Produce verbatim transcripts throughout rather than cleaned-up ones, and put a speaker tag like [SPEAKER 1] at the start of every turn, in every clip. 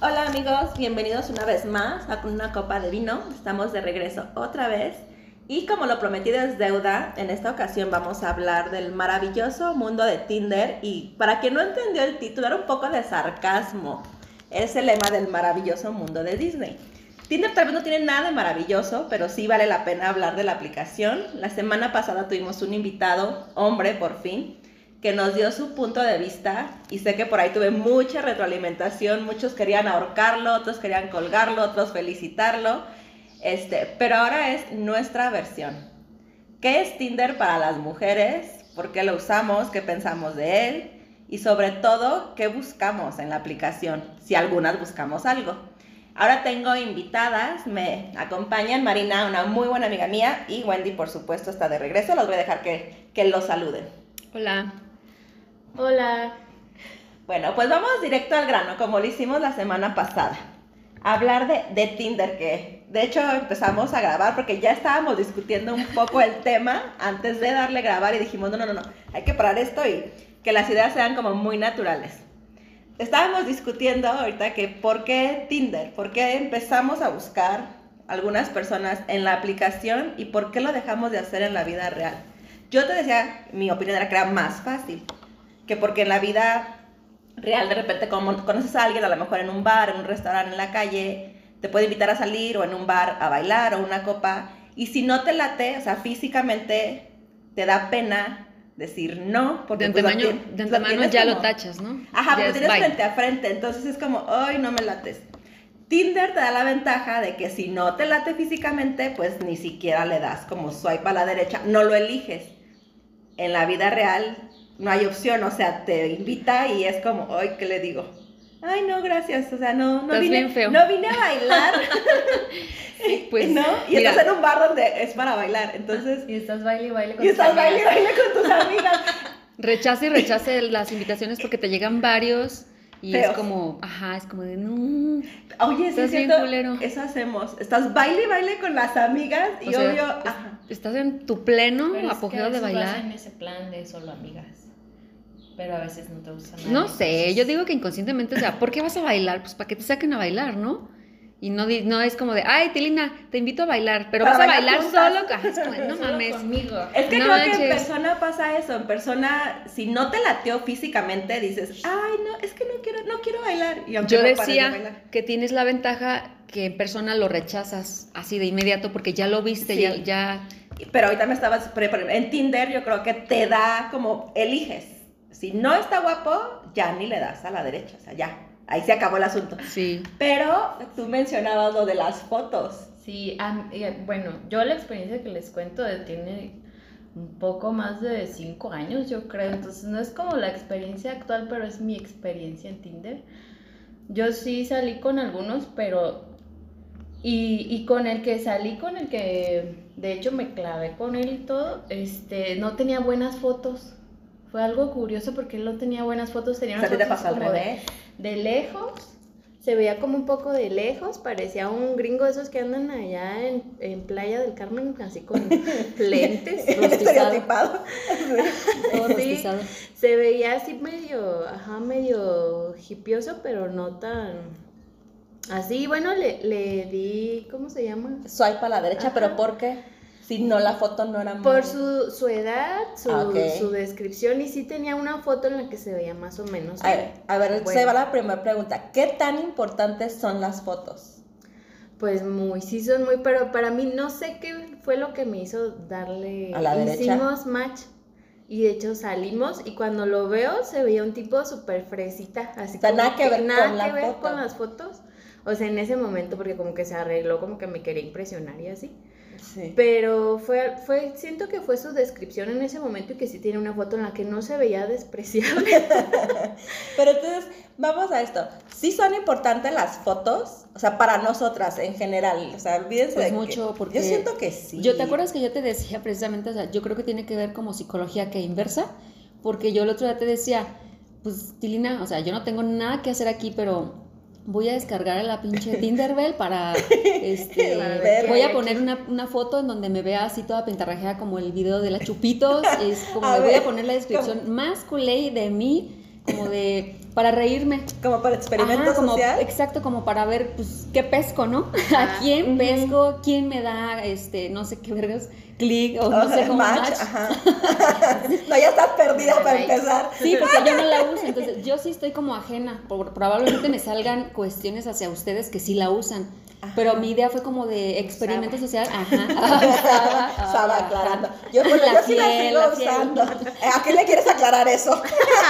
[SPEAKER 1] Hola amigos, bienvenidos una vez más a Con una copa de vino. Estamos de regreso otra vez y como lo prometido es deuda, en esta ocasión vamos a hablar del maravilloso mundo de Tinder y para quien no entendió el título era un poco de sarcasmo. Es el lema del maravilloso mundo de Disney. Tinder tal vez no tiene nada de maravilloso, pero sí vale la pena hablar de la aplicación. La semana pasada tuvimos un invitado, hombre por fin, que nos dio su punto de vista y sé que por ahí tuve mucha retroalimentación, muchos querían ahorcarlo, otros querían colgarlo, otros felicitarlo, este, pero ahora es nuestra versión. ¿Qué es Tinder para las mujeres? ¿Por qué lo usamos? ¿Qué pensamos de él? Y sobre todo, ¿qué buscamos en la aplicación? Si algunas buscamos algo. Ahora tengo invitadas, me acompañan Marina, una muy buena amiga mía, y Wendy, por supuesto, está de regreso. Los voy a dejar que, que los saluden.
[SPEAKER 2] Hola.
[SPEAKER 3] Hola.
[SPEAKER 1] Bueno, pues vamos directo al grano, como lo hicimos la semana pasada. Hablar de, de Tinder, que de hecho empezamos a grabar porque ya estábamos discutiendo un poco el tema antes de darle a grabar y dijimos, no, no, no, no, hay que parar esto y que las ideas sean como muy naturales. Estábamos discutiendo ahorita que por qué Tinder, por qué empezamos a buscar algunas personas en la aplicación y por qué lo dejamos de hacer en la vida real. Yo te decía, mi opinión era que era más fácil, que porque en la vida real de repente como conoces a alguien, a lo mejor en un bar, en un restaurante, en la calle, te puede invitar a salir o en un bar a bailar o una copa, y si no te late, o sea, físicamente te da pena decir no, porque
[SPEAKER 2] de
[SPEAKER 1] pues,
[SPEAKER 2] antemano,
[SPEAKER 1] lo tienes,
[SPEAKER 2] de antemano
[SPEAKER 1] lo
[SPEAKER 2] ya
[SPEAKER 1] como,
[SPEAKER 2] lo tachas, ¿no?
[SPEAKER 1] Ajá,
[SPEAKER 2] ya
[SPEAKER 1] porque tienes
[SPEAKER 2] bye.
[SPEAKER 1] frente a frente, entonces es como, ay, no me lates. Tinder te da la ventaja de que si no te late físicamente, pues ni siquiera le das como swipe a la derecha, no lo eliges. En la vida real no hay opción, o sea, te invita y es como, ay, ¿qué le digo? Ay, no, gracias, o sea, no, no, vine,
[SPEAKER 2] bien feo.
[SPEAKER 1] no vine a bailar.
[SPEAKER 2] Sí, pues,
[SPEAKER 1] ¿no? Y
[SPEAKER 2] mira,
[SPEAKER 1] estás en un bar donde es para bailar, entonces...
[SPEAKER 3] Y estás baile y baile con
[SPEAKER 1] Y
[SPEAKER 3] tus
[SPEAKER 1] estás baile y
[SPEAKER 3] amigas.
[SPEAKER 1] baile con tus amigas.
[SPEAKER 2] rechace y rechace las invitaciones porque te llegan varios y
[SPEAKER 1] Feos.
[SPEAKER 2] es como, ajá, es como de no.
[SPEAKER 1] Oye, sí,
[SPEAKER 2] Estás
[SPEAKER 1] es
[SPEAKER 2] bien
[SPEAKER 1] cierto,
[SPEAKER 2] culero.
[SPEAKER 1] eso hacemos. Estás baile y baile con las amigas y
[SPEAKER 2] O sea,
[SPEAKER 1] obvio...
[SPEAKER 2] es-
[SPEAKER 1] Ajá.
[SPEAKER 2] estás en tu pleno
[SPEAKER 3] Pero es que
[SPEAKER 2] apogeo
[SPEAKER 3] a
[SPEAKER 2] de
[SPEAKER 3] veces vas
[SPEAKER 2] bailar.
[SPEAKER 3] en ese plan de solo amigas. Pero a veces no te gusta nada.
[SPEAKER 2] No sé, yo digo que inconscientemente, o sea, ¿por qué vas a bailar? Pues para que te saquen a bailar, ¿no? Y no, di- no es como de, ay, Tilina, te invito a bailar, pero
[SPEAKER 1] Para
[SPEAKER 2] vas a
[SPEAKER 1] bailar
[SPEAKER 2] bailar
[SPEAKER 1] juntas.
[SPEAKER 2] solo, ajá, es como de, no
[SPEAKER 3] Solo
[SPEAKER 2] mames.
[SPEAKER 3] conmigo.
[SPEAKER 1] Es que
[SPEAKER 2] No
[SPEAKER 1] creo que en
[SPEAKER 2] manches.
[SPEAKER 1] persona pasa eso, en persona, si no te lateó físicamente, dices, ay, no, es que no quiero, no quiero bailar. Y aunque
[SPEAKER 2] Yo
[SPEAKER 1] no pares de
[SPEAKER 2] decía
[SPEAKER 1] bailar.
[SPEAKER 2] que tienes la ventaja que en persona lo rechazas así de inmediato porque ya lo viste,
[SPEAKER 1] Sí.
[SPEAKER 2] ya, ya...
[SPEAKER 1] Pero ahorita me estabas, pre- pre- en Tinder yo creo que te da como, eliges. Si no está guapo, ya ni le das a la derecha, o sea, ya, ahí se acabó el asunto.
[SPEAKER 2] Sí.
[SPEAKER 1] Pero tú mencionabas lo de las fotos.
[SPEAKER 3] Sí, am- eh, bueno, yo la experiencia que les cuento de- tiene un poco más de cinco años, yo creo. Entonces no es como la experiencia actual, pero es mi experiencia en Tinder. Yo sí salí con algunos, pero... Y, y con el que salí, con el que de hecho me clavé con él y todo, este, no tenía buenas fotos. Fue algo curioso porque él no tenía buenas fotos, tenía
[SPEAKER 1] O sea,
[SPEAKER 3] unas
[SPEAKER 1] ¿a ti te
[SPEAKER 3] fotos
[SPEAKER 1] pasó al
[SPEAKER 3] como de,
[SPEAKER 1] revés?
[SPEAKER 3] de lejos. Se veía como un poco de lejos, parecía un gringo de esos que andan allá en, en Playa del Carmen, así con lentes.
[SPEAKER 1] Estereotipado.
[SPEAKER 2] Todo
[SPEAKER 3] Sí,
[SPEAKER 2] rostizado.
[SPEAKER 3] se veía así medio, ajá, medio hipioso, pero no tan así. Bueno, le, le di, ¿cómo se llama?
[SPEAKER 1] Swipe a la derecha,
[SPEAKER 3] Ajá.
[SPEAKER 1] ¿pero por qué? Si no, la foto no era muy...
[SPEAKER 3] Por su, su edad, su,
[SPEAKER 1] Ah, ok.
[SPEAKER 3] su descripción, y sí tenía una foto en la que se veía más o menos.
[SPEAKER 1] A ver, a ver,
[SPEAKER 3] Bueno.
[SPEAKER 1] se va la primera pregunta. ¿Qué tan importantes son las fotos?
[SPEAKER 3] Pues muy, sí son muy, pero para mí no sé qué fue lo que me hizo darle...
[SPEAKER 1] ¿A la derecha?
[SPEAKER 3] Hicimos match y de hecho salimos y cuando lo veo se veía un tipo súper fresita, así
[SPEAKER 1] O sea,
[SPEAKER 3] como
[SPEAKER 1] nada que ver
[SPEAKER 3] nada
[SPEAKER 1] con la
[SPEAKER 3] que ver
[SPEAKER 1] foto.
[SPEAKER 3] con las fotos. O sea, en ese momento porque como que se arregló, como que me quería impresionar y así.
[SPEAKER 1] Sí.
[SPEAKER 3] Pero fue, fue, siento que fue su descripción en ese momento y que sí tiene una foto en la que no se veía despreciable.
[SPEAKER 1] Pero entonces, vamos a esto. ¿Sí son importantes las fotos? O sea, para nosotras en general. O sea, olvídense
[SPEAKER 2] Pues
[SPEAKER 1] de
[SPEAKER 2] mucho,
[SPEAKER 1] que...
[SPEAKER 2] porque
[SPEAKER 1] Yo siento que sí.
[SPEAKER 2] Yo, ¿te acuerdas que yo te decía precisamente, o sea, yo creo que tiene que ver como psicología que inversa? Porque yo el otro día te decía, pues, Tilina, o sea, yo no tengo nada que hacer aquí, pero voy a descargar la pinche Tinderbell para, este,
[SPEAKER 3] Para ver
[SPEAKER 2] voy
[SPEAKER 3] qué
[SPEAKER 2] a
[SPEAKER 3] hay
[SPEAKER 2] poner
[SPEAKER 3] aquí.
[SPEAKER 2] una, una foto en donde me vea así toda pintarrajeada como el video de la Chupitos, es como
[SPEAKER 1] A
[SPEAKER 2] le voy
[SPEAKER 1] ver,
[SPEAKER 2] a poner la descripción más culé de mí, como de, para reírme.
[SPEAKER 1] Como para experimento
[SPEAKER 2] Ajá, como,
[SPEAKER 1] social.
[SPEAKER 2] exacto, como para ver, pues, qué pesco, ¿no? ¿A quién pesco? ¿Quién me da, este, no sé qué vergas, clic o no sé cómo
[SPEAKER 1] match?
[SPEAKER 2] match?
[SPEAKER 1] Ajá. No, ya estás perdida para empezar.
[SPEAKER 2] Sí, porque yo no la uso, entonces yo sí estoy como ajena. Por- probablemente me salgan cuestiones hacia ustedes que sí la usan. Ajá. Pero mi idea fue como de experimento social. Ajá.
[SPEAKER 1] Estaba, estaba aclarando. Yo, bueno,
[SPEAKER 2] La
[SPEAKER 1] yo sí la
[SPEAKER 2] fiel,
[SPEAKER 1] sigo
[SPEAKER 2] la
[SPEAKER 1] usando. ¿A qué le quieres aclarar eso?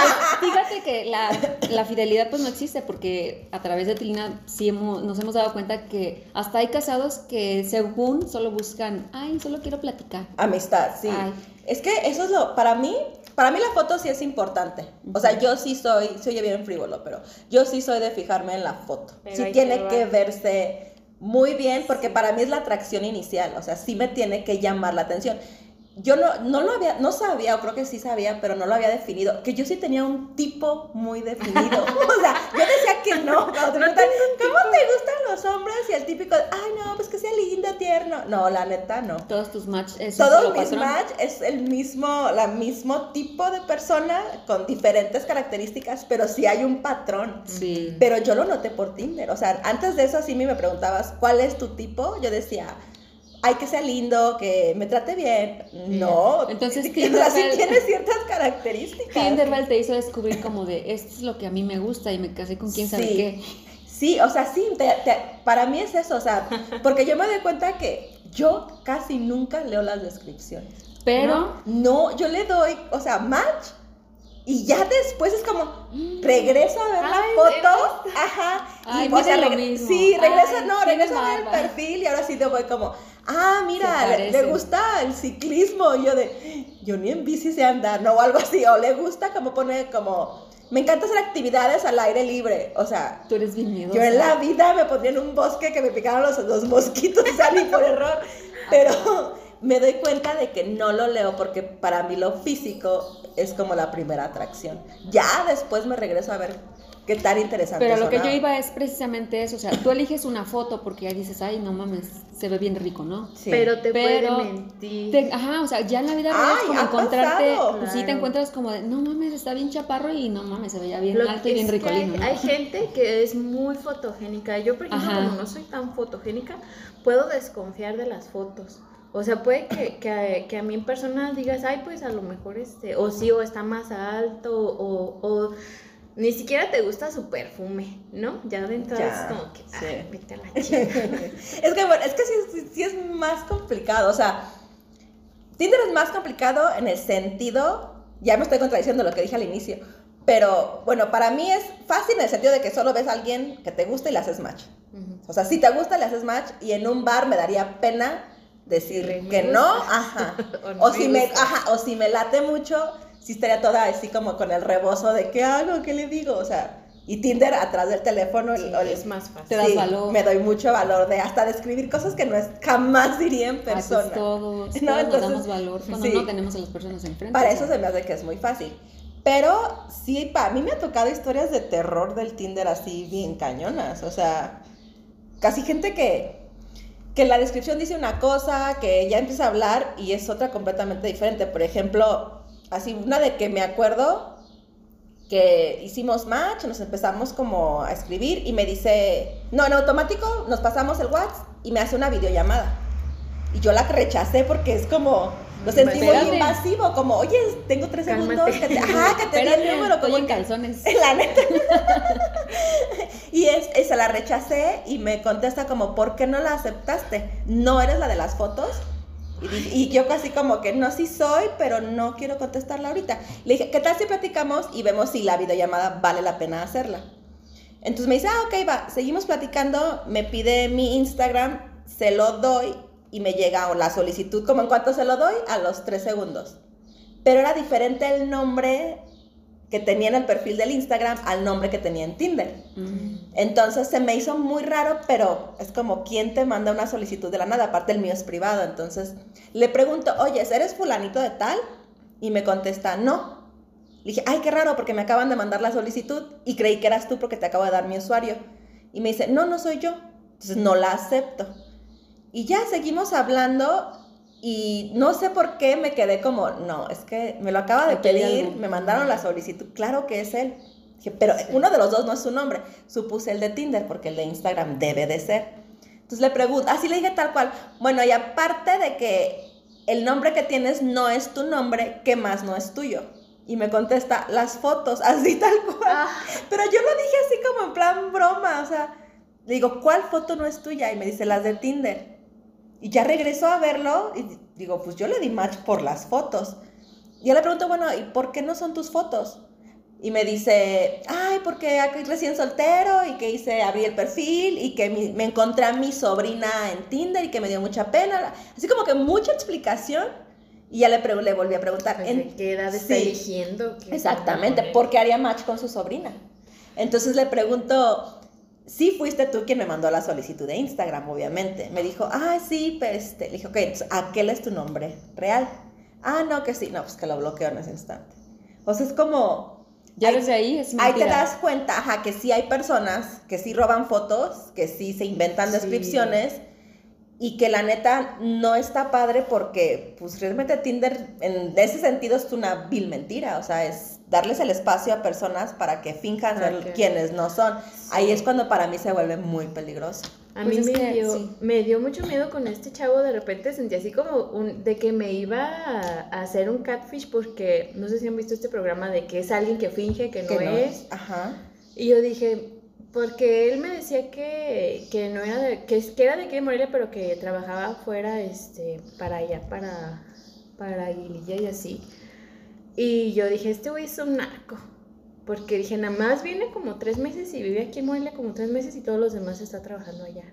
[SPEAKER 2] Fíjate que la, la fidelidad pues no existe, porque a través de Tilina sí hemos, nos hemos dado cuenta que hasta hay casados que según solo buscan, ay, solo quiero platicar.
[SPEAKER 1] Amistad, sí.
[SPEAKER 2] Ay.
[SPEAKER 1] Es que eso es lo, para mí, para mí la foto sí es importante. O sea, yo sí soy, se oye bien frívolo, pero yo sí soy de fijarme en la foto.
[SPEAKER 3] Pero
[SPEAKER 1] Sí
[SPEAKER 3] hay
[SPEAKER 1] tiene
[SPEAKER 3] que
[SPEAKER 1] que
[SPEAKER 3] ver.
[SPEAKER 1] verse muy bien, porque para mí es la atracción inicial. O sea, sí me tiene que llamar la atención. Yo no, no lo había, no sabía, o creo que sí sabía, pero no lo había definido, que yo sí tenía un tipo muy definido. O sea, yo decía que no. Cuando te preguntan, ¿cómo te gustan los hombres? Y el típico, ay, no, pues que sea lindo, tierno. No, la neta, no.
[SPEAKER 2] Todos tus match es un
[SPEAKER 1] Todos
[SPEAKER 2] solo
[SPEAKER 1] mis
[SPEAKER 2] patrón.
[SPEAKER 1] match es el mismo, la mismo tipo de persona con diferentes características, pero sí hay un patrón.
[SPEAKER 2] Sí.
[SPEAKER 1] Pero yo lo noté por Tinder. O sea, antes de eso sí me preguntabas, ¿cuál es tu tipo? Yo decía, ay, que sea lindo, que me trate bien. No.
[SPEAKER 2] Entonces,
[SPEAKER 1] o sea, sí
[SPEAKER 2] Tinder-
[SPEAKER 1] tiene ciertas características.
[SPEAKER 2] Tinderbell te hizo descubrir como de, esto es lo que a mí me gusta y me casé con quién sabe
[SPEAKER 1] Sí.
[SPEAKER 2] qué.
[SPEAKER 1] Sí, o sea, sí, te- te- para mí es eso, o sea, porque yo me doy cuenta que yo casi nunca leo las descripciones.
[SPEAKER 2] Pero,
[SPEAKER 1] No, yo le doy, o sea, match y ya después es como regreso a ver la
[SPEAKER 3] Ay,
[SPEAKER 1] foto, ajá,
[SPEAKER 2] Ay,
[SPEAKER 1] y o sea,
[SPEAKER 2] mira lo
[SPEAKER 1] regre-
[SPEAKER 2] mismo.
[SPEAKER 1] sí, regreso,
[SPEAKER 2] Ay,
[SPEAKER 1] no,
[SPEAKER 2] tiene
[SPEAKER 1] regreso a ver el
[SPEAKER 2] barba.
[SPEAKER 1] perfil y ahora sí te voy como, ah, mira,
[SPEAKER 2] Se
[SPEAKER 1] le, le
[SPEAKER 2] parecen.
[SPEAKER 1] gusta el ciclismo, y yo de, yo ni en bici sé andar, no, o algo así, o le gusta como pone como, me encanta hacer actividades al aire libre, o sea,
[SPEAKER 2] tú eres bien miedosa.
[SPEAKER 1] yo en la vida me pondría en un bosque que me picaran los, los mosquitos, o sea, ni por error. Pero me doy cuenta de que no lo leo porque para mí lo físico es como la primera atracción. Ya después me regreso a ver qué tan interesante
[SPEAKER 2] Pero lo que yo
[SPEAKER 1] sonaba.
[SPEAKER 2] iba es precisamente eso, o sea, tú eliges una foto porque ya dices, ay, no mames, se ve bien rico, ¿no?
[SPEAKER 1] Sí.
[SPEAKER 3] Pero te
[SPEAKER 2] Pero
[SPEAKER 3] puede mentir.
[SPEAKER 2] Te- ajá, o sea, ya en la vida real
[SPEAKER 1] Ay,
[SPEAKER 2] es como
[SPEAKER 1] ha
[SPEAKER 2] encontrarte,
[SPEAKER 1] pasado.
[SPEAKER 2] pues sí te
[SPEAKER 3] Claro.
[SPEAKER 2] encuentras como de, no mames, está bien chaparro y no mames, se veía bien
[SPEAKER 3] Lo
[SPEAKER 2] alto
[SPEAKER 3] que
[SPEAKER 2] y bien
[SPEAKER 3] es que
[SPEAKER 2] ricolino,
[SPEAKER 3] hay,
[SPEAKER 2] ¿no?
[SPEAKER 3] hay gente que es muy fotogénica. Yo, por ejemplo,
[SPEAKER 2] Ajá.
[SPEAKER 3] como no soy tan fotogénica, puedo desconfiar de las fotos. O sea, puede que, que, a, que a mí en persona digas, ay, pues a lo mejor este, o sí, o está más alto, o, o ni siquiera te gusta su perfume, ¿no? Ya de entrada
[SPEAKER 1] Ya,
[SPEAKER 3] es como que,
[SPEAKER 1] sí.
[SPEAKER 3] ay, vete a la chica.
[SPEAKER 1] Es que bueno, es que sí, sí- sí es más complicado, o sea, Tinder es más complicado en el sentido, ya me estoy contradiciendo lo que dije al inicio, pero bueno, para mí es fácil en el sentido de que solo ves a alguien que te gusta y le haces match.
[SPEAKER 3] Ujú.
[SPEAKER 1] O sea, si te gusta, le haces match, y en un bar me daría pena decir
[SPEAKER 3] Me
[SPEAKER 1] que
[SPEAKER 3] gusta.
[SPEAKER 1] no, ajá.
[SPEAKER 3] O no
[SPEAKER 1] O
[SPEAKER 3] me
[SPEAKER 1] si me,
[SPEAKER 3] gusta.
[SPEAKER 1] ajá, o si me late mucho, sí estaría toda así como con el rebozo de ¿qué hago? ¿Qué le digo? O sea, y Tinder atrás del teléfono, el-
[SPEAKER 3] Sí,
[SPEAKER 1] el-
[SPEAKER 3] es más fácil.
[SPEAKER 2] Te das
[SPEAKER 1] sí,
[SPEAKER 2] valor.
[SPEAKER 1] me doy mucho valor de hasta de escribir cosas que no es, jamás diría en
[SPEAKER 2] Ay, pues
[SPEAKER 1] persona.
[SPEAKER 2] todos,
[SPEAKER 1] No,
[SPEAKER 2] todos nos
[SPEAKER 1] entonces,
[SPEAKER 2] damos valor cuando
[SPEAKER 1] sí.
[SPEAKER 2] no tenemos a las personas enfrente.
[SPEAKER 1] Para
[SPEAKER 2] o
[SPEAKER 1] eso
[SPEAKER 2] sea.
[SPEAKER 1] se me hace que es muy fácil. Pero sí, para mí me ha tocado historias de terror del Tinder así bien cañonas. O sea, casi gente que, que en la descripción dice una cosa, que ya empieza a hablar y es otra completamente diferente. Por ejemplo, así una de que me acuerdo que hicimos match, nos empezamos como a escribir y me dice, no, en automático nos pasamos el WhatsApp y me hace una videollamada. Y yo la rechacé porque es como, lo sentí muy
[SPEAKER 2] Espérate.
[SPEAKER 1] invasivo, como, oye, tengo tres
[SPEAKER 3] Cálmate.
[SPEAKER 1] segundos, que te, ajá, que te di el
[SPEAKER 2] Espérate,
[SPEAKER 1] número,
[SPEAKER 2] estoy
[SPEAKER 1] como
[SPEAKER 2] en
[SPEAKER 1] que-
[SPEAKER 2] calzones.
[SPEAKER 1] la neta. Y es, es- se la rechacé y me contesta como, ¿por qué no la aceptaste? ¿No eres la de las fotos? Y, di- y yo casi como que no, sí soy, pero no quiero contestarla ahorita. Le dije, ¿qué tal si platicamos y vemos si la videollamada vale la pena hacerla? Entonces me dice, ah, ok, va, seguimos platicando, me pide mi Instagram, se lo doy y me llega la solicitud, como en cuanto se lo doy, a los tres segundos. Pero era diferente el nombre que tenía en el perfil del Instagram al nombre que tenía en Tinder.
[SPEAKER 2] Mm.
[SPEAKER 1] Entonces se me hizo muy raro, pero es como, ¿quién te manda una solicitud de la nada? Aparte el mío es privado, entonces le pregunto, oye, ¿eres fulanito de tal? Y me contesta, no. Le dije, ay, qué raro, porque me acaban de mandar la solicitud y creí que eras tú porque te acabo de dar mi usuario. Y me dice, no, no soy yo. Entonces no la acepto. Y ya seguimos hablando Y no sé por qué me quedé como, no, es que me lo acaba de
[SPEAKER 2] Aquí hay
[SPEAKER 1] pedir,
[SPEAKER 2] algo.
[SPEAKER 1] me mandaron la solicitud, claro que es él. Dije, pero uno de los dos no es su nombre. Supuse el de Tinder porque el de Instagram debe de ser. Entonces le pregunto, así le dije tal cual, bueno, y aparte de que el nombre que tienes no es tu nombre, ¿qué más no es tuyo? Y me contesta, las fotos, así tal cual.
[SPEAKER 3] Ah.
[SPEAKER 1] Pero yo lo dije así como en plan broma, o sea, le digo, ¿cuál foto no es tuya? Y me dice, las de Tinder. Y ya regresó a verlo y digo, pues yo le di match por las fotos. Y yo le pregunto, bueno, ¿y por qué no son tus fotos? Y me dice, ay, porque aquí recién soltero y que hice, abrí el perfil y que mi, me encontré a mi sobrina en Tinder y que me dio mucha pena. Así como que mucha explicación. Y ya le, pre- le volví a preguntar.
[SPEAKER 3] Pues,
[SPEAKER 1] ¿en
[SPEAKER 3] ¿de qué edad está
[SPEAKER 1] sí,
[SPEAKER 3] eligiendo? ¿Qué
[SPEAKER 1] exactamente,
[SPEAKER 3] poner?
[SPEAKER 1] porque haría match con su sobrina. Entonces le pregunto, sí fuiste tú quien me mandó la solicitud de Instagram, obviamente. Me dijo, ah, sí, pues, este. Le dije, ok, entonces, ¿aquel es tu nombre real? Ah, no, que sí. No, pues que lo bloqueo en ese instante. O sea, es como...
[SPEAKER 2] Ya
[SPEAKER 1] ahí-
[SPEAKER 2] desde ahí es
[SPEAKER 1] Ahí te
[SPEAKER 2] mentira.
[SPEAKER 1] das cuenta, ajá, que sí hay personas que sí roban fotos, que sí se inventan
[SPEAKER 3] Sí.
[SPEAKER 1] descripciones y que la neta no está padre porque, pues, realmente Tinder en ese sentido es una vil mentira, o sea, es darles el espacio a personas para que finjan
[SPEAKER 3] Para
[SPEAKER 1] ser
[SPEAKER 3] que-
[SPEAKER 1] quienes no son. Ahí es cuando para mí se vuelve muy peligroso.
[SPEAKER 3] A
[SPEAKER 2] Pues
[SPEAKER 3] mí
[SPEAKER 2] es
[SPEAKER 3] me,
[SPEAKER 2] que,
[SPEAKER 3] dio,
[SPEAKER 2] sí.
[SPEAKER 3] me dio mucho miedo con este chavo, de repente sentí así como un, de que me iba a, a hacer un catfish porque no sé si han visto este programa de que es alguien que finge que no,
[SPEAKER 1] Que no
[SPEAKER 3] es.
[SPEAKER 1] Ajá.
[SPEAKER 3] Y yo dije, porque él me decía que, que no era de, que, es- que era de aquí de Morelia, pero que trabajaba fuera, este, para allá, para, para Aguililla y así. Y yo dije, este güey es un narco. Porque dije, nada más viene como tres meses y vive aquí en Morelia como tres meses y todos los demás está trabajando allá.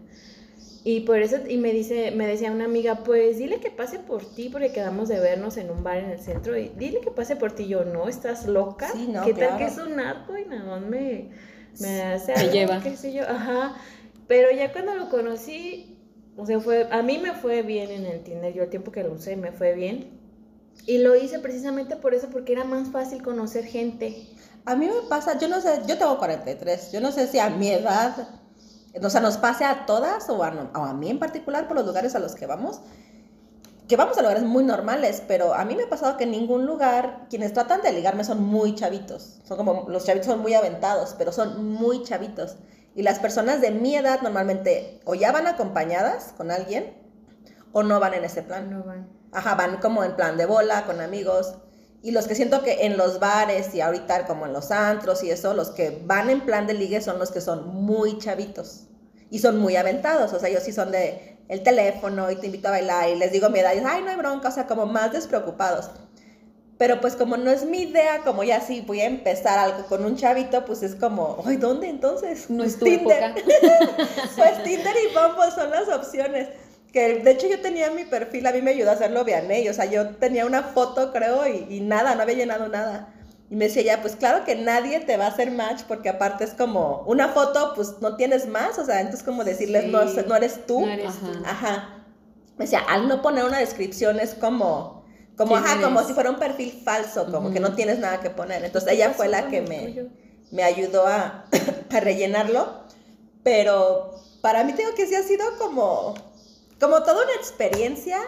[SPEAKER 3] Y por eso, y me dice, me decía una amiga, pues dile que pase por ti, porque quedamos de vernos en un bar en el centro, y dile que pase por ti. Yo, no, ¿estás loca?
[SPEAKER 1] Sí, no,
[SPEAKER 3] ¿Qué tal
[SPEAKER 1] claro.
[SPEAKER 3] que es un narco y nada más me, me hace
[SPEAKER 2] Te
[SPEAKER 3] algo,
[SPEAKER 2] lleva.
[SPEAKER 3] qué sé yo? Ajá. Pero ya cuando lo conocí, o sea, fue, a mí me fue bien en el Tinder, yo el tiempo que lo usé me fue bien. Y lo hice precisamente por eso, porque era más fácil conocer gente.
[SPEAKER 1] A mí me pasa, yo no sé, yo tengo cuarenta y tres, yo no sé si a mi edad, o sea, nos pase a todas o a, no- o a mí en particular por los lugares a los que vamos, que vamos a lugares muy normales, pero a mí me ha pasado que en ningún lugar, quienes tratan de ligarme son muy chavitos, son como, los chavitos son muy aventados, pero son muy chavitos. Y las personas de mi edad normalmente o ya van acompañadas con alguien o no van en ese plan.
[SPEAKER 3] No van.
[SPEAKER 1] Ajá, van como en plan de bola, con amigos. Y los que siento que en los bares y ahorita como en los antros y eso, los que van en plan de ligue son los que son muy chavitos. Y son muy aventados, o sea, ellos sí son de el teléfono y te invito a bailar y les digo mi edad y dicen, ay, no hay bronca, o sea, como más despreocupados. Pero pues como no es mi idea, como ya sí voy a empezar algo con un chavito, pues es como, ay, ¿dónde entonces?
[SPEAKER 2] No
[SPEAKER 1] Pues
[SPEAKER 2] es tu
[SPEAKER 1] Tinder.
[SPEAKER 2] época.
[SPEAKER 1] Pues Tinder y Bumble son las opciones. Que de hecho yo tenía mi perfil, a mí me ayudó a hacerlo Vianey, o sea, yo tenía una foto creo y, y nada, no había llenado nada. Y me decía ya, pues claro que nadie te va a hacer match porque aparte es como una foto, pues no tienes más, o sea, entonces como decirles,
[SPEAKER 3] Sí.
[SPEAKER 1] no, no eres tú.
[SPEAKER 2] No eres
[SPEAKER 3] Ajá.
[SPEAKER 2] tú.
[SPEAKER 1] Ajá. Me decía, al no poner una descripción es como, como,
[SPEAKER 2] ¿Quién
[SPEAKER 1] ajá,
[SPEAKER 2] eres?
[SPEAKER 1] como si fuera un perfil falso, como
[SPEAKER 2] Ujú.
[SPEAKER 1] que no tienes nada que poner. Entonces ella fue la que me, me ayudó a, a rellenarlo, pero para mí tengo que sí ha sido como, como toda una experiencia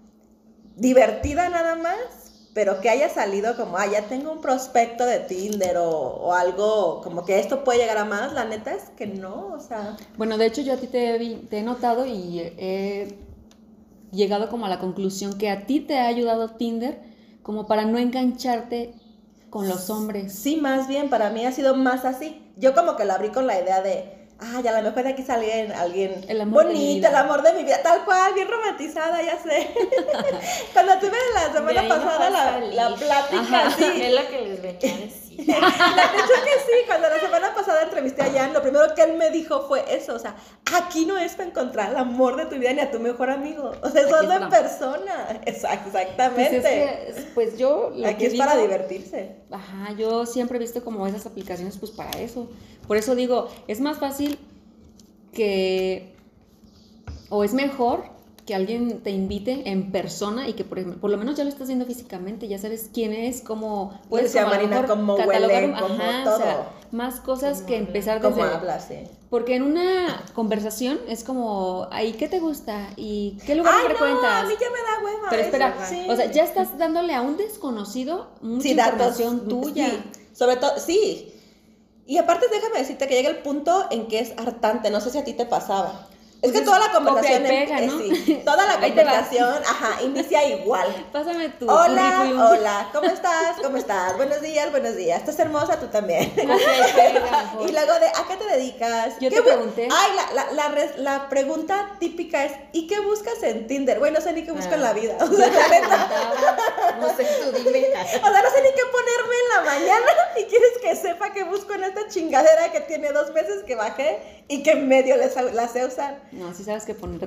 [SPEAKER 1] divertida nada más, pero que haya salido como, ah, ya tengo un prospecto de Tinder o, o algo, como que esto puede llegar a más, la neta es que no, o sea...
[SPEAKER 2] Bueno, de hecho yo a ti te, vi- te he notado y he llegado como a la conclusión que a ti te ha ayudado Tinder como para no engancharte con los hombres.
[SPEAKER 1] Sí, más bien, para mí ha sido más así. Yo como que lo abrí con la idea de, ay, a lo mejor de aquí sale alguien, alguien
[SPEAKER 2] El amor de mi
[SPEAKER 1] bonito,
[SPEAKER 2] vida.
[SPEAKER 1] el amor de mi vida, tal cual, bien romantizada, ya sé. Cuando tuve la
[SPEAKER 3] De
[SPEAKER 1] semana
[SPEAKER 3] ahí no
[SPEAKER 1] pasada
[SPEAKER 3] va a
[SPEAKER 1] la,
[SPEAKER 3] salir.
[SPEAKER 1] la plática,
[SPEAKER 2] Ajá.
[SPEAKER 1] sí.
[SPEAKER 3] Es lo que les venía a decir.
[SPEAKER 1] La de hecho que sí, cuando la semana pasada entrevisté a Jan, lo primero que él me dijo fue eso, o sea, aquí no es para encontrar el amor de tu vida ni a tu mejor amigo, o sea, eso
[SPEAKER 2] Aquí
[SPEAKER 1] es de
[SPEAKER 2] es para-
[SPEAKER 1] persona. Exact-
[SPEAKER 2] Pues
[SPEAKER 1] exactamente.
[SPEAKER 2] es que, pues yo lo
[SPEAKER 1] Aquí
[SPEAKER 2] que
[SPEAKER 1] es para
[SPEAKER 2] digo-
[SPEAKER 1] divertirse.
[SPEAKER 2] Ajá, yo siempre he visto como esas aplicaciones pues para eso. Por eso digo, es más fácil que, o es mejor que alguien te invite en persona y que por, ejemplo, por lo menos ya lo estás viendo físicamente, ya sabes quién es, cómo puedes
[SPEAKER 1] Decía
[SPEAKER 2] como a lo
[SPEAKER 1] Marina,
[SPEAKER 2] mejor
[SPEAKER 1] cómo
[SPEAKER 2] catalogar
[SPEAKER 1] huele,
[SPEAKER 2] un-
[SPEAKER 1] cómo
[SPEAKER 2] ajá,
[SPEAKER 1] todo.
[SPEAKER 2] o sea, más cosas
[SPEAKER 3] Cómo
[SPEAKER 2] que
[SPEAKER 3] habla.
[SPEAKER 2] empezar desde...
[SPEAKER 1] ¿Cómo hablas? Sí.
[SPEAKER 2] Porque en una conversación es como, ay, ¿qué te gusta? ¿Y qué lugar
[SPEAKER 1] Ay, no,
[SPEAKER 2] frecuentas?
[SPEAKER 1] a mí ya me da hueva.
[SPEAKER 2] Pero
[SPEAKER 1] eso,
[SPEAKER 2] espera,
[SPEAKER 1] sí.
[SPEAKER 2] o sea, ya estás dándole a un desconocido mucha
[SPEAKER 1] Sí, datos,
[SPEAKER 2] información tuya.
[SPEAKER 1] sí, sobre todo, sí. Y aparte déjame decirte que llega el punto en que es hartante, no sé si a ti te pasaba. Es
[SPEAKER 2] Pues
[SPEAKER 1] que
[SPEAKER 2] es
[SPEAKER 1] toda la conversación,
[SPEAKER 2] copia y pega,
[SPEAKER 1] em-
[SPEAKER 2] ¿no?
[SPEAKER 1] eh, sí, toda la
[SPEAKER 2] Ahí te va.
[SPEAKER 1] conversación, ajá, inicia igual.
[SPEAKER 2] Pásame tu
[SPEAKER 1] Hola,
[SPEAKER 2] currículum.
[SPEAKER 1] hola, ¿cómo estás? ¿Cómo estás? Buenos días, buenos días. Estás hermosa, tú también.
[SPEAKER 2] Copia y pega, mejor.
[SPEAKER 1] Y luego de, ¿a qué te dedicas?
[SPEAKER 2] Yo
[SPEAKER 1] ¿Qué
[SPEAKER 2] te
[SPEAKER 1] bu-
[SPEAKER 2] pregunté.
[SPEAKER 1] Ay, la, la, la, res- la pregunta típica es, ¿y qué buscas en Tinder? Güey, no sé ni qué busco
[SPEAKER 3] Ah.
[SPEAKER 1] en la vida. O
[SPEAKER 2] Yo
[SPEAKER 1] sea,
[SPEAKER 2] te
[SPEAKER 1] la neta,
[SPEAKER 2] preguntaba,
[SPEAKER 3] No sé, tú dime.
[SPEAKER 1] o sea, no sé ni qué ponerme en la mañana y quieres que sepa que busco en esta chingadera que tiene dos meses que bajé y que medio les- la sé usar.
[SPEAKER 2] no, sí sabes qué ponerte.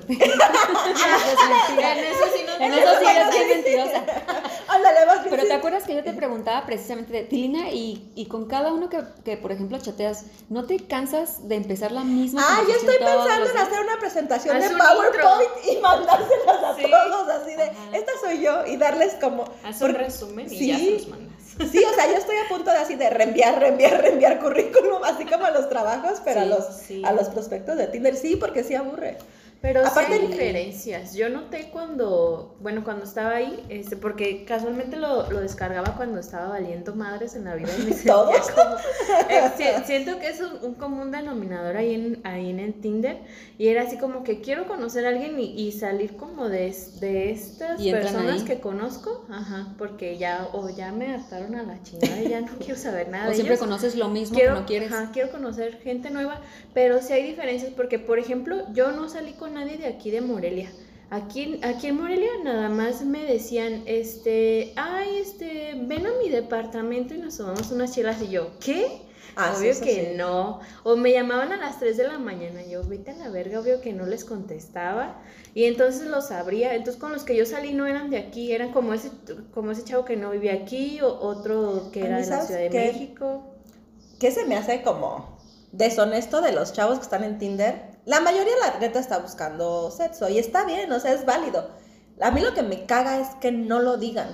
[SPEAKER 2] es mentira.
[SPEAKER 3] En eso sí no
[SPEAKER 2] En
[SPEAKER 3] te-
[SPEAKER 2] eso sí eres
[SPEAKER 1] Sí,
[SPEAKER 2] bien
[SPEAKER 1] sí.
[SPEAKER 2] mentirosa.
[SPEAKER 1] Ándale, más bien,
[SPEAKER 2] Pero
[SPEAKER 1] sí.
[SPEAKER 2] ¿te acuerdas que yo te preguntaba precisamente de Tilina y, y con cada uno que, que, por ejemplo, chateas, ¿no te cansas de empezar la misma
[SPEAKER 1] Ah, yo
[SPEAKER 2] conversación
[SPEAKER 1] estoy
[SPEAKER 2] todos
[SPEAKER 1] pensando
[SPEAKER 2] los
[SPEAKER 1] en
[SPEAKER 2] días?
[SPEAKER 1] hacer una presentación
[SPEAKER 3] Haz
[SPEAKER 1] de
[SPEAKER 3] un
[SPEAKER 1] PowerPoint y mandárselas a
[SPEAKER 3] Sí.
[SPEAKER 1] todos así de,
[SPEAKER 2] Ajá.
[SPEAKER 1] esta soy yo y darles como...
[SPEAKER 3] Haz un
[SPEAKER 1] por-
[SPEAKER 3] resumen y
[SPEAKER 1] Sí.
[SPEAKER 3] ya se los mandas.
[SPEAKER 1] Sí, o sea, yo estoy a punto de así de reenviar, reenviar, reenviar currículum, así como a los trabajos, pero a
[SPEAKER 3] Sí,
[SPEAKER 1] los
[SPEAKER 3] sí.
[SPEAKER 1] a los prospectos de Tinder, sí, porque sí aburre.
[SPEAKER 3] Pero
[SPEAKER 1] Aparte-
[SPEAKER 3] sí hay diferencias. Yo noté cuando, bueno, cuando estaba ahí, este, porque casualmente lo, lo descargaba cuando estaba valiendo madres en la vida y me sentía
[SPEAKER 1] ¿Todos?
[SPEAKER 3] como... eh, si- siento que es un, un común denominador ahí en, ahí en el Tinder y era así como que quiero conocer a alguien y, y salir como de, es- de estas
[SPEAKER 2] Y entran
[SPEAKER 3] personas
[SPEAKER 2] ahí.
[SPEAKER 3] que conozco, ajá, porque ya, o ya me hartaron a la chingada y ya no quiero saber nada
[SPEAKER 2] O
[SPEAKER 3] de
[SPEAKER 2] siempre
[SPEAKER 3] ellos.
[SPEAKER 2] conoces lo mismo
[SPEAKER 3] Quiero,
[SPEAKER 2] que no quieres.
[SPEAKER 3] ajá, quiero conocer gente nueva, pero sí hay diferencias porque, por ejemplo, yo no salí con nadie de aquí de Morelia. Aquí, aquí en Morelia nada más me decían, este, ay, este, ven a mi departamento y nos tomamos unas chelas y yo, ¿qué?
[SPEAKER 1] Ah, sí,
[SPEAKER 3] obvio
[SPEAKER 1] eso
[SPEAKER 3] que
[SPEAKER 1] sí.
[SPEAKER 3] no. O me llamaban a las tres de la mañana, yo, vete a la verga, obvio que no les contestaba. Y entonces los abría. Entonces con los que yo salí no eran de aquí, eran como ese, como ese chavo que no vivía aquí, o otro que
[SPEAKER 1] A
[SPEAKER 3] era
[SPEAKER 1] mí,
[SPEAKER 3] de la
[SPEAKER 1] ¿sabes
[SPEAKER 3] Ciudad de
[SPEAKER 1] qué?
[SPEAKER 3] México.
[SPEAKER 1] ¿Qué se me hace como deshonesto de los chavos que están en Tinder? La mayoría, la neta, está buscando sexo y está bien, o sea, es válido. A mí lo que me caga es que no lo digan.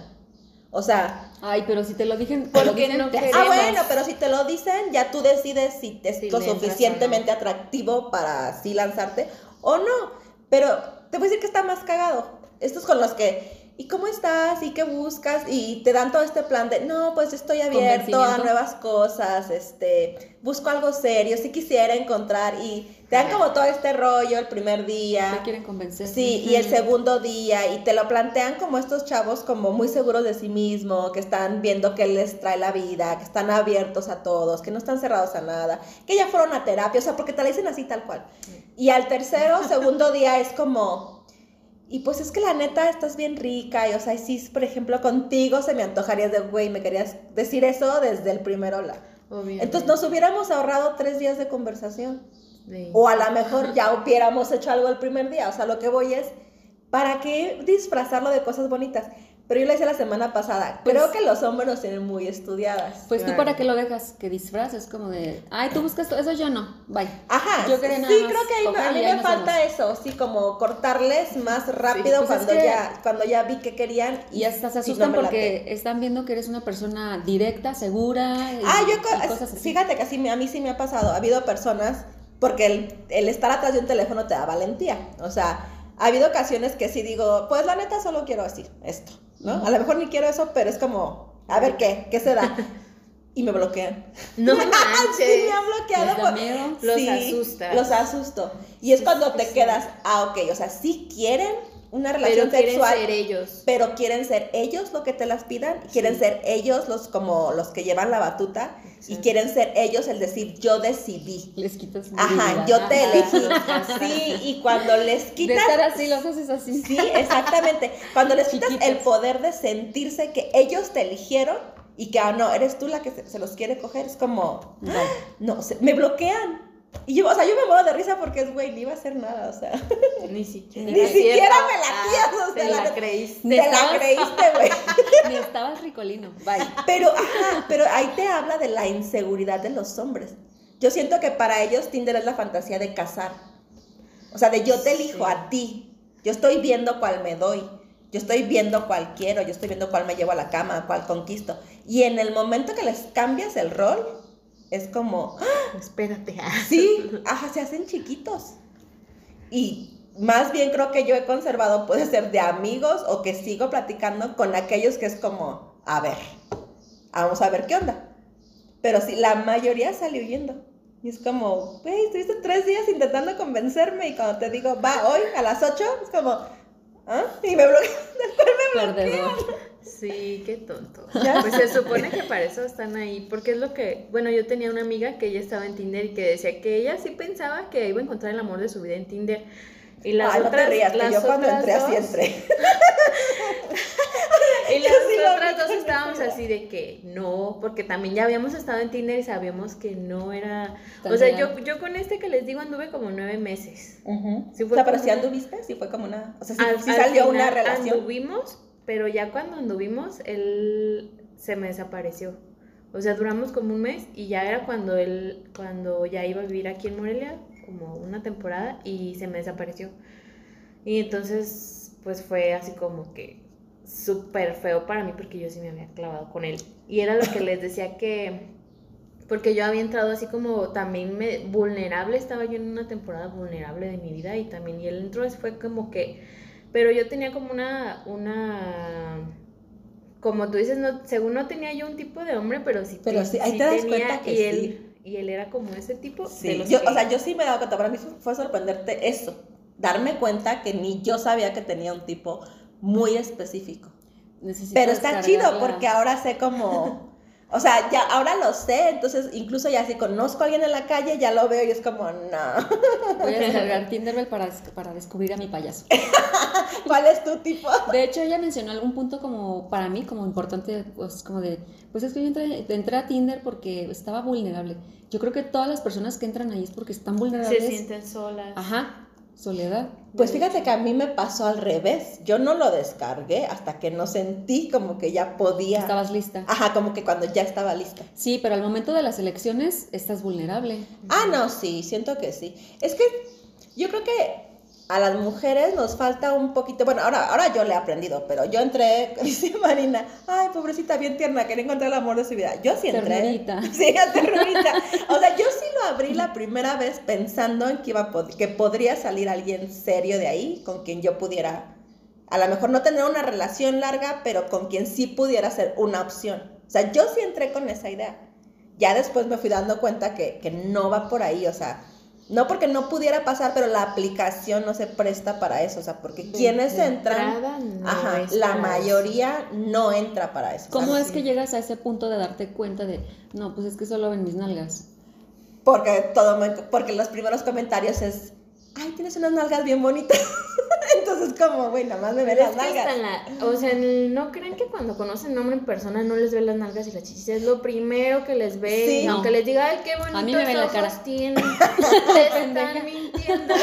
[SPEAKER 1] O sea,
[SPEAKER 2] Ay, pero si te lo dicen, te lo
[SPEAKER 3] Porque
[SPEAKER 2] dicen,
[SPEAKER 3] no
[SPEAKER 2] te
[SPEAKER 3] queremos.
[SPEAKER 1] ah,
[SPEAKER 2] aceptas.
[SPEAKER 1] bueno, pero si te lo dicen, ya tú decides si es
[SPEAKER 3] Si
[SPEAKER 1] lo
[SPEAKER 3] le entras o
[SPEAKER 1] suficientemente atractivo para así lanzarte o no. Pero te voy a decir que está más cagado. Estos con los que, ¿y cómo estás? ¿Y qué buscas? Y te dan todo este plan de, no, pues estoy abierto a
[SPEAKER 2] Convencimiento.
[SPEAKER 1] nuevas cosas, este, busco algo serio, si quisiera encontrar, y te dan como todo este rollo el primer día.
[SPEAKER 2] Te quieren convencer.
[SPEAKER 1] Sí, y el
[SPEAKER 2] Ujú.
[SPEAKER 1] segundo día, y te lo plantean como estos chavos como muy seguros de sí mismos, que están viendo qué les trae la vida, que están abiertos a todos, que no están cerrados a nada, que ya fueron a terapia, o sea, porque te la dicen así tal cual. Y al tercero, segundo día es como, y pues es que la neta estás bien rica, y o sea, y si por ejemplo contigo se me antojaría de, güey, me querías decir eso desde el primer hola.
[SPEAKER 3] Obviamente.
[SPEAKER 1] Entonces nos hubiéramos ahorrado tres días de conversación.
[SPEAKER 3] Sí.
[SPEAKER 1] O a lo mejor ya hubiéramos hecho algo el primer día. O sea, lo que voy es, ¿para qué disfrazarlo de cosas bonitas? Pero yo lo hice la semana pasada.
[SPEAKER 2] Pues-
[SPEAKER 1] Creo que los hombres nos tienen muy estudiadas.
[SPEAKER 2] Pues tú
[SPEAKER 3] Claro.
[SPEAKER 2] para qué lo dejas, que disfraces como de, ay, tú buscas todo eso, yo no, bye.
[SPEAKER 1] Ajá,
[SPEAKER 2] Yo quería nada
[SPEAKER 1] sí,
[SPEAKER 2] más
[SPEAKER 1] creo que ahí me-
[SPEAKER 2] coger
[SPEAKER 1] a
[SPEAKER 2] y
[SPEAKER 1] mí
[SPEAKER 2] ahí
[SPEAKER 1] me
[SPEAKER 2] nos
[SPEAKER 1] falta
[SPEAKER 2] vemos.
[SPEAKER 1] eso, sí, como cortarles más rápido
[SPEAKER 2] pues es
[SPEAKER 1] cuando,
[SPEAKER 2] que-
[SPEAKER 1] ya, cuando ya vi que querían.
[SPEAKER 2] Y hasta se
[SPEAKER 1] y
[SPEAKER 2] asustan
[SPEAKER 1] no me
[SPEAKER 2] porque
[SPEAKER 1] late.
[SPEAKER 2] están viendo que eres una persona directa, segura. Y,
[SPEAKER 1] Ah, yo,
[SPEAKER 2] y
[SPEAKER 1] co-
[SPEAKER 2] cosas así.
[SPEAKER 1] fíjate que así me- a mí sí me ha pasado. Ha habido personas, porque el, el estar atrás de un teléfono te da valentía. O sea, ha habido ocasiones que sí digo, pues la neta solo quiero decir esto, ¿no?
[SPEAKER 2] Ujú.
[SPEAKER 1] A lo mejor ni quiero eso, pero es como, a ver qué, qué se da. Y me bloquean.
[SPEAKER 3] No
[SPEAKER 1] Sí,
[SPEAKER 3] manches.
[SPEAKER 1] me han bloqueado.
[SPEAKER 2] ¿Les da
[SPEAKER 1] por-
[SPEAKER 2] miedo?
[SPEAKER 3] Los
[SPEAKER 1] Sí,
[SPEAKER 3] asustas.
[SPEAKER 1] Los asusto. Y es
[SPEAKER 3] Sí,
[SPEAKER 1] cuando
[SPEAKER 3] sí,
[SPEAKER 1] te
[SPEAKER 3] sí.
[SPEAKER 1] quedas, ah, ok, o sea, sí quieren una
[SPEAKER 3] Pero
[SPEAKER 1] relación
[SPEAKER 3] quieren
[SPEAKER 1] sexual,
[SPEAKER 3] ser ellos.
[SPEAKER 1] pero quieren ser ellos lo que te las pidan, quieren
[SPEAKER 3] Sí.
[SPEAKER 1] ser ellos los como los que llevan la batuta y
[SPEAKER 3] Exacto.
[SPEAKER 1] quieren ser ellos el decir yo decidí.
[SPEAKER 2] Les quitas
[SPEAKER 1] Ajá,
[SPEAKER 2] virilidad.
[SPEAKER 1] yo te
[SPEAKER 2] Ajá.
[SPEAKER 1] elegí.
[SPEAKER 3] los castras.
[SPEAKER 1] Sí, y cuando les
[SPEAKER 2] De
[SPEAKER 1] quitas
[SPEAKER 2] estar así, los haces así.
[SPEAKER 1] Sí, exactamente. Cuando les quitas
[SPEAKER 2] Chiquitos.
[SPEAKER 1] el poder de sentirse que ellos te eligieron y que ah, no, eres tú la que se, se los quiere coger, es como
[SPEAKER 2] No.
[SPEAKER 1] no, se- me bloquean. Y yo, o sea, yo me muero de risa porque es, güey, ni iba a hacer nada, o sea,
[SPEAKER 3] Ni siquiera.
[SPEAKER 1] Ni
[SPEAKER 3] es
[SPEAKER 1] siquiera
[SPEAKER 3] cierto.
[SPEAKER 1] me latías,
[SPEAKER 3] Ah,
[SPEAKER 1] o sea,
[SPEAKER 3] te
[SPEAKER 1] la
[SPEAKER 3] la
[SPEAKER 1] neta.
[SPEAKER 3] creíste.
[SPEAKER 1] te la
[SPEAKER 2] estabas-
[SPEAKER 1] creíste, güey.
[SPEAKER 2] Ni estabas ricolino. Bye.
[SPEAKER 1] Pero, ajá, pero ahí te habla de la inseguridad de los hombres. Yo siento que para ellos Tinder es la fantasía de casar. O sea, de yo te elijo
[SPEAKER 3] Sí.
[SPEAKER 1] a ti. Yo estoy viendo cuál me doy. Yo estoy viendo cuál quiero. Yo estoy viendo cuál me llevo a la cama, cuál conquisto. Y en el momento que les cambias el rol, es como... ¡ah!
[SPEAKER 3] Espérate.
[SPEAKER 1] Sí, ajá, se hacen chiquitos. Y más bien creo que yo he conservado, puede ser de amigos o que sigo platicando con aquellos que es como, a ver, vamos a ver qué onda. Pero sí, la mayoría sale huyendo. Y es como, güey, estuviste tres días intentando convencerme y cuando te digo, va hoy a las ocho, es como, ¿ah? Y me bloquean, después me bloquean.
[SPEAKER 3] Sí, qué tonto. Pues se supone que para eso están ahí, porque es lo que, bueno, yo tenía una amiga que ella estaba en Tinder y que decía que ella sí pensaba que iba a encontrar el amor de su vida en Tinder. Y las
[SPEAKER 1] Ay,
[SPEAKER 3] otras,
[SPEAKER 1] no te rías, que
[SPEAKER 3] las
[SPEAKER 1] yo cuando
[SPEAKER 3] otras
[SPEAKER 1] entré
[SPEAKER 3] dos,
[SPEAKER 1] así entré.
[SPEAKER 3] Y las
[SPEAKER 1] Sí, lo
[SPEAKER 3] otras
[SPEAKER 1] vi
[SPEAKER 3] dos
[SPEAKER 1] con
[SPEAKER 3] estábamos
[SPEAKER 1] esa.
[SPEAKER 3] así de que no, porque también ya habíamos estado en Tinder y sabíamos que no era,
[SPEAKER 2] Tan
[SPEAKER 3] o sea,
[SPEAKER 2] real.
[SPEAKER 3] yo, yo con este que les digo anduve como nueve meses.
[SPEAKER 1] Uh-huh.
[SPEAKER 3] Sí
[SPEAKER 1] O
[SPEAKER 3] fue
[SPEAKER 1] sea, pero
[SPEAKER 3] como
[SPEAKER 1] si
[SPEAKER 3] una-
[SPEAKER 1] anduviste, sí fue como una, o sea, sí,
[SPEAKER 3] Al-
[SPEAKER 1] sí
[SPEAKER 3] al
[SPEAKER 1] salió una
[SPEAKER 3] final
[SPEAKER 1] relación.
[SPEAKER 3] Anduvimos, pero ya cuando anduvimos, él se me desapareció. O sea, duramos como un mes y ya era cuando él, cuando ya iba a vivir aquí en Morelia, como una temporada, y se me desapareció. Y entonces, pues fue así como que súper feo para mí porque yo sí me había clavado con él. Y era lo que les decía que, porque yo había entrado así como también me, vulnerable, estaba yo en una temporada vulnerable de mi vida y también, y él entró, fue como que, pero yo tenía como una, una, como tú dices, no, según no tenía yo un tipo de hombre, pero sí,
[SPEAKER 1] Pero sí, ahí te das cuenta que
[SPEAKER 3] y
[SPEAKER 1] sí.
[SPEAKER 3] él, y él era como ese tipo de
[SPEAKER 1] Sí,
[SPEAKER 3] los
[SPEAKER 1] yo,
[SPEAKER 3] que-
[SPEAKER 1] o sea, yo sí me he dado cuenta, para mí fue sorprenderte eso, darme cuenta que ni yo sabía que tenía un tipo muy específico.
[SPEAKER 2] Necesito
[SPEAKER 1] Pero está chido
[SPEAKER 2] descargarla.
[SPEAKER 1] porque ahora sé como, o sea, ya ahora lo sé, entonces incluso ya si conozco a alguien en la calle, ya lo veo y es como, no,
[SPEAKER 2] Voy a descargar Tinderbell para, para descubrir a mi payaso.
[SPEAKER 1] ¿cuál es tu tipo?
[SPEAKER 2] De hecho, ella mencionó algún punto como para mí, como importante, pues como de, pues es que yo entré, entré a Tinder porque estaba vulnerable. Yo creo que todas las personas que entran ahí es porque están vulnerables.
[SPEAKER 3] se sienten solas.
[SPEAKER 2] Ajá, soledad.
[SPEAKER 1] Pues fíjate que a mí me pasó al revés, yo no lo descargué hasta que no sentí como que ya podía.
[SPEAKER 2] Estabas lista.
[SPEAKER 1] Ajá, como que cuando ya estaba lista.
[SPEAKER 2] Sí, pero al momento de las elecciones estás vulnerable.
[SPEAKER 1] Ah, no, sí, siento que sí. Es que yo creo que a las mujeres nos falta un poquito, bueno, ahora, ahora yo le he aprendido, pero yo entré, dice Marina, ay, pobrecita, bien tierna, quería encontrar el amor de su vida. Yo sí entré.
[SPEAKER 2] Ternurita.
[SPEAKER 1] Sí, ternurita. O sea, yo sí lo abrí la primera vez pensando en que, iba a pod- que podría salir alguien serio de ahí, con quien yo pudiera, a lo mejor no tener una relación larga, pero con quien sí pudiera ser una opción. O sea, yo sí entré con esa idea. Ya después me fui dando cuenta que, que no va por ahí, o sea, no porque no pudiera pasar, pero la aplicación no se presta para eso, o sea, porque
[SPEAKER 3] De-
[SPEAKER 1] quienes
[SPEAKER 3] de
[SPEAKER 1] entran,
[SPEAKER 3] entrada no
[SPEAKER 1] ajá,
[SPEAKER 3] es
[SPEAKER 1] la
[SPEAKER 3] para
[SPEAKER 1] mayoría no entra para eso.
[SPEAKER 2] ¿Cómo
[SPEAKER 1] ¿sabes?
[SPEAKER 2] es que llegas a ese punto de darte cuenta de, no, pues es que solo ven mis nalgas?
[SPEAKER 1] Porque todo me- porque los primeros comentarios es, ay, tienes unas nalgas bien bonitas. Entonces como, güey, nada más me ven
[SPEAKER 3] Pero
[SPEAKER 1] las
[SPEAKER 3] es que
[SPEAKER 1] nalgas.
[SPEAKER 3] hasta en la- o sea, en- no crean que cuando conocen un hombre en persona no les ve las nalgas y las chichis, es lo primero que les ve,
[SPEAKER 1] Sí.
[SPEAKER 3] y aunque les diga, ay, qué bonitos
[SPEAKER 2] A mí me ven la
[SPEAKER 3] ojos
[SPEAKER 2] cara.
[SPEAKER 3] tienen, te están mintiendo.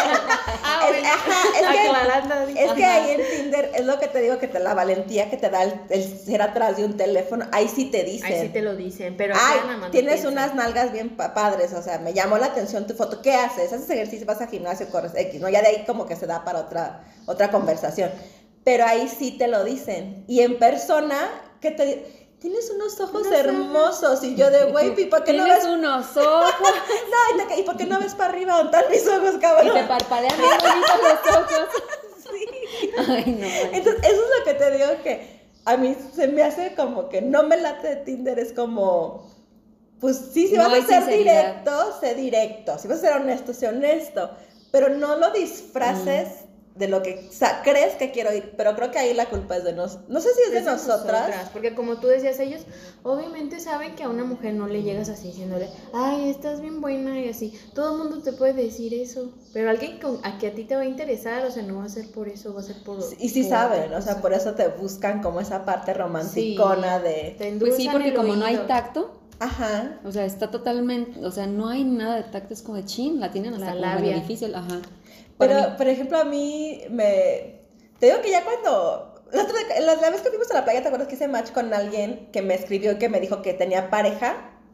[SPEAKER 3] Ah,
[SPEAKER 1] Es-
[SPEAKER 3] bueno,
[SPEAKER 1] ajá, es que-
[SPEAKER 3] aclarando.
[SPEAKER 1] Es que
[SPEAKER 3] Ajá.
[SPEAKER 1] ahí en Tinder es lo que te digo, que te la valentía que te da el, el ser atrás de un teléfono, ahí sí te dicen.
[SPEAKER 3] Ahí sí te lo dicen, pero acá
[SPEAKER 1] Ay,
[SPEAKER 3] nada más lo
[SPEAKER 1] tienes
[SPEAKER 3] piensan.
[SPEAKER 1] unas nalgas bien pa- padres, o sea, me llamó la atención tu foto. ¿Qué haces? ¿Haces ejercicio? ¿Vas al gimnasio? ¿Corres? X, ¿no? Ya de ahí como que se da para otra, otra conversación. Pero ahí sí te lo dicen. Y en persona, ¿qué te di- Tienes unos ojos
[SPEAKER 3] Unos
[SPEAKER 1] hermosos. Y yo de, güey, ¿y por qué no
[SPEAKER 2] Tienes
[SPEAKER 1] ves?
[SPEAKER 2] unos ojos
[SPEAKER 1] No, y, te- ¿y por qué no ves para arriba? ¿Dónde están mis ojos, cabrón?
[SPEAKER 2] y te parpadean bien bonitos los ojos.
[SPEAKER 1] Sí.
[SPEAKER 2] Ay, no. manches.
[SPEAKER 1] Entonces, eso es lo que te digo que a mí se me hace como que no me late de Tinder, es como, pues sí, si
[SPEAKER 2] No
[SPEAKER 1] vas
[SPEAKER 2] hay
[SPEAKER 1] a ser
[SPEAKER 2] sinceridad.
[SPEAKER 1] directo, sé directo, si vas a ser honesto, sé honesto, pero no lo disfraces
[SPEAKER 2] Mm.
[SPEAKER 1] de lo que o sea, crees que quiero ir, pero creo que ahí la culpa es de nosotros, no sé si es de,
[SPEAKER 3] Es de
[SPEAKER 1] nosotras.
[SPEAKER 3] porque como tú decías, ellos obviamente saben que a una mujer no le llegas así diciéndole, ay, estás bien buena y así. Todo el mundo te puede decir eso, pero alguien con, a que a ti te va a interesar, o sea, no va a ser por eso, va a ser por...
[SPEAKER 1] Y sí
[SPEAKER 3] por
[SPEAKER 1] saben,
[SPEAKER 3] otra
[SPEAKER 1] o sea,
[SPEAKER 3] cosa.
[SPEAKER 1] por eso te buscan como esa parte romanticona
[SPEAKER 3] Sí,
[SPEAKER 1] de,
[SPEAKER 3] te
[SPEAKER 2] Pues sí,
[SPEAKER 3] endulzan
[SPEAKER 2] porque
[SPEAKER 3] el
[SPEAKER 2] como no hay
[SPEAKER 3] oído.
[SPEAKER 2] tacto,
[SPEAKER 1] ajá.
[SPEAKER 2] o sea, está totalmente, o sea, no hay nada de tacto, es como de chin, la tienen hasta
[SPEAKER 3] La
[SPEAKER 2] como medio
[SPEAKER 3] labia.
[SPEAKER 2] difícil, ajá. Para
[SPEAKER 1] Pero,
[SPEAKER 2] mí.
[SPEAKER 1] por ejemplo, a mí me... Te digo que ya cuando... La, otra- la, la vez que fuimos a la playa, ¿te acuerdas que hice match con alguien que me escribió y que me dijo que tenía pareja?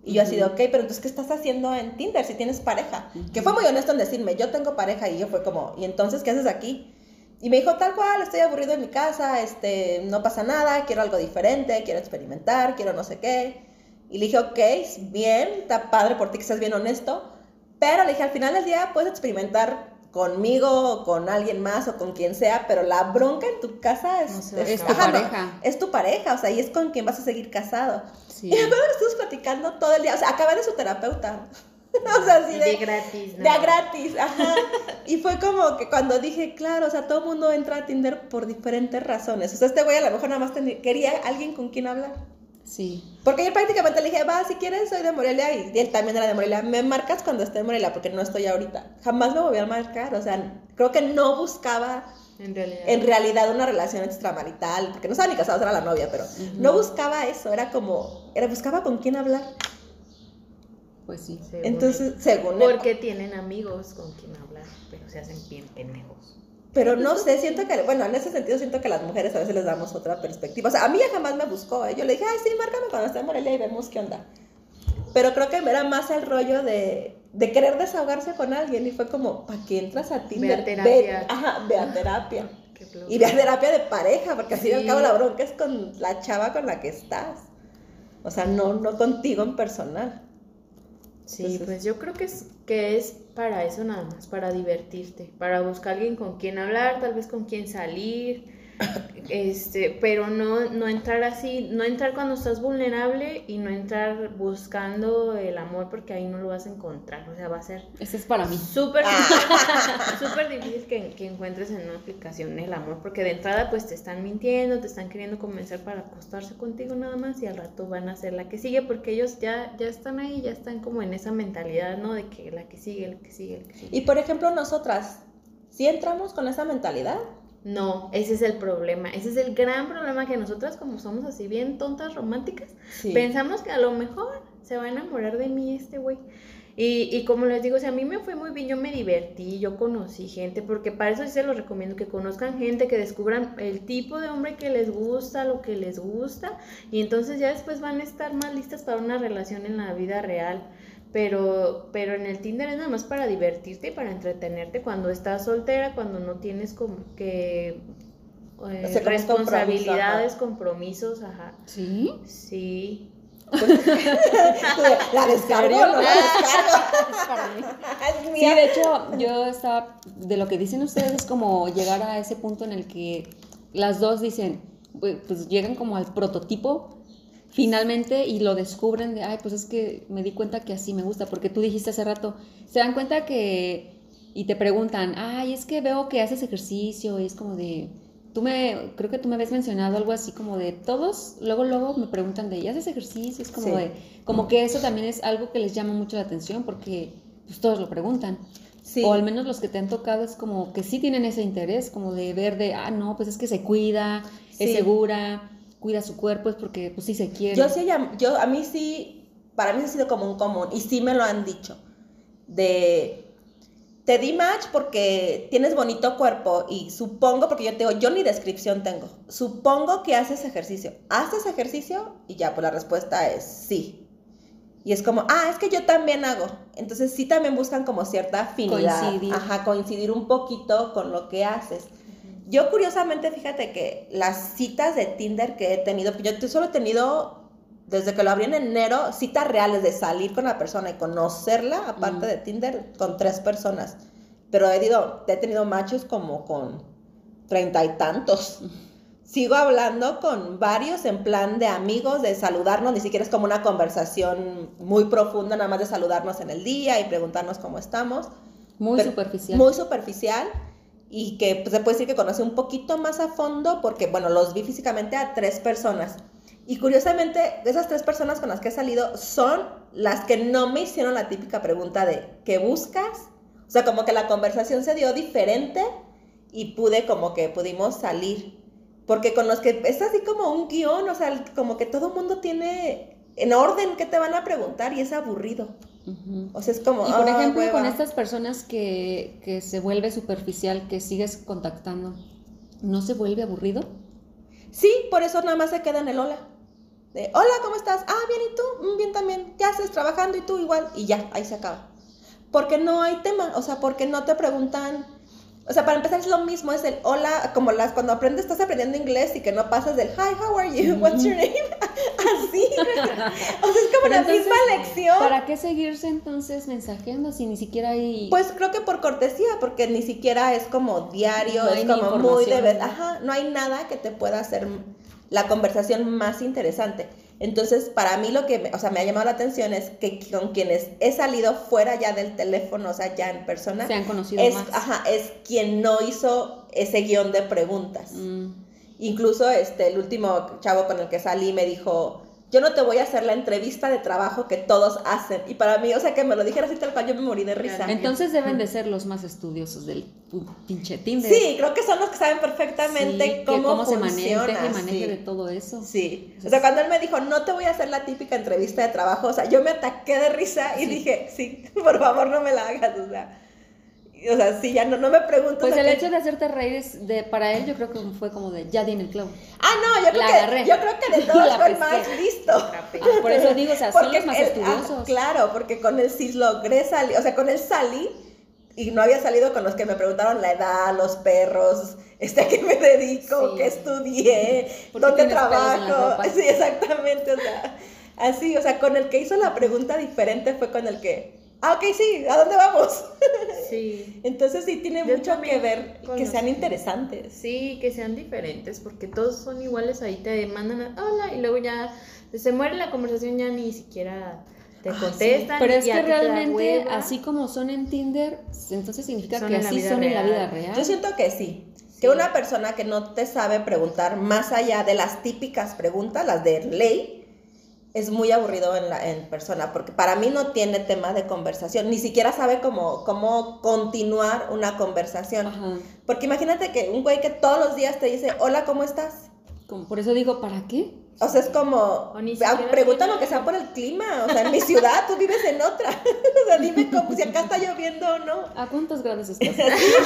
[SPEAKER 1] Y yo así de, ok, pero entonces, ¿qué estás haciendo en Tinder si tienes pareja? Uh-huh. Que fue muy honesto en decirme, yo tengo pareja, y yo fue como, ¿y entonces qué haces aquí? Y me dijo, tal cual, estoy aburrido en mi casa, este, no pasa nada, quiero algo diferente, quiero experimentar, quiero no sé qué. Y le dije, ok, bien, está padre por ti que seas bien honesto, pero le dije, al final del día puedes experimentar conmigo, o con alguien más, o con quien sea, pero la bronca en tu casa es,
[SPEAKER 2] o sea, es,
[SPEAKER 1] es
[SPEAKER 2] tu
[SPEAKER 1] ajá,
[SPEAKER 2] pareja.
[SPEAKER 1] No, es tu pareja, o sea, y es con quien vas a seguir casado.
[SPEAKER 2] Sí.
[SPEAKER 1] Y me acuerdo que estuvimos platicando todo el día, o sea, acabé de su terapeuta. O sea, así de,
[SPEAKER 3] de gratis, ¿no?
[SPEAKER 1] De a gratis, ajá. Y fue como que cuando dije, claro, o sea, todo el mundo entra a Tinder por diferentes razones. O sea, este güey a lo mejor nada más tenía, quería alguien con quien hablar.
[SPEAKER 2] Sí.
[SPEAKER 1] Porque yo prácticamente le dije, va, si quieres, soy de Morelia, y él también era de Morelia. Me marcas cuando esté en Morelia, porque no estoy ahorita. Jamás me volví a marcar, o sea, creo que no buscaba
[SPEAKER 3] en realidad,
[SPEAKER 1] en realidad una relación extramarital, porque no estaba ni casados, era la novia, pero uh-huh. no buscaba eso, era como, era, buscaba con quién hablar.
[SPEAKER 2] Pues sí.
[SPEAKER 1] Según Entonces, él. según
[SPEAKER 3] Porque
[SPEAKER 1] él,
[SPEAKER 3] tienen amigos con quien hablar, pero se hacen bien pendejos.
[SPEAKER 1] Pero no sé, siento que, bueno, en ese sentido siento que a las mujeres a veces les damos otra perspectiva. O sea, a mí ya jamás me buscó, ¿eh? Yo le dije, ay, sí, márcame cuando esté en Morelia y vemos qué onda. Pero creo que era más el rollo de, de querer desahogarse con alguien, y fue como, ¿para qué entras a Tinder?
[SPEAKER 3] Ve a terapia.
[SPEAKER 1] Ve, ajá, ve a terapia. Y ve a terapia de pareja, porque así sí. al cabo la bronca es con la chava con la que estás. O sea, no, no contigo en personal.
[SPEAKER 3] Sí, entonces, pues yo creo que es, que es para eso nada más, para divertirte, para buscar alguien con quien hablar, tal vez con quien salir, este, pero no, no entrar así, no entrar cuando estás vulnerable, y no entrar buscando el amor, porque ahí no lo vas a encontrar, o sea, va a ser...
[SPEAKER 2] Ese es para mí.
[SPEAKER 3] Súper súper difícil que, que encuentres en una aplicación el amor, porque de entrada pues te están mintiendo, te están queriendo convencer para acostarse contigo nada más, y al rato van a ser la que sigue, porque ellos ya, ya están ahí, ya están como en esa mentalidad, ¿no? De que la que sigue, la que sigue, la que sigue.
[SPEAKER 1] Y por ejemplo nosotras, ¿sí entramos con esa mentalidad?
[SPEAKER 3] No, ese es el problema, ese es el gran problema, que nosotras, como somos así bien tontas románticas, sí. pensamos que a lo mejor se va a enamorar de mí este güey. Y, y como les digo, o sea, a mí me fue muy bien, yo me divertí, yo conocí gente, porque para eso sí se los recomiendo, que conozcan gente, que descubran el tipo de hombre que les gusta, lo que les gusta, y entonces ya después van a estar más listas para una relación en la vida real. Pero, pero en el Tinder es nada más para divertirte y para entretenerte cuando estás soltera, cuando no tienes como que eh, o sea, responsabilidades, compromisos, ajá.
[SPEAKER 2] ¿Sí?
[SPEAKER 3] Sí.
[SPEAKER 1] La descargo, ¿no? La descargo.
[SPEAKER 2] Sí, de hecho, yo estaba, de lo que dicen ustedes, es como llegar a ese punto en el que las dos dicen, pues llegan como al prototipo finalmente, y lo descubren de, ay, pues es que me di cuenta que así me gusta, porque tú dijiste hace rato, se dan cuenta que, y te preguntan, ay, es que veo que haces ejercicio, y es como de, tú me, creo que tú me habías mencionado algo así como de, todos, luego, luego me preguntan de, ¿y haces ejercicio? Es como sí. de, como que eso también es algo que les llama mucho la atención, porque pues todos lo preguntan. Sí. O al menos los que te han tocado es como que sí tienen ese interés, como de ver de, ah, no, pues es que se cuida, sí. es segura, cuida su cuerpo, es porque pues sí se quiere.
[SPEAKER 1] Yo sí, yo, a mí sí, para mí sí ha sido como un común, y sí me lo han dicho, de, te di match porque tienes bonito cuerpo, y supongo, porque yo te digo, yo ni descripción tengo, supongo que haces ejercicio, ¿haces ejercicio? Y ya, pues la respuesta es sí. Y es como, ah, es que yo también hago. Entonces sí también buscan como cierta afinidad.
[SPEAKER 2] Coincidir.
[SPEAKER 1] Ajá, coincidir un poquito con lo que haces. Yo curiosamente, fíjate que las citas de Tinder que he tenido, yo solo he tenido, desde que lo abrí en enero, citas reales de salir con la persona y conocerla, aparte mm. de Tinder, con tres personas. Pero he tenido, he tenido matches como con treinta y tantos. Sigo hablando con varios en plan de amigos, de saludarnos, ni siquiera es como una conversación muy profunda, nada más de saludarnos en el día y preguntarnos cómo estamos.
[SPEAKER 2] Muy Pero, superficial.
[SPEAKER 1] Muy superficial. Y que pues, se puede decir que conocí un poquito más a fondo porque, bueno, los vi físicamente a tres personas. Y curiosamente, de esas tres personas con las que he salido son las que no me hicieron la típica pregunta de ¿qué buscas? O sea, como que la conversación se dio diferente y pude como que pudimos salir. Porque con los que es así como un guión, o sea, como que todo el mundo tiene en orden qué te van a preguntar y es aburrido. Uh-huh. O sea, es como...
[SPEAKER 2] Y por
[SPEAKER 1] oh,
[SPEAKER 2] ejemplo,
[SPEAKER 1] hueva.
[SPEAKER 2] Con estas personas que, que se vuelve superficial, que sigues contactando, ¿no se vuelve aburrido?
[SPEAKER 1] Sí, por eso nada más se queda en el hola. De, hola, ¿cómo estás? Ah, bien, ¿y tú? Mm, bien también. ¿Qué haces? Trabajando, ¿y tú? Igual. Y ya, ahí se acaba. Porque no hay tema, o sea, porque no te preguntan. O sea, para empezar es lo mismo, es el hola, como las cuando aprendes, estás aprendiendo inglés y que no pasas del hi, how are you, what's your name, así, o sea, es como
[SPEAKER 2] Pero
[SPEAKER 1] la
[SPEAKER 2] entonces,
[SPEAKER 1] misma lección.
[SPEAKER 2] ¿para qué seguirse entonces mensajeando si ni siquiera hay...?
[SPEAKER 1] Pues creo que por cortesía, porque ni siquiera es como diario,
[SPEAKER 2] No
[SPEAKER 1] es
[SPEAKER 2] hay ni
[SPEAKER 1] como muy de vez,
[SPEAKER 2] información, ¿no?
[SPEAKER 1] ajá, no hay nada que te pueda hacer la conversación más interesante. Entonces, para mí lo que, me, o sea, me ha llamado la atención es que con quienes he salido fuera ya del teléfono, o sea, ya en persona,
[SPEAKER 2] Se han conocido
[SPEAKER 1] es,
[SPEAKER 2] más.
[SPEAKER 1] ajá, es quien no hizo ese guión de preguntas.
[SPEAKER 2] Mm.
[SPEAKER 1] Incluso este, el último chavo con el que salí me dijo, yo no te voy a hacer la entrevista de trabajo que todos hacen. Y para mí, o sea, que me lo dijera así tal cual, yo me morí de risa.
[SPEAKER 2] Entonces deben de ser los más estudiosos del pinche Tinder.
[SPEAKER 1] Sí, creo que son los que saben perfectamente
[SPEAKER 2] Sí, que
[SPEAKER 1] cómo,
[SPEAKER 2] cómo se
[SPEAKER 1] funciona.
[SPEAKER 2] maneja y maneje
[SPEAKER 1] Sí.
[SPEAKER 2] de todo eso.
[SPEAKER 1] Sí, o sea, cuando él me dijo, no te voy a hacer la típica entrevista de trabajo, o sea, yo me ataqué de risa y
[SPEAKER 2] Sí.
[SPEAKER 1] dije, sí, por favor no me la hagas, o sea, o sea, sí, ya no, no me preguntes.
[SPEAKER 2] Pues
[SPEAKER 1] o sea,
[SPEAKER 2] el
[SPEAKER 1] que-
[SPEAKER 2] hecho de hacerte reír es de, para él yo creo que fue como de, ya di en el clavo.
[SPEAKER 1] Ah, no, yo creo,
[SPEAKER 2] La
[SPEAKER 1] que,
[SPEAKER 2] agarré.
[SPEAKER 1] yo creo que de todos
[SPEAKER 2] La
[SPEAKER 1] fue el
[SPEAKER 2] pesqué.
[SPEAKER 1] más listo.
[SPEAKER 2] Ah, por eso digo, o sea, son
[SPEAKER 1] Porque
[SPEAKER 2] los más
[SPEAKER 1] él-
[SPEAKER 2] estudiosos.
[SPEAKER 1] ah, claro, porque con él sí logré salir, o sea, con él salí y no había salido con los que me preguntaron la edad, los perros, este, a qué me dedico,
[SPEAKER 2] Sí.
[SPEAKER 1] qué estudié,
[SPEAKER 2] ¿Por qué
[SPEAKER 1] dónde
[SPEAKER 2] tienes pelos en la
[SPEAKER 1] trabajo.
[SPEAKER 2] ropa?
[SPEAKER 1] Sí, exactamente, o sea, así, o sea, con el que hizo la pregunta diferente fue con el que, ah, ok, sí, ¿a dónde vamos?
[SPEAKER 3] Sí.
[SPEAKER 1] Entonces sí tiene
[SPEAKER 3] Yo
[SPEAKER 1] mucho
[SPEAKER 3] también
[SPEAKER 1] que ver
[SPEAKER 3] con
[SPEAKER 1] que
[SPEAKER 3] los
[SPEAKER 1] sean
[SPEAKER 3] que-
[SPEAKER 1] interesantes.
[SPEAKER 3] Sí, que sean diferentes, porque todos son iguales, ahí te mandan a, hola, y luego ya se muere la conversación, ya ni siquiera te
[SPEAKER 1] Ay,
[SPEAKER 3] contestan.
[SPEAKER 2] Pero es
[SPEAKER 3] y a
[SPEAKER 2] que
[SPEAKER 3] ti te da
[SPEAKER 2] realmente,
[SPEAKER 3] hueva.
[SPEAKER 2] así como son en Tinder, entonces significa
[SPEAKER 3] Son
[SPEAKER 2] que
[SPEAKER 3] en la
[SPEAKER 2] así
[SPEAKER 3] vida
[SPEAKER 2] son en la
[SPEAKER 3] real.
[SPEAKER 2] vida real.
[SPEAKER 1] Yo siento que sí.
[SPEAKER 3] Sí.
[SPEAKER 1] Que una persona que no te sabe preguntar más allá de las típicas preguntas, las de ley, es muy aburrido en, la, en persona, porque para mí no tiene tema de conversación, ni siquiera sabe cómo, cómo continuar una conversación.
[SPEAKER 2] Ajá.
[SPEAKER 1] Porque imagínate que un güey que todos los días te dice, hola, ¿cómo estás?
[SPEAKER 2] Como, por eso digo, ¿para qué?
[SPEAKER 1] O sea, es como,
[SPEAKER 3] O ni
[SPEAKER 1] ah,
[SPEAKER 3] siquiera
[SPEAKER 1] preguntan
[SPEAKER 3] tiene-
[SPEAKER 1] lo que sea por el clima, o sea, en mi ciudad, tú vives en otra. O sea, dime cómo, si acá está lloviendo o no.
[SPEAKER 2] ¿A cuántos grados estás?
[SPEAKER 1] Sí,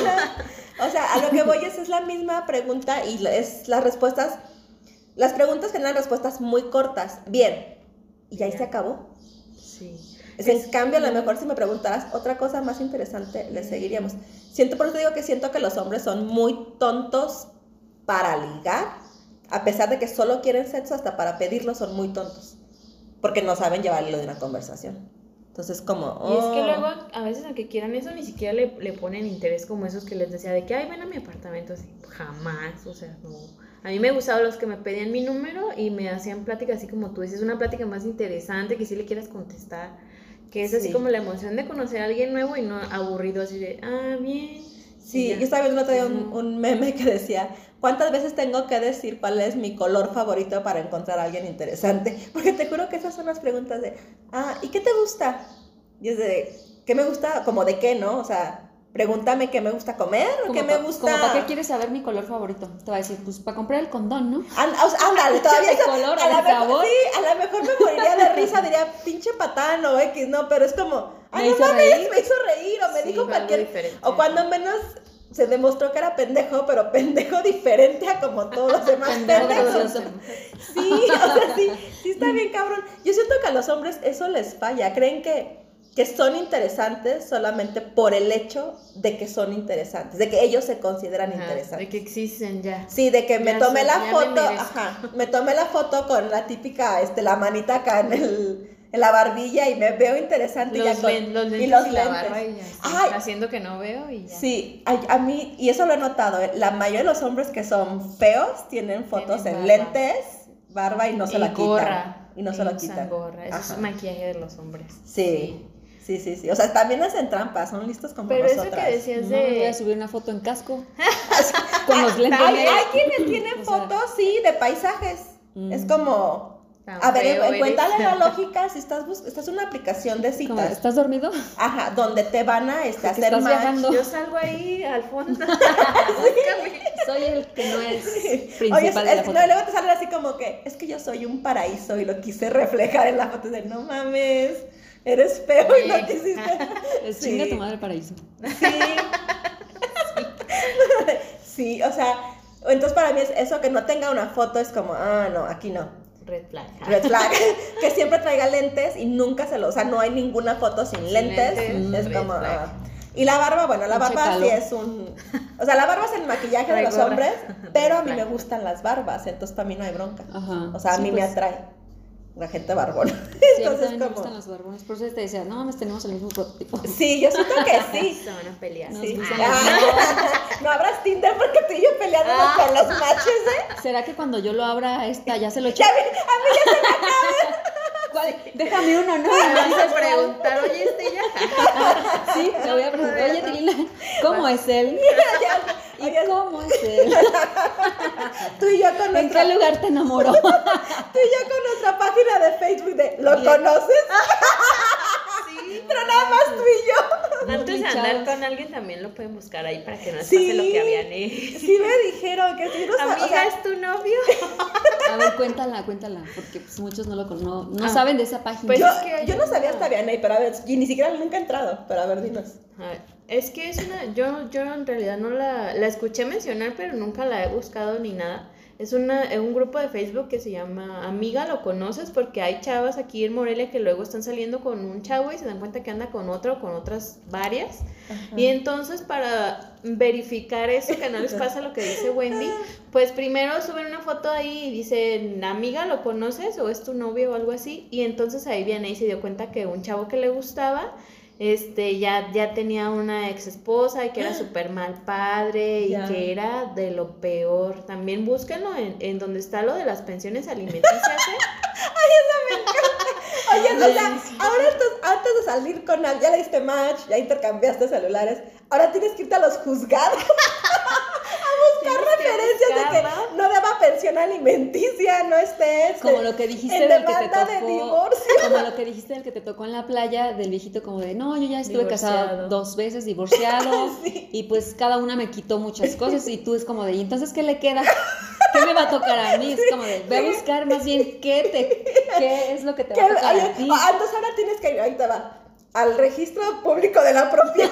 [SPEAKER 1] no. O sea, a lo que voy es, es la misma pregunta y la- es las respuestas, las preguntas generan respuestas muy cortas. Bien, y ahí
[SPEAKER 3] Ya.
[SPEAKER 1] se acabó.
[SPEAKER 3] Sí.
[SPEAKER 1] Es, en cambio, a lo mejor si me preguntaras otra cosa más interesante, le seguiríamos. Siento, por eso digo que siento que los hombres son muy tontos para ligar, a pesar de que solo quieren sexo, hasta para pedirlo son muy tontos, porque no saben llevarlo de una conversación. Entonces, como...
[SPEAKER 3] Y es que
[SPEAKER 1] oh.
[SPEAKER 3] luego, a veces aunque quieran eso, ni siquiera le, le ponen interés como esos que les decía de que, ay, ven a mi apartamento, así, jamás, o sea, no. A mí me gustaban los que me pedían mi número y me hacían plática así como tú dices, una plática más interesante, que sí le quieras contestar, que es así
[SPEAKER 1] Sí.
[SPEAKER 3] como la emoción de conocer a alguien nuevo y no aburrido así de, ah, bien.
[SPEAKER 1] Sí,
[SPEAKER 3] y ya.
[SPEAKER 1] yo estaba viendo el otro día un, un meme que decía, ¿cuántas veces tengo que decir cuál es mi color favorito para encontrar a alguien interesante? Porque te juro que esas son las preguntas de, ah, ¿y qué te gusta? Y es de, ¿qué me gusta? Como de qué, ¿no? O sea, pregúntame qué me gusta comer o
[SPEAKER 2] Como
[SPEAKER 1] qué me
[SPEAKER 2] pa-
[SPEAKER 1] gusta.
[SPEAKER 2] Como para qué quieres saber mi color favorito. Te va a decir, pues para comprar el condón, ¿no?
[SPEAKER 1] And- o sea, ándale, todavía
[SPEAKER 2] De
[SPEAKER 1] eso-
[SPEAKER 2] color,
[SPEAKER 1] a
[SPEAKER 2] de
[SPEAKER 1] la mejor,
[SPEAKER 2] sabor.
[SPEAKER 1] sí, a lo mejor me moriría de risa, diría pinche patán o X, no, pero es como, ay,
[SPEAKER 2] Me
[SPEAKER 1] no
[SPEAKER 2] hizo
[SPEAKER 1] mames,
[SPEAKER 2] reír.
[SPEAKER 1] me hizo reír o me
[SPEAKER 3] Sí,
[SPEAKER 1] dijo
[SPEAKER 3] fue algo
[SPEAKER 1] cualquier,
[SPEAKER 3] diferente.
[SPEAKER 1] o cuando menos se demostró que era pendejo, pero pendejo diferente a como todos los demás
[SPEAKER 2] Pendejo
[SPEAKER 1] pendejos.
[SPEAKER 2] gracioso.
[SPEAKER 1] Sí, o sea, sí, sí está bien cabrón. Yo siento que a los hombres eso les falla, creen que, que son interesantes solamente por el hecho de que son interesantes, de que ellos se consideran
[SPEAKER 3] Ajá,
[SPEAKER 1] interesantes.
[SPEAKER 3] de que existen ya.
[SPEAKER 1] Sí, de que me
[SPEAKER 3] Ya
[SPEAKER 1] tomé
[SPEAKER 3] sé,
[SPEAKER 1] la
[SPEAKER 3] ya me
[SPEAKER 1] foto,
[SPEAKER 3] merezco.
[SPEAKER 1] ajá, me tomé la foto con la típica, este, la manita acá en el, en la barbilla y me veo interesante
[SPEAKER 3] Los,
[SPEAKER 1] ya con,
[SPEAKER 3] len- los lentes
[SPEAKER 1] y
[SPEAKER 3] y,
[SPEAKER 1] los
[SPEAKER 3] la
[SPEAKER 1] lentes.
[SPEAKER 3] barba y ya, sí,
[SPEAKER 1] Ay.
[SPEAKER 3] haciendo que no veo y ya.
[SPEAKER 1] Sí, a, a mí, y eso lo he notado, ¿eh? La mayoría de los hombres que son feos tienen fotos
[SPEAKER 3] Tienen
[SPEAKER 1] en
[SPEAKER 3] barba.
[SPEAKER 1] lentes, barba y no se
[SPEAKER 3] Y
[SPEAKER 1] la quitan.
[SPEAKER 3] gorra.
[SPEAKER 1] Y no se la
[SPEAKER 3] usan
[SPEAKER 1] quitan.
[SPEAKER 3] gorra. Eso
[SPEAKER 1] Ajá.
[SPEAKER 3] es maquillaje de los hombres.
[SPEAKER 1] Sí, sí, sí, sí. O sea, también hacen trampas, son listos como
[SPEAKER 3] Pero eso
[SPEAKER 1] nosotras.
[SPEAKER 3] que decías
[SPEAKER 2] No, voy a
[SPEAKER 3] de...
[SPEAKER 2] subir una foto en casco. Con los lentes
[SPEAKER 1] Hay,
[SPEAKER 2] negros.
[SPEAKER 1] hay quienes tienen
[SPEAKER 2] O sea,
[SPEAKER 1] fotos, sí, de paisajes.
[SPEAKER 2] Mm.
[SPEAKER 1] Es como...
[SPEAKER 3] Tan
[SPEAKER 1] A ver,
[SPEAKER 3] feo
[SPEAKER 1] encuéntrale
[SPEAKER 3] eres.
[SPEAKER 1] la lógica si estás bus estás en una aplicación de
[SPEAKER 2] como,
[SPEAKER 1] citas.
[SPEAKER 2] ¿estás dormido?
[SPEAKER 1] Ajá, donde te van a este,
[SPEAKER 2] Porque
[SPEAKER 1] hacer
[SPEAKER 2] estás
[SPEAKER 1] match.
[SPEAKER 2] viajando.
[SPEAKER 3] Yo salgo ahí al fondo. Búscame.
[SPEAKER 2] Soy el que no es
[SPEAKER 1] Oye,
[SPEAKER 2] principal
[SPEAKER 1] es-
[SPEAKER 2] de la
[SPEAKER 1] es-
[SPEAKER 2] foto.
[SPEAKER 1] no, y luego te sale así como que, es que yo soy un paraíso y lo quise reflejar en la foto de, no mames, eres feo y no
[SPEAKER 3] Sí.
[SPEAKER 1] quisiste.
[SPEAKER 2] Es
[SPEAKER 1] Sí.
[SPEAKER 2] chinga tu madre paraíso.
[SPEAKER 1] Sí. Sí, o sea, entonces para mí es eso que no tenga una foto es como, ah, no, aquí no.
[SPEAKER 3] red flag.
[SPEAKER 1] Red flag. Que siempre traiga lentes y nunca se lo... O sea, no hay ninguna foto sin, sin lentes. lentes. Es como... Uh, y la barba, bueno, la barba Chécalo. sí es un... O sea, la barba es el maquillaje de los hombres, pero a mí me gustan las barbas, entonces para mí no hay bronca. Ajá. O sea, a sí, mí pues... me atrae. La gente barbona.
[SPEAKER 2] Sí, entonces, a mí también como... me gustan las barbonas. Por eso te decía, no mames, tenemos el mismo prototipo.
[SPEAKER 1] Sí, yo siento que sí.
[SPEAKER 3] Se van a pelear.
[SPEAKER 1] Sí. Ah, no, no abras Tinder porque tú y yo peleándonos ah. con los machos, ¿eh?
[SPEAKER 2] ¿Será que cuando yo lo abra esta ya se lo eché?
[SPEAKER 1] Ya, a mí ya se me acaba.
[SPEAKER 2] ¿Cuál? Déjame uno, ¿no?
[SPEAKER 3] Me vas a preguntar, oye, este ya.
[SPEAKER 2] Sí, le voy a preguntar, oye, Tilina, ¿cómo es él? ¿Y oye, cómo es él?
[SPEAKER 1] Tú y yo con
[SPEAKER 2] ¿En nuestra... qué lugar te enamoró?
[SPEAKER 1] Tú y yo con nuestra página de Facebook de ¿lo Bien. conoces? Sí. Pero nada más tú y yo.
[SPEAKER 3] Antes de andar con alguien también lo pueden buscar ahí para que no les sí. pase lo que habían hecho.
[SPEAKER 1] Sí me dijeron que si no
[SPEAKER 3] Amiga, o sea, ¿es tu novio?
[SPEAKER 2] A ver, cuéntala, cuéntala, porque pues, muchos no lo no, no ah. saben de esa página.
[SPEAKER 1] Pues yo, es que yo no sabía hasta Vianey, pero a ver, y ni siquiera nunca he entrado, pero a ver, dinos.
[SPEAKER 3] A ver, es que es una, yo, yo en realidad no la, la escuché mencionar, pero nunca la he buscado ni nada. Es una, un grupo de Facebook que se llama Amiga, ¿lo conoces? Porque hay chavas aquí en Morelia que luego están saliendo con un chavo y se dan cuenta que anda con otro o con otras varias. Ajá. Y entonces para verificar eso, que no les pasa lo que dice Wendy, pues primero suben una foto ahí y dicen, Amiga, ¿lo conoces? ¿O es tu novio o algo así? Y entonces ahí viene y se dio cuenta que un chavo que le gustaba este ya, ya tenía una ex esposa y que era súper mal padre y yeah. que era de lo peor. También búsquenlo en, en donde está lo de las pensiones alimenticias, ¿eh?
[SPEAKER 1] Ay, eso me encanta. Oye, o sea, ahora entonces, antes de salir con alguien, ya le diste match, ya intercambiaste celulares, ahora tienes que irte a los juzgados a buscar referencias de que no deba pensión alimenticia, no esté este,
[SPEAKER 2] como lo que dijiste
[SPEAKER 1] en
[SPEAKER 2] del que te tocó,
[SPEAKER 1] de divorcio.
[SPEAKER 2] Como lo que dijiste del que te tocó en la playa, del viejito como de, no, yo ya estuve divorciado. casado dos veces, divorciado, sí. y pues cada una me quitó muchas cosas, y tú es como de, ¿y entonces qué le queda? ¿Qué me va a tocar a mí? Es como de, ve a buscar más bien qué te, qué es lo que te va a tocar
[SPEAKER 1] oye,
[SPEAKER 2] a ti.
[SPEAKER 1] Ah, entonces ahora tienes que ir, ahí te va, al registro público de la propiedad.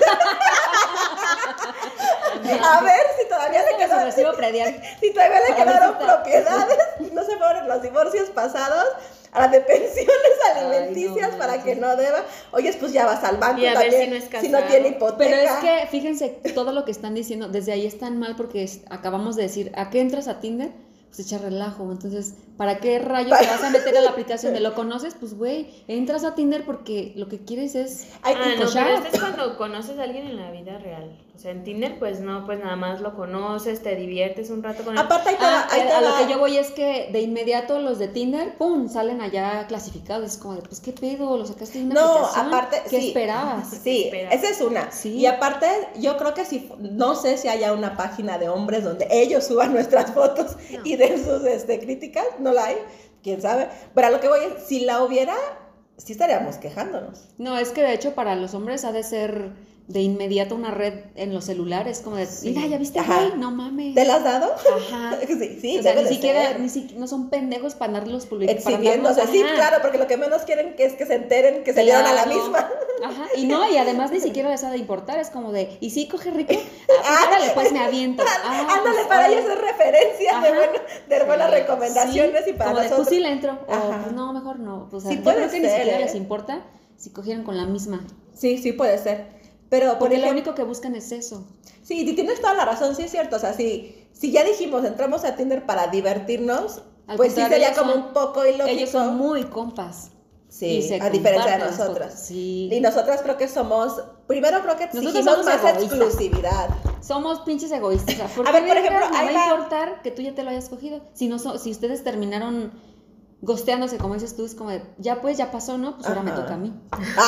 [SPEAKER 1] A ver si todavía le quedaron,
[SPEAKER 2] recibo predial.
[SPEAKER 1] Si todavía le quedaron propiedades y no se fueron los divorcios pasados a las de pensiones alimenticias. Ay, no, para no, que no deba. Oye, pues ya vas al banco
[SPEAKER 3] y a
[SPEAKER 1] también,
[SPEAKER 3] ver si no es casado.
[SPEAKER 1] Si no tiene hipoteca.
[SPEAKER 2] Pero es que fíjense todo lo que están diciendo, desde ahí están mal porque es, acabamos de decir, ¿a qué entras a Tinder? Pues echa relajo, entonces, ¿para qué rayos te vas a meter a la aplicación de lo conoces? Pues, güey, entras a Tinder porque lo que quieres es
[SPEAKER 3] ah, no, pero este es cuando conoces a alguien en la vida real. O sea, en Tinder, pues no, pues nada más lo conoces, te diviertes un rato con él.
[SPEAKER 1] Aparte, ahí te va,
[SPEAKER 2] ah,
[SPEAKER 1] ahí te
[SPEAKER 2] a
[SPEAKER 1] va.
[SPEAKER 2] lo que yo voy es que de inmediato los de Tinder, pum, salen allá clasificados. Es como de, pues, ¿qué pedo? ¿Lo sacaste de una
[SPEAKER 1] no,
[SPEAKER 2] aplicación?
[SPEAKER 1] aparte,
[SPEAKER 2] ¿Qué
[SPEAKER 1] sí,
[SPEAKER 2] esperabas?
[SPEAKER 1] Sí,
[SPEAKER 3] esperabas?
[SPEAKER 1] Esa es una.
[SPEAKER 2] Sí.
[SPEAKER 1] Y aparte, yo creo que si, no sé si haya una página de hombres donde ellos suban nuestras fotos no. y den sus este, críticas, no la hay, quién sabe. Pero a lo que voy es, si la hubiera, sí estaríamos quejándonos.
[SPEAKER 2] No, es que de hecho para los hombres ha de ser de inmediato una red en los celulares, como de, sí. mira, ¿ya viste, güey? No mames.
[SPEAKER 1] ¿Te la has dado?
[SPEAKER 2] Ajá.
[SPEAKER 1] Sí, sí,
[SPEAKER 2] o sea, ni siquiera, ni si, no son pendejos para andarlos publicando.
[SPEAKER 1] Exhibiéndose, sí, claro, porque lo que menos quieren que es que se enteren que se dieron a la misma.
[SPEAKER 2] Ajá, y no, y además ni siquiera les ha de importar, es como de, ¿y sí coge rico? Ah, pues órale, pues me aviento. Ah,
[SPEAKER 1] ándale,
[SPEAKER 2] pues,
[SPEAKER 1] para ellos es referencia de, bueno, de buenas sí, recomendaciones
[SPEAKER 2] sí,
[SPEAKER 1] y para
[SPEAKER 2] como
[SPEAKER 1] nosotros.
[SPEAKER 2] De, pues sí le entro, o pues no, mejor no. O sea,
[SPEAKER 1] sí
[SPEAKER 2] yo
[SPEAKER 1] puede
[SPEAKER 2] creo que
[SPEAKER 1] ser,
[SPEAKER 2] ni siquiera
[SPEAKER 1] ¿eh?
[SPEAKER 2] les importa si cogieran con la misma.
[SPEAKER 1] Sí, sí puede ser. Pero, por
[SPEAKER 2] porque
[SPEAKER 1] ejemplo,
[SPEAKER 2] lo único que buscan es eso.
[SPEAKER 1] Sí, y tienes toda la razón, sí es cierto. O sea, si, si ya dijimos, entramos a Tinder para divertirnos, Al pues sí sería como son, un poco ilógico.
[SPEAKER 2] Ellos son muy compas.
[SPEAKER 1] Sí, a diferencia de nosotras.
[SPEAKER 2] Sí.
[SPEAKER 1] Y nosotras creo que somos, primero creo que exigimos más egoístas. Exclusividad.
[SPEAKER 2] Somos pinches egoístas. O sea, porque
[SPEAKER 1] a ver, por ejemplo,
[SPEAKER 2] no va a
[SPEAKER 1] va...
[SPEAKER 2] importar que tú ya te lo hayas cogido. Si, no so, si ustedes terminaron gosteándose, como dices tú, es como de, ya pues, ya pasó, ¿no? Pues Ajá. ahora me toca a mí.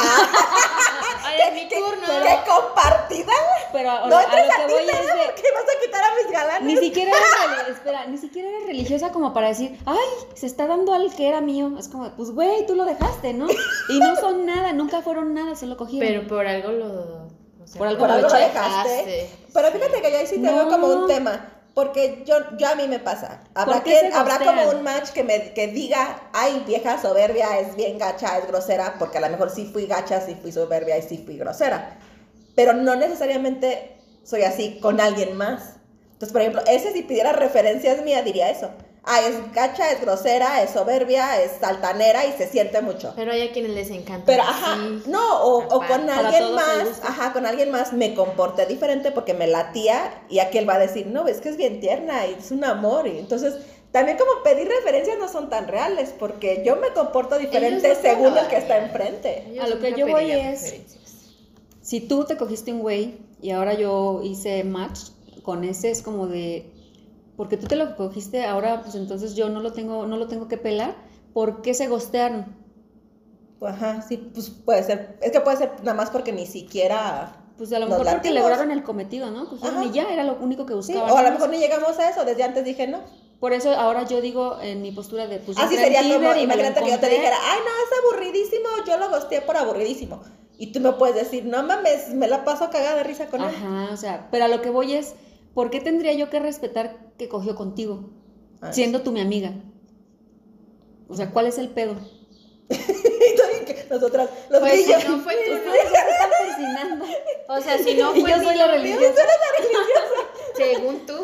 [SPEAKER 3] Ay, es mi turno.
[SPEAKER 1] ¿Qué, ¿Qué compartida?
[SPEAKER 2] Pero a,
[SPEAKER 1] no
[SPEAKER 2] a lo que
[SPEAKER 1] a
[SPEAKER 2] voy es de...
[SPEAKER 1] ¿Por qué vas a quitar a mis galanes?
[SPEAKER 2] Ni siquiera eres, espera, ni siquiera eres religiosa como para decir, ay, se está dando al que era mío. Es como, pues güey, tú lo dejaste, ¿no? Y no son nada, nunca fueron nada, se lo cogieron.
[SPEAKER 3] Pero por algo lo... O sea,
[SPEAKER 2] por algo,
[SPEAKER 1] por
[SPEAKER 2] lo,
[SPEAKER 1] algo lo
[SPEAKER 2] dejaste.
[SPEAKER 1] dejaste. Pero fíjate que yo ahí sí te no. veo como un tema. Porque yo, yo a mí me pasa. Habrá, que, habrá como un match que me que diga, ay, vieja soberbia, es bien gacha, es grosera, porque a lo mejor sí fui gacha, sí fui soberbia y sí fui grosera. Pero no necesariamente soy así con alguien más. Entonces, por ejemplo, ese si pidiera referencias mía diría eso. Ah, es gacha, es grosera, es soberbia, es altanera y se siente mucho.
[SPEAKER 3] Pero hay a quienes les encanta.
[SPEAKER 1] Pero, ajá,
[SPEAKER 3] sí,
[SPEAKER 1] no, o, o con
[SPEAKER 2] Para
[SPEAKER 1] alguien
[SPEAKER 2] todos les
[SPEAKER 1] más,
[SPEAKER 2] gusta.
[SPEAKER 1] ajá, con alguien más me comporté diferente porque me latía y aquel va a decir, no, es que es bien tierna y es un amor. Y entonces, también como pedir referencias no son tan reales porque yo me comporto diferente
[SPEAKER 3] Ellos no
[SPEAKER 1] según
[SPEAKER 3] lo
[SPEAKER 1] el que está
[SPEAKER 3] harían.
[SPEAKER 1] enfrente.
[SPEAKER 3] Ellos
[SPEAKER 2] A lo que
[SPEAKER 3] nunca
[SPEAKER 2] yo voy
[SPEAKER 3] pedirían
[SPEAKER 2] es-
[SPEAKER 3] referencias.
[SPEAKER 2] Si tú te cogiste un güey y ahora yo hice match con ese, es como de, porque tú te lo cogiste, ahora pues entonces yo no lo tengo, no lo tengo que pelar, ¿por qué se gostearon?
[SPEAKER 1] Ajá, sí, pues puede ser, es que puede ser nada más porque ni siquiera...
[SPEAKER 2] Pues a lo
[SPEAKER 1] Nos
[SPEAKER 2] mejor porque
[SPEAKER 1] latimos.
[SPEAKER 2] lograron el cometido, ¿no? Cogieron
[SPEAKER 1] Ajá.
[SPEAKER 2] y ya, era lo único que
[SPEAKER 1] Sí,
[SPEAKER 2] buscaban.
[SPEAKER 1] o a lo
[SPEAKER 2] ¿no?
[SPEAKER 1] mejor ni llegamos a eso, desde antes dije no.
[SPEAKER 2] Por eso ahora yo digo en mi postura de, pues yo
[SPEAKER 1] Así
[SPEAKER 2] entré en
[SPEAKER 1] sería como,
[SPEAKER 2] Tinder y me lo
[SPEAKER 1] imagínate que yo te
[SPEAKER 2] encontré.
[SPEAKER 1] dijera, ay no, es aburridísimo, yo lo gosteé por aburridísimo. Y tú me puedes decir, no mames, me la paso cagada de risa con él.
[SPEAKER 2] Ajá, o sea, pero a lo que voy es, ¿por qué tendría yo que respetar que cogió contigo?
[SPEAKER 1] Ah,
[SPEAKER 2] Siendo tú mi amiga. O sea, ¿cuál es el pedo?
[SPEAKER 1] Y también que nosotras, los
[SPEAKER 3] Pues si
[SPEAKER 1] grillos.
[SPEAKER 3] no fue tu
[SPEAKER 2] Ustedes ya se están persinando.
[SPEAKER 3] O sea, si no
[SPEAKER 2] Y
[SPEAKER 3] fue
[SPEAKER 2] yo
[SPEAKER 3] mi
[SPEAKER 2] soy la
[SPEAKER 3] novio,
[SPEAKER 2] religiosa.
[SPEAKER 3] según tú.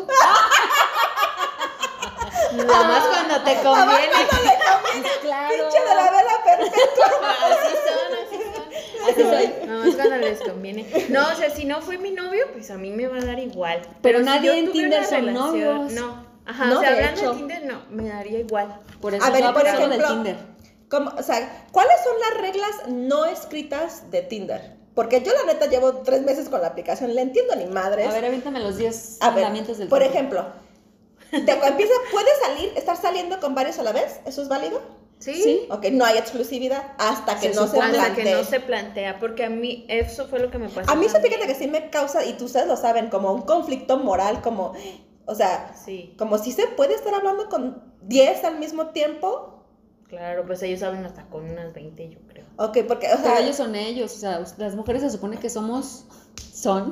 [SPEAKER 3] Nada más cuando te conviene.
[SPEAKER 2] Claro.
[SPEAKER 1] Pinche de la vela perfecta.
[SPEAKER 3] Así son, así son.
[SPEAKER 2] Así soy.
[SPEAKER 3] Nada más cuando les conviene. No, o sea, si no fue mi novio, pues a mí me va a dar igual.
[SPEAKER 2] Pero
[SPEAKER 3] si
[SPEAKER 2] nadie
[SPEAKER 3] yo
[SPEAKER 2] en
[SPEAKER 3] tuve
[SPEAKER 2] Tinder
[SPEAKER 3] una
[SPEAKER 2] son
[SPEAKER 3] relación-
[SPEAKER 2] novios.
[SPEAKER 3] No. Ajá,
[SPEAKER 2] No,
[SPEAKER 3] o sea,
[SPEAKER 2] de
[SPEAKER 3] hablando
[SPEAKER 2] hecho.
[SPEAKER 3] de Tinder, no, me daría igual.
[SPEAKER 2] Por eso
[SPEAKER 1] A ver,
[SPEAKER 2] yo
[SPEAKER 1] y por
[SPEAKER 2] aplico
[SPEAKER 1] ejemplo,
[SPEAKER 2] del Tinder.
[SPEAKER 1] ¿cómo, o sea, ¿cuáles son las reglas no escritas de Tinder? Porque yo la neta llevo tres meses con la aplicación, le entiendo ni madres.
[SPEAKER 2] A ver, avéntame los diez
[SPEAKER 1] A ver,
[SPEAKER 2] mandamientos del
[SPEAKER 1] por
[SPEAKER 2] Tinder.
[SPEAKER 1] ejemplo, de, empieza, ¿puedes salir, estar saliendo con varios a la vez? ¿Eso es válido?
[SPEAKER 3] ¿Sí?
[SPEAKER 2] Sí.
[SPEAKER 1] Ok, no hay exclusividad hasta que
[SPEAKER 2] Se
[SPEAKER 1] no se
[SPEAKER 2] supone.
[SPEAKER 3] Hasta que
[SPEAKER 1] plantee.
[SPEAKER 3] no se plantea, porque a mí eso fue lo que me pasó.
[SPEAKER 1] A mí se
[SPEAKER 3] también.
[SPEAKER 1] fíjate que sí me causa, y tú ustedes lo saben, como un conflicto moral, como, o sea,
[SPEAKER 3] Sí,
[SPEAKER 1] como si se puede estar hablando con diez al mismo tiempo.
[SPEAKER 3] claro, pues ellos hablan hasta con unas veinte, yo creo.
[SPEAKER 1] Ok, porque, o sea,
[SPEAKER 2] Pero ellos son ellos, o sea, las mujeres se supone que somos, son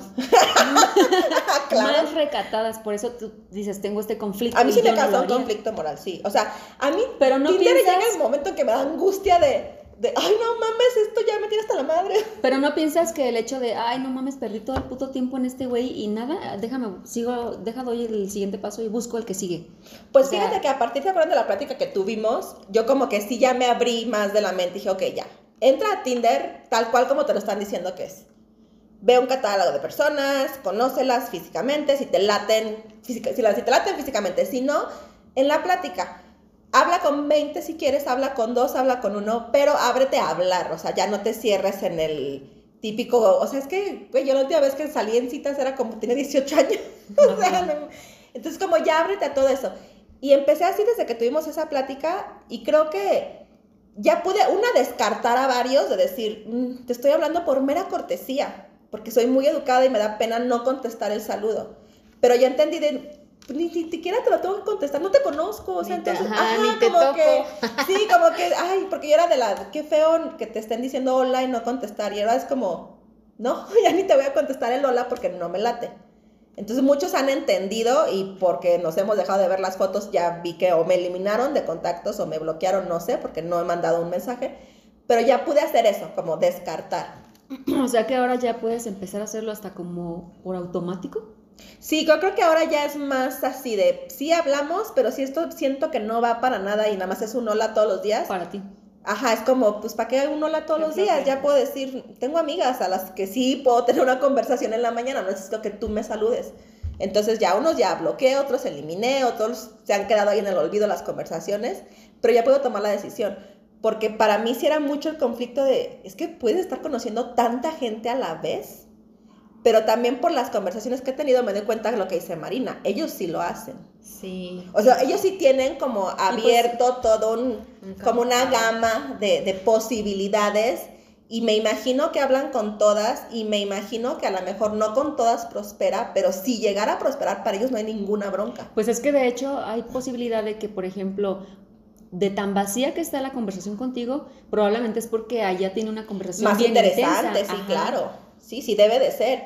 [SPEAKER 1] claro.
[SPEAKER 2] más recatadas, por eso tú dices, tengo este conflicto.
[SPEAKER 1] A mí sí
[SPEAKER 2] y
[SPEAKER 1] me
[SPEAKER 2] yo no
[SPEAKER 1] causa
[SPEAKER 2] lo
[SPEAKER 1] un
[SPEAKER 2] haría.
[SPEAKER 1] conflicto moral, sí. O sea, a mí
[SPEAKER 2] Pero no
[SPEAKER 1] Tinder
[SPEAKER 2] piensas-
[SPEAKER 1] llega el momento en que me da angustia de, de, ay, no mames, esto ya me tiene hasta la madre.
[SPEAKER 2] Pero no piensas que el hecho de, ay, no mames, perdí todo el puto tiempo en este güey y nada, déjame, sigo, deja, doy el siguiente paso y busco el que sigue.
[SPEAKER 1] Pues
[SPEAKER 2] O sea,
[SPEAKER 1] fíjate que a partir de ahora de la plática que tuvimos, yo como que sí ya me abrí más de la mente. Dije, ok, ya, entra a Tinder tal cual como te lo están diciendo que es. Ve un catálogo de personas, conócelas físicamente, si te laten, física, si, las, si te laten físicamente, si no, en la plática. Habla con veinte si quieres, habla con dos, habla con uno, pero ábrete a hablar, o sea, ya no te cierres en el típico, o sea, es que, güey, yo la última vez que salí en citas era como, tenía dieciocho años, o sea, no, entonces como ya ábrete a todo eso. Y empecé así desde que tuvimos esa plática y creo que ya pude, una, descartar a varios de decir, mm, te estoy hablando por mera cortesía, porque soy muy educada y me da pena no contestar el saludo, pero ya entendí de... Ni, ni siquiera te lo tengo que contestar, no te conozco, o sea,
[SPEAKER 3] Ni te-
[SPEAKER 1] entonces,
[SPEAKER 3] ajá,
[SPEAKER 1] ajá,
[SPEAKER 3] ni te
[SPEAKER 1] como
[SPEAKER 3] topo.
[SPEAKER 1] que, sí, como que, ay, porque yo era de la, qué feo que te estén diciendo hola y no contestar, y ahora es como, no, ya ni te voy a contestar el hola porque no me late. Entonces muchos han entendido y porque nos hemos dejado de ver las fotos ya vi que o me eliminaron de contactos o me bloquearon, no sé, porque no he mandado un mensaje, pero ya pude hacer eso, como descartar.
[SPEAKER 2] O sea que ahora ya puedes empezar a hacerlo hasta como por automático.
[SPEAKER 1] Sí, yo creo que ahora ya es más así de, sí hablamos, pero si esto siento que no va para nada y nada más es un hola todos los días.
[SPEAKER 2] Para ti.
[SPEAKER 1] Ajá, es como, pues, ¿para qué un hola todos
[SPEAKER 3] Qué
[SPEAKER 1] los días?
[SPEAKER 3] flojera.
[SPEAKER 1] Ya puedo decir, tengo amigas a las que sí puedo tener una conversación en la mañana, no necesito que tú me saludes. Entonces ya unos ya bloqueé, otros eliminé, otros se han quedado ahí en el olvido las conversaciones, pero ya puedo tomar la decisión. Porque para mí sí era mucho el conflicto de, es que puedes estar conociendo tanta gente a la vez. Pero también por las conversaciones que he tenido me doy cuenta de lo que dice Marina, ellos sí lo hacen.
[SPEAKER 3] Sí.
[SPEAKER 1] O sea, ellos sí tienen como abierto todo un,
[SPEAKER 3] Un
[SPEAKER 1] como una
[SPEAKER 3] campo.
[SPEAKER 1] gama de, de posibilidades y me imagino que hablan con todas y me imagino que a lo mejor no con todas prospera, pero si llegara a prosperar para ellos no hay ninguna bronca.
[SPEAKER 2] Pues es que de hecho hay posibilidad de que, por ejemplo, de tan vacía que está la conversación contigo, probablemente es porque allá tiene una conversación
[SPEAKER 1] Más
[SPEAKER 2] bien
[SPEAKER 1] interesante,
[SPEAKER 2] intensa.
[SPEAKER 1] sí,
[SPEAKER 2] Ajá.
[SPEAKER 1] claro. Sí, sí debe de ser.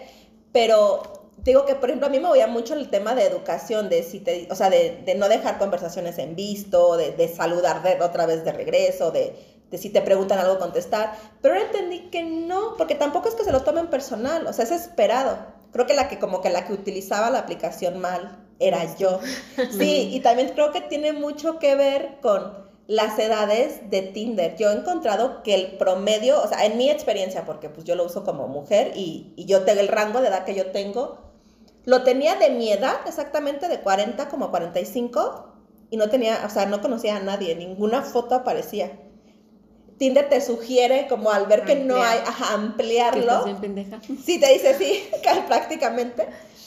[SPEAKER 1] Pero digo que, por ejemplo, a mí me voy a mucho el tema de educación, de si te, o sea, de, de no dejar conversaciones en visto, de, de saludar de, otra vez de regreso, de, de si te preguntan algo contestar. Pero ahora entendí que no, porque tampoco es que se lo tomen personal, o sea, es esperado. Creo que la que como que la que utilizaba la aplicación mal era yo. Sí, y también creo que tiene mucho que ver con las edades de Tinder. Yo he encontrado que el promedio, o sea, en mi experiencia, porque pues yo lo uso como mujer y, y yo tengo el rango de edad que yo tengo, lo tenía de mi edad, exactamente de cuarenta como cuarenta y cinco, y no tenía, o sea, no conocía a nadie, ninguna foto aparecía. Tinder te sugiere como al ver Ampliar. que no hay, ajá, ampliarlo.
[SPEAKER 2] ¿Estás bien pendeja?
[SPEAKER 1] Sí, te dice sí, prácticamente.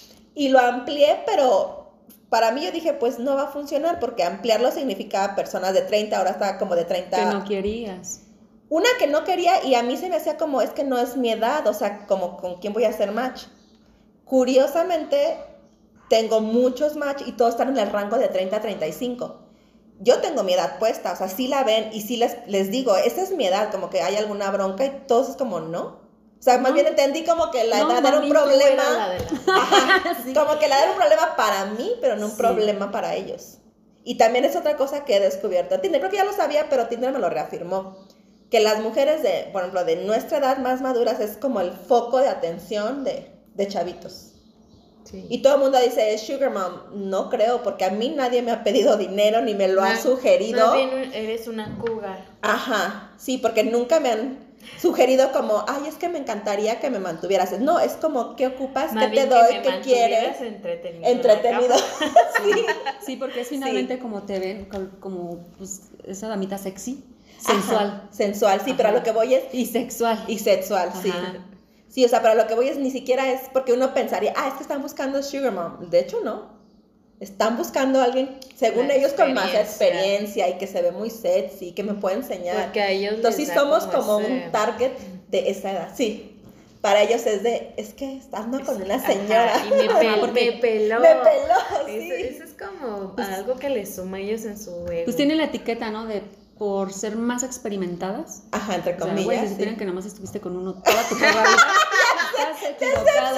[SPEAKER 1] Y lo amplié, pero para mí yo dije, pues no va a funcionar, porque ampliarlo significaba personas de treinta, ahora estaba como de treinta.
[SPEAKER 2] Que no querías.
[SPEAKER 1] Una que no quería, y a mí se me hacía como, es que no es mi edad, o sea, como con quién voy a hacer match. Curiosamente, tengo muchos match y todos están en el rango de treinta a treinta y cinco. Yo tengo mi edad puesta, o sea, sí la ven y sí les, les digo, esta es mi edad, como que hay alguna bronca y todos es como, no. O sea, más no. bien entendí como que la no, edad era un problema. Era la de la... Ajá, sí. Como que la edad era un problema para mí, pero no un sí. problema para ellos. Y también es otra cosa que he descubierto. Tinder, creo que ya lo sabía, pero Tinder me lo reafirmó. Que las mujeres, de, por ejemplo, de nuestra edad más maduras es como el foco de atención de, de chavitos. Sí. Y todo el mundo dice, sugar mom. No creo, porque a mí nadie me ha pedido dinero ni me lo más, ha sugerido.
[SPEAKER 3] Más bien eres una cougar.
[SPEAKER 1] Ajá, sí, porque nunca me han sugerido como, ay, es que me encantaría que me mantuvieras. No, es como, ¿qué ocupas?
[SPEAKER 3] Más
[SPEAKER 1] ¿Qué te doy?
[SPEAKER 3] Que
[SPEAKER 1] ¿Qué quieres?
[SPEAKER 3] Entretenido.
[SPEAKER 1] Entretenido.
[SPEAKER 2] Sí. Sí, porque es finalmente sí. como te ven, como pues, esa damita sexy, sensual.
[SPEAKER 1] Ajá, sensual, sí, Ajá. pero a lo que voy es...
[SPEAKER 2] Y sexual.
[SPEAKER 1] Y sexual, Ajá. sí. Sí, o sea, pero a lo que voy es, ni siquiera es porque uno pensaría, ah, es que están buscando sugar mom. De hecho, no. Están buscando a alguien, según La ellos, con más experiencia y que se ve muy sexy, que me puede enseñar.
[SPEAKER 3] Porque a ellos
[SPEAKER 1] Entonces sí somos como, como ese... un target de esa edad. Sí, para ellos es de, es que estando sí, con una señora.
[SPEAKER 3] Ajá, y me, pel me peló.
[SPEAKER 1] Me peló, sí.
[SPEAKER 3] Eso, eso es como pues, algo que les suma a ellos en su ego.
[SPEAKER 2] Pues tienen la etiqueta, ¿no? De por ser más experimentadas.
[SPEAKER 1] Ajá, entre comillas.
[SPEAKER 2] O sea, güey, si supieran sí. que nomás estuviste con uno toda tu vida. Estás equivocado.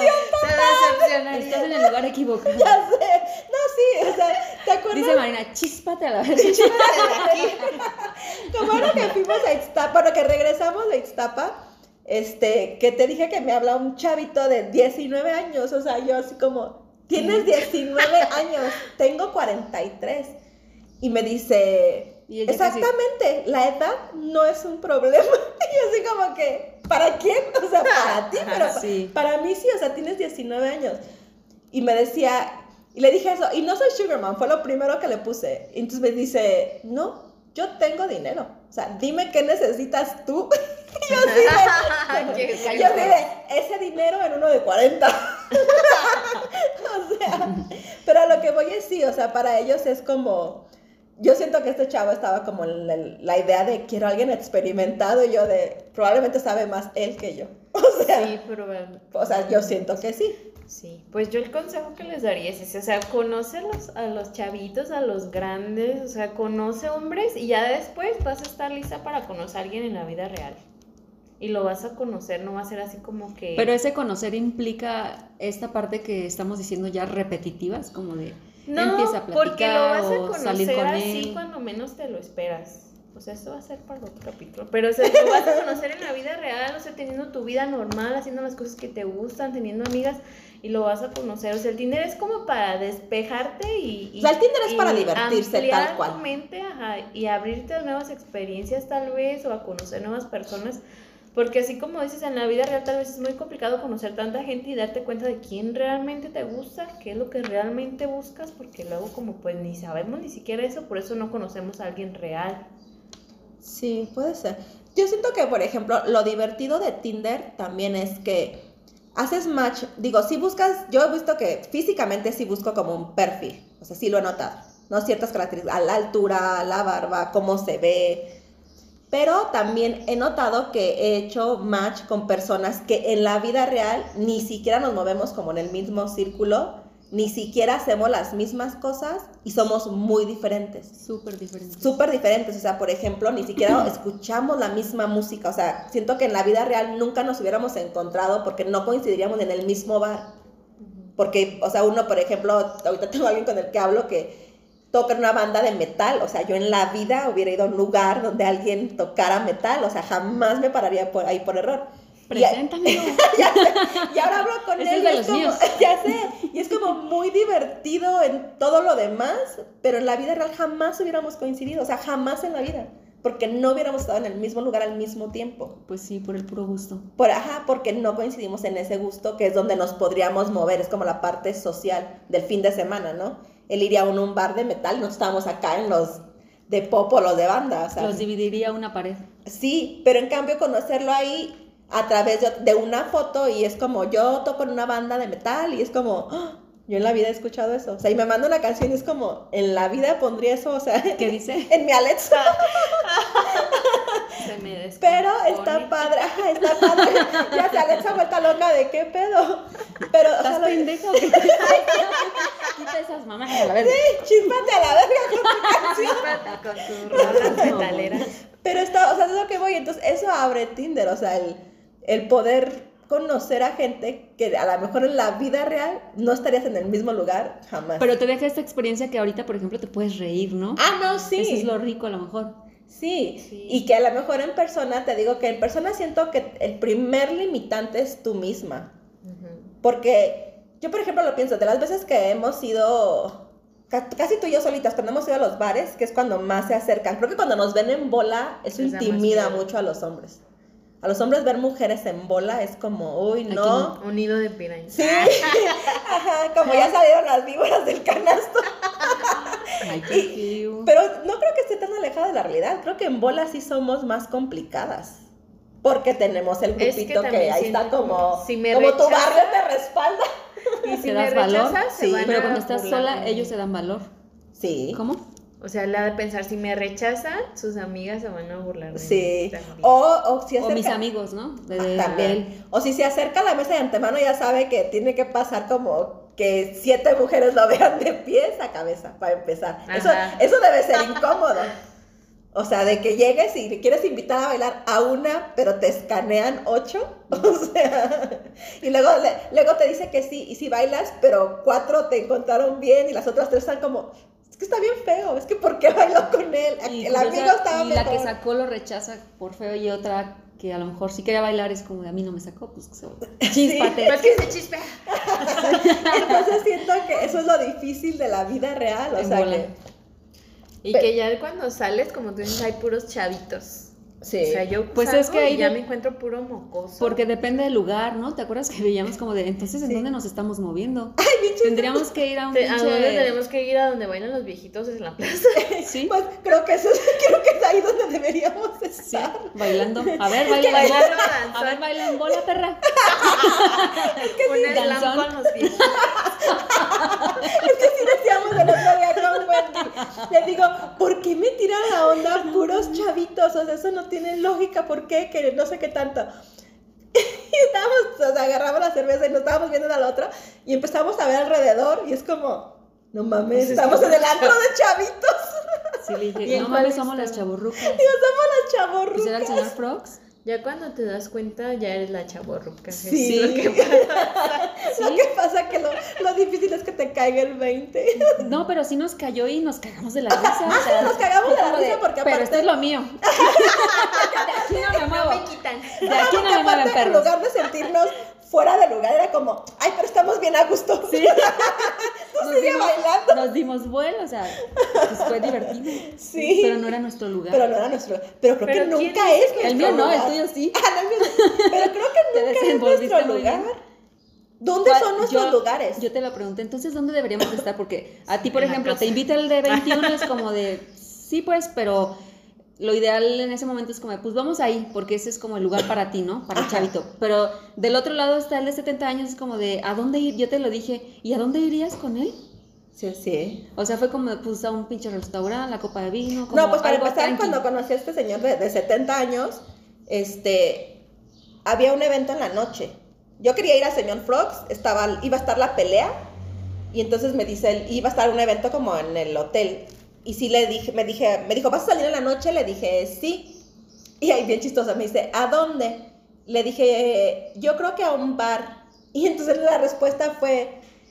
[SPEAKER 2] Estás en el lugar equivocado.
[SPEAKER 1] Ya sé. No, sí, o sea, ¿te acuerdas?
[SPEAKER 2] Dice Marina, chíspate a la vez.
[SPEAKER 1] Chíspate de aquí. Como ahora que fuimos a Ixtapa, bueno, que regresamos de Ixtapa, este, que te dije que me habla un chavito de diecinueve años, o sea, yo así como, tienes diecinueve años, tengo cuarenta y tres. Y me dice... Exactamente, casi... la edad no es un problema. Y yo así como que, ¿para quién? O sea, para ti, pero sí. para mí sí, o sea, tienes diecinueve años. Y me decía, y le dije eso, y no soy sugar mom, fue lo primero que le puse. Y entonces me dice, no, yo tengo dinero. O sea, dime qué necesitas tú. Y yo así de, yo así de, ese dinero en uno de cuarenta. O sea, pero a lo que voy es sí, o sea, para ellos es como... Yo siento que este chavo estaba como en la, la idea de quiero a alguien experimentado y yo de probablemente sabe más él que yo. O sea,
[SPEAKER 3] sí, probablemente.
[SPEAKER 1] O sea, yo siento que sí.
[SPEAKER 3] Sí, pues yo el consejo que les daría es ese, o sea, conoce a los, a los chavitos, a los grandes, o sea, conoce hombres y ya después vas a estar lista para conocer a alguien en la vida real. Y lo vas a conocer, no va a ser así como que...
[SPEAKER 2] Pero ese conocer implica esta parte que estamos diciendo ya repetitivas, como de...
[SPEAKER 3] No, empieza a platicar, porque lo vas a conocer así él. Cuando menos te lo esperas. O sea, esto va a ser para otro capítulo. Pero o sea, lo vas a conocer en la vida real, o sea, teniendo tu vida normal, haciendo las cosas que te gustan, teniendo amigas, y lo vas a conocer. O sea, el Tinder es como para despejarte y... y
[SPEAKER 1] o sea, el Tinder es para divertirse tal cual.
[SPEAKER 3] Tu mente, ajá, y abrirte a nuevas experiencias tal vez, o a conocer nuevas personas. Porque así como dices, en la vida real tal vez es muy complicado conocer tanta gente y darte cuenta de quién realmente te gusta, qué es lo que realmente buscas, porque luego como pues ni sabemos ni siquiera eso, por eso no conocemos a alguien real.
[SPEAKER 1] Sí, puede ser. Yo siento que, por ejemplo, lo divertido de Tinder también es que haces match, digo, si buscas, yo he visto que físicamente sí busco como un perfil, o sea, sí lo he notado, ¿no? Ciertas características, a la altura, a la barba, cómo se ve... Pero también he notado que he hecho match con personas que en la vida real ni siquiera nos movemos como en el mismo círculo, ni siquiera hacemos las mismas cosas y somos muy diferentes.
[SPEAKER 2] Súper diferentes.
[SPEAKER 1] Súper diferentes. O sea, por ejemplo, ni siquiera escuchamos la misma música. O sea, siento que en la vida real nunca nos hubiéramos encontrado porque no coincidiríamos en el mismo bar. Porque, o sea, uno, por ejemplo, ahorita tengo a alguien con el que hablo que toca en una banda de metal, o sea, yo en la vida hubiera ido a un lugar donde alguien tocara metal, o sea, jamás me pararía por ahí por error.
[SPEAKER 2] Preséntamelo.
[SPEAKER 1] Y, y ahora hablo con
[SPEAKER 2] Ese
[SPEAKER 1] él
[SPEAKER 2] es de
[SPEAKER 1] y
[SPEAKER 2] los
[SPEAKER 1] es como,
[SPEAKER 2] míos.
[SPEAKER 1] ya sé, y es como como muy divertido en todo lo demás, pero en la vida real jamás hubiéramos coincidido, o sea, jamás en la vida, porque no hubiéramos estado en el mismo lugar al mismo tiempo.
[SPEAKER 2] Pues sí, por el puro gusto.
[SPEAKER 1] Por, ajá, porque no coincidimos en ese gusto, que es donde nos podríamos mover, es como la parte social del fin de semana, ¿no? Él iría a un, un bar de metal, no estábamos acá en los de pop o los de banda, o sea,
[SPEAKER 2] Los dividiría una pared.
[SPEAKER 1] sí, pero en cambio conocerlo ahí a través de, de una foto y es como, yo toco en una banda de metal y es como, ¡oh! Yo en la vida he escuchado eso, o sea, y me manda una canción y es como, en la vida pondría eso, o sea,
[SPEAKER 2] ¿Qué dice?
[SPEAKER 1] en mi Alexa.
[SPEAKER 3] Se me descompone.
[SPEAKER 1] Pero está padre, ajá, está padre. Ya se Alexa vuelta loca de qué pedo. Pero, o sea,
[SPEAKER 2] ¿Estás
[SPEAKER 1] lo-
[SPEAKER 2] pendeja o qué? Quita esas mamás a la verga.
[SPEAKER 1] chíspate a la verga con tu canción.
[SPEAKER 3] Con tus rolas
[SPEAKER 2] No,
[SPEAKER 3] metaleras.
[SPEAKER 1] Pero está, o sea, es lo que voy. Entonces, eso abre Tinder, o sea, el, el poder conocer a gente que a lo mejor en la vida real no estarías en el mismo lugar jamás.
[SPEAKER 2] Pero te deja esta experiencia que ahorita, por ejemplo, te puedes reír, ¿no?
[SPEAKER 1] ah, no, sí.
[SPEAKER 2] Eso es lo rico a lo mejor.
[SPEAKER 1] Sí.
[SPEAKER 3] Sí.
[SPEAKER 1] Y que a lo mejor en persona, te digo que en persona siento que el primer limitante es tú misma.
[SPEAKER 3] Ujú.
[SPEAKER 1] Porque yo, por ejemplo, lo pienso, de las veces que hemos ido, ca- casi tú y yo solitas, cuando hemos ido a los bares, que es cuando más se acercan, creo que cuando nos ven en bola, eso
[SPEAKER 3] Les da más
[SPEAKER 1] intimida
[SPEAKER 3] miedo.
[SPEAKER 1] mucho a los hombres. A los hombres ver mujeres en bola es como, uy,
[SPEAKER 2] Aquí
[SPEAKER 1] no.
[SPEAKER 3] Un nido de pirañas.
[SPEAKER 1] Sí, ajá, como ya salieron las víboras del canasto.
[SPEAKER 2] Ay, qué feo.
[SPEAKER 1] Pero no creo que esté tan alejada de la realidad, creo que en bola sí somos más complicadas. Porque tenemos el
[SPEAKER 3] Es que
[SPEAKER 1] grupito que,
[SPEAKER 3] también
[SPEAKER 1] ahí está
[SPEAKER 3] siento
[SPEAKER 1] como,
[SPEAKER 3] como, si me
[SPEAKER 1] como tu
[SPEAKER 3] rechaza-
[SPEAKER 1] barrio te respalda.
[SPEAKER 3] Y si
[SPEAKER 2] ¿Te
[SPEAKER 3] me
[SPEAKER 2] das valor?
[SPEAKER 3] rechazas, se
[SPEAKER 1] Sí,
[SPEAKER 3] van
[SPEAKER 2] Pero
[SPEAKER 3] a
[SPEAKER 2] cuando estás
[SPEAKER 3] burlar
[SPEAKER 2] sola,
[SPEAKER 3] de mí.
[SPEAKER 2] ellos se dan valor.
[SPEAKER 1] Sí.
[SPEAKER 2] ¿Cómo?
[SPEAKER 3] O sea, la de pensar, si me rechazan, sus amigas se van a burlar de
[SPEAKER 1] Sí,
[SPEAKER 3] mí también.
[SPEAKER 1] o, o si
[SPEAKER 2] O
[SPEAKER 1] acerca,
[SPEAKER 2] mis amigos, ¿no? De, de-
[SPEAKER 1] Ah, también.
[SPEAKER 2] de él.
[SPEAKER 1] O si se acerca a la mesa de antemano ya sabe que tiene que pasar como que siete mujeres lo vean de pies a cabeza para empezar. Eso,
[SPEAKER 3] Ajá.
[SPEAKER 1] eso debe ser incómodo. O sea, de que llegues y le quieres invitar a bailar a una, pero te escanean ocho. O sea, y luego, le- luego te dice que sí, y si bailas, pero cuatro te encontraron bien y las otras tres están como, es que está bien feo, es que ¿por qué bailó con él?
[SPEAKER 2] Y,
[SPEAKER 1] El
[SPEAKER 2] curiosa-
[SPEAKER 1] amigo estaba
[SPEAKER 2] y la que
[SPEAKER 1] mejor.
[SPEAKER 2] sacó lo rechaza por feo y otra que a lo mejor sí quería bailar es como de a mí no me sacó, pues que se chispate.
[SPEAKER 3] Pero es que se chispea.
[SPEAKER 1] Entonces siento que eso es lo difícil de la vida real, o
[SPEAKER 2] En
[SPEAKER 1] sea
[SPEAKER 2] bola.
[SPEAKER 1] que...
[SPEAKER 3] Y
[SPEAKER 1] Pe-
[SPEAKER 3] que ya cuando sales, como tú dices, hay puros chavitos.
[SPEAKER 1] Sí.
[SPEAKER 3] O sea, yo
[SPEAKER 2] Pues
[SPEAKER 3] salgo
[SPEAKER 2] es que ahí
[SPEAKER 3] y ya
[SPEAKER 2] de-
[SPEAKER 3] me encuentro puro mocoso.
[SPEAKER 2] Porque depende del lugar, ¿no? ¿Te acuerdas que veíamos como de entonces en
[SPEAKER 1] Sí.
[SPEAKER 2] dónde nos estamos moviendo?
[SPEAKER 1] Ay, bien chistoso.
[SPEAKER 2] Tendríamos que ir a un
[SPEAKER 3] Te- ¿A
[SPEAKER 2] pinche...
[SPEAKER 3] dónde tenemos que ir? A donde bailan los viejitos en la plaza.
[SPEAKER 2] Sí,
[SPEAKER 1] Pues creo que eso es, creo que es ahí donde deberíamos
[SPEAKER 2] sí,
[SPEAKER 1] estar.
[SPEAKER 2] bailando. A ver, baila,
[SPEAKER 3] que
[SPEAKER 2] baila.
[SPEAKER 3] bailar o danzar.
[SPEAKER 2] A ver, baila en bola, perra.
[SPEAKER 3] Un slam
[SPEAKER 2] danzón.
[SPEAKER 3] con los viejitos.
[SPEAKER 1] Es que sí decíamos el otro día con Wendy. Le digo, ¿por qué me tiran la onda puros chavitos? O sea, eso no tiene lógica. ¿Por qué? Que no sé qué tanto. Y estábamos, o sea, agarramos la cerveza y nos estábamos viendo al otro y empezamos a ver alrededor y es como, no mames,
[SPEAKER 2] Pues es
[SPEAKER 1] estamos
[SPEAKER 2] que-
[SPEAKER 1] en el antro de chavitos.
[SPEAKER 2] Sí, le
[SPEAKER 3] ¿Y
[SPEAKER 2] dije,
[SPEAKER 3] en
[SPEAKER 2] no
[SPEAKER 3] cuál
[SPEAKER 2] mames, somos las
[SPEAKER 3] estaba?
[SPEAKER 2] chavorrucas.
[SPEAKER 1] Digo, somos las chavorrucas.
[SPEAKER 2] Pues era el señor Frogs.
[SPEAKER 3] Ya cuando te das cuenta, ya eres la chavorruca.
[SPEAKER 1] Sí.
[SPEAKER 3] Es lo que pasa.
[SPEAKER 1] Lo que pasa es que lo, lo difícil es que te caiga el veinte.
[SPEAKER 2] No, pero sí nos cayó y nos cagamos de la risa. o sea,
[SPEAKER 1] Nos cagamos de
[SPEAKER 2] fue
[SPEAKER 1] la
[SPEAKER 2] como
[SPEAKER 1] risa porque
[SPEAKER 2] Pero
[SPEAKER 1] aparte-
[SPEAKER 2] esto es lo mío. De aquí no me
[SPEAKER 3] No
[SPEAKER 2] muevo.
[SPEAKER 3] me quitan.
[SPEAKER 2] De aquí no
[SPEAKER 1] Porque
[SPEAKER 2] me mueven
[SPEAKER 1] aparte, en
[SPEAKER 2] perros.
[SPEAKER 1] lugar de sentirnos fuera de lugar, era como, ay, pero estamos bien a gusto.
[SPEAKER 2] Sí.
[SPEAKER 1] Tú sigue
[SPEAKER 2] dimos,
[SPEAKER 1] bailando.
[SPEAKER 2] nos dimos vuelo, o sea, pues fue divertido.
[SPEAKER 1] Sí.
[SPEAKER 2] Pero no era nuestro lugar.
[SPEAKER 1] Pero no era nuestro. Pero creo
[SPEAKER 3] Pero
[SPEAKER 1] que
[SPEAKER 3] ¿quién
[SPEAKER 1] nunca
[SPEAKER 3] dice
[SPEAKER 1] es
[SPEAKER 3] que
[SPEAKER 1] nuestro
[SPEAKER 2] el mío no, el
[SPEAKER 1] lugar.
[SPEAKER 2] tuyo sí.
[SPEAKER 1] Ah, no, el mío no. Pero creo que
[SPEAKER 2] Te
[SPEAKER 1] nunca es
[SPEAKER 2] desenvolviste
[SPEAKER 1] nuestro
[SPEAKER 2] muy bien.
[SPEAKER 1] lugar. ¿Dónde
[SPEAKER 2] ¿Cuál-
[SPEAKER 1] son nuestros
[SPEAKER 2] yo-
[SPEAKER 1] lugares?
[SPEAKER 2] Yo te lo pregunté, entonces, ¿dónde deberíamos estar? Porque a ti, por
[SPEAKER 3] En la
[SPEAKER 2] ejemplo,
[SPEAKER 3] casa.
[SPEAKER 2] te invita el de veintiuno, es como de, sí, pues, pero lo ideal en ese momento es como, de, pues vamos ahí, porque ese es como el lugar para ti, ¿no? Para el
[SPEAKER 1] Ajá.
[SPEAKER 2] chavito. Pero del otro lado está el de setenta años, es como de, ¿a dónde ir? Yo te lo dije, ¿y a dónde irías con él?
[SPEAKER 1] Sí, sí.
[SPEAKER 2] O sea, fue como, pues, a un pinche restaurante, la copa de vino, como
[SPEAKER 1] No, pues para
[SPEAKER 2] algo
[SPEAKER 1] empezar,
[SPEAKER 2] tranqui.
[SPEAKER 1] cuando conocí a este señor de, de setenta años, este, había un evento en la noche. Yo quería ir al señor Frogs, estaba, iba a estar la pelea, y entonces me dice, él, iba a estar un evento como en el hotel. Y sí le dije, me dije, me dijo, ¿vas a salir en la noche? Le dije, sí. Y ahí bien chistosa, me dice, ¿a dónde? Le dije, yo creo que a un bar. Y entonces la respuesta fue,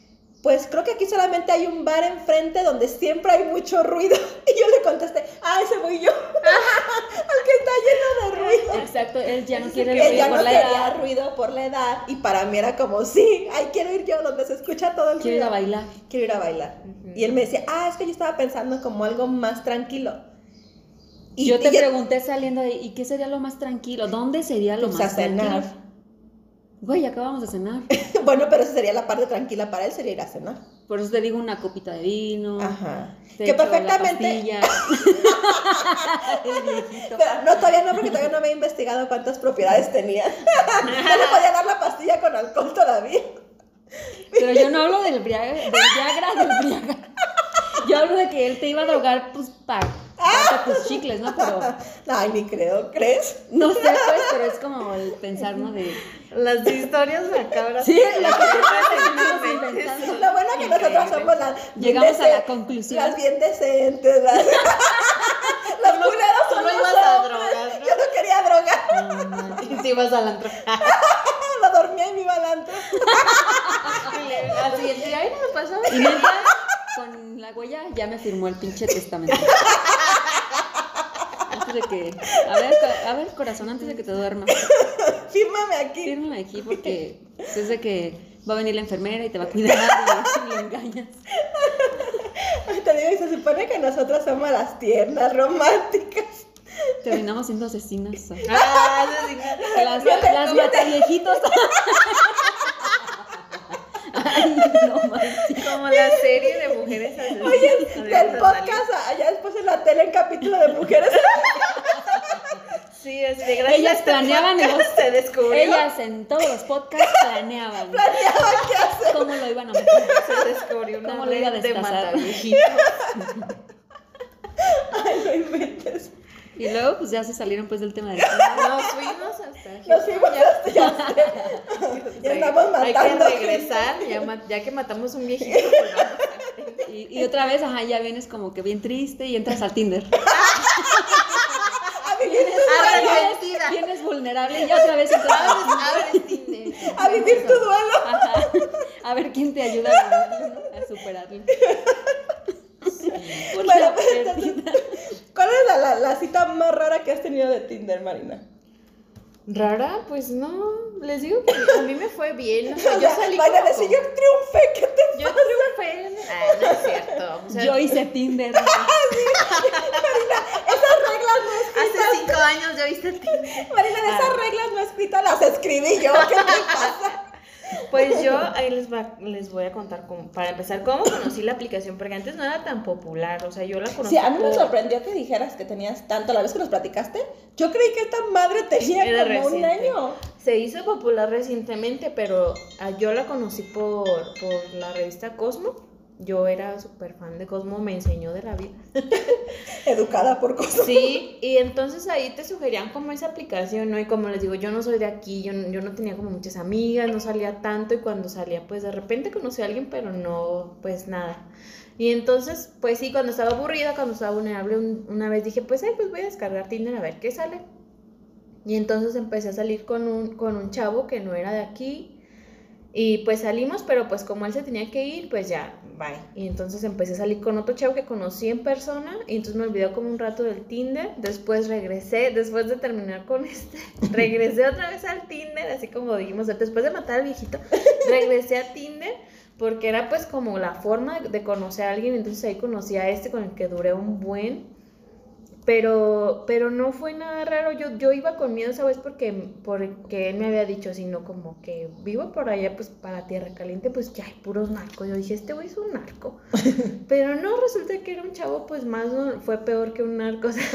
[SPEAKER 1] pues creo que aquí solamente hay un bar enfrente donde siempre hay mucho ruido. Y yo le contesté, ah, ese voy yo. Al que está lleno de ruido.
[SPEAKER 2] Exacto, él ya no quiere
[SPEAKER 1] Él
[SPEAKER 2] ruido
[SPEAKER 1] ya
[SPEAKER 2] por
[SPEAKER 1] no
[SPEAKER 2] la
[SPEAKER 1] quería
[SPEAKER 2] edad.
[SPEAKER 1] ruido por la edad. Y para mí era como, sí, ay, quiero ir yo donde se escucha todo el
[SPEAKER 2] Quiero ir
[SPEAKER 1] ruido.
[SPEAKER 2] a bailar.
[SPEAKER 1] Quiero ir a bailar.
[SPEAKER 3] Ujú.
[SPEAKER 1] Y él me decía, ah, es que yo estaba pensando como algo más tranquilo. Y
[SPEAKER 2] yo te
[SPEAKER 1] y-
[SPEAKER 2] pregunté saliendo de, ¿y qué sería lo más tranquilo? ¿Dónde sería lo
[SPEAKER 1] Pues,
[SPEAKER 2] más
[SPEAKER 1] a cenar.
[SPEAKER 2] tranquilo? Güey, acabamos de cenar.
[SPEAKER 1] Bueno, pero esa sería la parte tranquila para él, sería ir a cenar.
[SPEAKER 2] Por eso te digo una copita de vino.
[SPEAKER 1] Ajá.
[SPEAKER 2] te
[SPEAKER 1] Que
[SPEAKER 2] echo la
[SPEAKER 1] perfectamente.
[SPEAKER 2] pastilla. El viejito.
[SPEAKER 1] Pero no, todavía no, porque todavía no había investigado cuántas propiedades tenía. No le podía dar la pastilla con alcohol todavía.
[SPEAKER 2] Pero yo no hablo del Viagra, del Viagra, del Viagra. Yo hablo de que él te iba a drogar, pues, para tus chicles, ¿no? Pero,
[SPEAKER 1] Ay, ni creo, ¿crees?
[SPEAKER 2] no sé, pues, pero es como el pensar, ¿no? De,
[SPEAKER 3] Las historias macabras.
[SPEAKER 2] sí, la que
[SPEAKER 3] Exactamente.
[SPEAKER 2] estamos inventando.
[SPEAKER 1] Lo bueno que nosotros
[SPEAKER 3] Increíble.
[SPEAKER 1] somos las bien
[SPEAKER 2] Llegamos a la
[SPEAKER 1] dece-
[SPEAKER 2] conclusión.
[SPEAKER 1] Las bien decentes, las, las
[SPEAKER 3] no-
[SPEAKER 1] culeras
[SPEAKER 3] tú
[SPEAKER 1] son
[SPEAKER 3] no
[SPEAKER 1] los
[SPEAKER 3] ibas a
[SPEAKER 1] hombres.
[SPEAKER 3] drogar, ¿no?
[SPEAKER 1] Yo no quería drogar,
[SPEAKER 2] No, no.
[SPEAKER 3] Y te ibas al antro.
[SPEAKER 1] lo dormía y me iba al antro.
[SPEAKER 3] Al siguiente día, ay, no me pasó.
[SPEAKER 2] Y neta, con la huella ya me firmó el pinche testamento. Antes de que, a ver, co- a ver, corazón, antes de que te duermas,
[SPEAKER 1] Fírmame aquí.
[SPEAKER 2] fírmame aquí porque pues, es de que va a venir la enfermera y te va a cuidar y le engañas.
[SPEAKER 1] Te digo, y se supone que nosotras somos las tiernas, románticas.
[SPEAKER 2] Terminamos siendo asesinas.
[SPEAKER 3] Ah, eso sí.
[SPEAKER 2] Las,
[SPEAKER 1] Fíjate,
[SPEAKER 2] las
[SPEAKER 1] fíjate.
[SPEAKER 2] mataviejitos. Ay, no manches.
[SPEAKER 3] Como la serie de mujeres asesinas.
[SPEAKER 1] Oye,
[SPEAKER 3] Adiós,
[SPEAKER 1] del
[SPEAKER 3] Rosalía.
[SPEAKER 1] podcast, allá después en la tele, en capítulo de mujeres.
[SPEAKER 3] Sí, es de gracias.
[SPEAKER 2] Ellas
[SPEAKER 3] a este
[SPEAKER 2] planeaban
[SPEAKER 3] podcast
[SPEAKER 2] los-
[SPEAKER 3] se descubrió.
[SPEAKER 2] Ellas en todos los podcasts planeaban
[SPEAKER 1] Planeaban qué hacer.
[SPEAKER 2] cómo lo iban a meter.
[SPEAKER 3] Se descubrió una
[SPEAKER 2] ¿Cómo lo iba a
[SPEAKER 3] red de
[SPEAKER 2] destazar?
[SPEAKER 3] mataviejitos.
[SPEAKER 1] Ay, no inventes.
[SPEAKER 2] Y luego pues ya se salieron pues del tema del
[SPEAKER 3] Nos fuimos hasta
[SPEAKER 1] Nos fuimos hasta ya sé. Ya andamos
[SPEAKER 3] Hay
[SPEAKER 1] matando
[SPEAKER 3] que regresar, ya, ma- ya que matamos un viejito, pues vamos a-
[SPEAKER 2] y, y otra vez, ajá, ya vienes como que bien triste y entras al Tinder.
[SPEAKER 1] A vivir tu duelo.
[SPEAKER 3] Arrepentida.
[SPEAKER 2] Vienes vulnerable y ya otra vez entras al
[SPEAKER 3] Abres,
[SPEAKER 2] Tinder.
[SPEAKER 3] abres Tinder.
[SPEAKER 1] A vivir tu duelo.
[SPEAKER 2] Ajá. A ver quién te ayuda a vivirlo, ¿no? A superarlo. Por
[SPEAKER 1] Bueno,
[SPEAKER 2] la
[SPEAKER 1] pues,
[SPEAKER 2] perdida.
[SPEAKER 1] ¿Cuál es la, la, la cita más rara que has tenido de Tinder, Marina?
[SPEAKER 3] Rara, pues no, les digo que a mí me fue bien, o sea, yo salí
[SPEAKER 1] Van a
[SPEAKER 3] como
[SPEAKER 1] decir,
[SPEAKER 3] con-
[SPEAKER 1] yo triunfé, ¿qué te
[SPEAKER 3] yo triunfé, ah, no es cierto, o sea,
[SPEAKER 2] Yo hice Tinder.
[SPEAKER 1] Esas reglas no escritas,
[SPEAKER 3] hace cinco años yo hice Tinder.
[SPEAKER 1] Marina, de esas
[SPEAKER 3] Ah.
[SPEAKER 1] reglas no escritas las escribí yo. ¿Qué te pasa?
[SPEAKER 3] Pues yo ahí les, va, les voy a contar, cómo, para empezar, cómo conocí la aplicación, porque antes no era tan popular, o sea, yo la conocí
[SPEAKER 1] Sí, a mí me
[SPEAKER 3] por-
[SPEAKER 1] sorprendió que dijeras que tenías tanto. La vez que nos platicaste, yo creí que esta madre tenía
[SPEAKER 3] Era
[SPEAKER 1] como un
[SPEAKER 3] reciente.
[SPEAKER 1] año.
[SPEAKER 3] Se hizo popular recientemente, pero ah, yo la conocí por, por la revista Cosmo. Yo era súper fan de Cosmo, me enseñó de la vida.
[SPEAKER 1] Educada por cosas.
[SPEAKER 3] Sí, y entonces ahí te sugerían como esa aplicación, ¿no? Y como les digo, yo no soy de aquí, yo, no- yo no tenía como muchas amigas, no salía tanto y cuando salía pues de repente conocí a alguien, pero no, pues nada. Y entonces, pues sí, cuando estaba aburrida, cuando estaba vulnerable, un- una vez dije, pues, ay, pues voy a descargar Tinder a ver qué sale. Y entonces empecé a salir con un, con un chavo que no era de aquí. Y pues salimos, pero pues como él se tenía que ir, pues ya, bye. Y entonces empecé a salir con otro chavo que conocí en persona. Y entonces me olvidó como un rato del Tinder. Después regresé, después de terminar con este, regresé otra vez al Tinder, así como dijimos, después de matar al viejito, regresé a Tinder. Porque era pues como la forma de conocer a alguien. Entonces ahí conocí a este con el que duré un buen. Pero, pero no fue nada raro, yo, yo iba con miedo esa vez porque, porque él me había dicho, sino como que vivo por allá, pues para Tierra Caliente, pues ya hay puros narcos. Yo dije, este güey es un narco. Pero no, resulta que era un chavo, pues más, no, fue peor que un narco, o sea,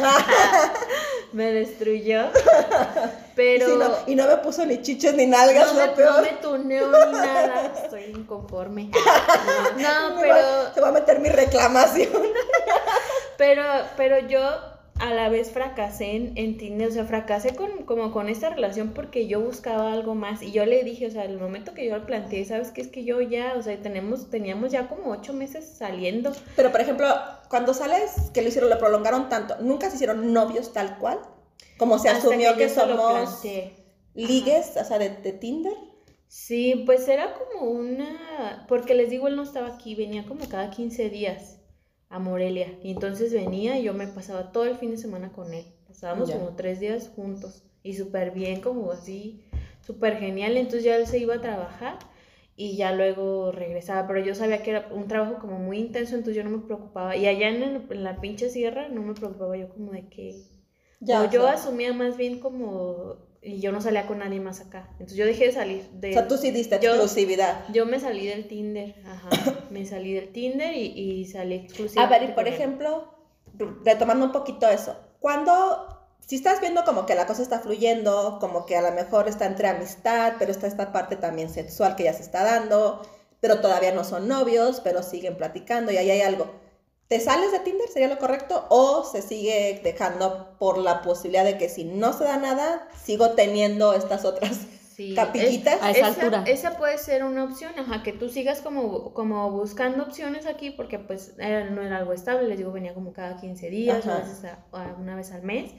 [SPEAKER 3] me destruyó. Pero
[SPEAKER 1] Sí, no, y no me puso ni chiches ni nalgas,
[SPEAKER 3] no,
[SPEAKER 1] lo
[SPEAKER 3] me,
[SPEAKER 1] peor.
[SPEAKER 3] no me tuneó ni nada, estoy inconforme. No,
[SPEAKER 1] Me
[SPEAKER 3] pero...
[SPEAKER 1] va- se va a meter mi reclamación.
[SPEAKER 3] Pero, pero yo a la vez fracasé en, en Tinder, o sea, fracasé con, como con esta relación porque yo buscaba algo más y yo le dije, o sea, el momento que yo le planteé, ¿sabes qué? Es que yo ya, o sea, tenemos, teníamos ya como ocho meses saliendo.
[SPEAKER 1] Pero, por ejemplo, cuando sales, que lo hicieron, lo prolongaron tanto, ¿nunca se hicieron novios tal cual? Como se
[SPEAKER 3] Hasta
[SPEAKER 1] asumió que,
[SPEAKER 3] yo se lo
[SPEAKER 1] somos
[SPEAKER 3] planteé.
[SPEAKER 1] ligues, o sea, de, de Tinder.
[SPEAKER 3] Sí, pues era como una, porque les digo, él no estaba aquí, venía como cada quince días a Morelia, y entonces venía y yo me pasaba todo el fin de semana con él, pasábamos
[SPEAKER 1] Ya.
[SPEAKER 3] como tres días juntos, y súper bien, como así, súper genial, entonces ya él se iba a trabajar, y ya luego regresaba, pero yo sabía que era un trabajo como muy intenso, entonces yo no me preocupaba, y allá en, el- en la pinche sierra no me preocupaba yo como de que,
[SPEAKER 1] Ya,
[SPEAKER 3] o
[SPEAKER 1] o
[SPEAKER 3] yo
[SPEAKER 1] sea,
[SPEAKER 3] asumía más bien como, y yo no salía con nadie más acá, entonces yo dejé de salir
[SPEAKER 1] o
[SPEAKER 3] de,
[SPEAKER 1] sea, tú sí diste
[SPEAKER 3] yo,
[SPEAKER 1] exclusividad.
[SPEAKER 3] yo me salí del Tinder, ajá, me salí del Tinder y, y salí
[SPEAKER 1] A ver, y
[SPEAKER 3] exclusivamente
[SPEAKER 1] por
[SPEAKER 3] con él.
[SPEAKER 1] ejemplo, retomando un poquito eso, cuando, si estás viendo como que la cosa está fluyendo, como que a lo mejor está entre amistad, pero está esta parte también sexual que ya se está dando, pero todavía no son novios, pero siguen platicando y ahí hay algo. ¿Te sales de Tinder? ¿Sería lo correcto? ¿O se sigue dejando por la posibilidad de que si no se da nada, sigo teniendo estas otras
[SPEAKER 3] Sí,
[SPEAKER 1] capillitas?
[SPEAKER 2] A esa altura.
[SPEAKER 3] Esa puede ser una opción, ajá, que tú sigas como, como buscando opciones aquí, porque pues era- no era algo estable, les digo, venía como cada quince días o a
[SPEAKER 1] Ajá.
[SPEAKER 3] veces a- a una vez al mes,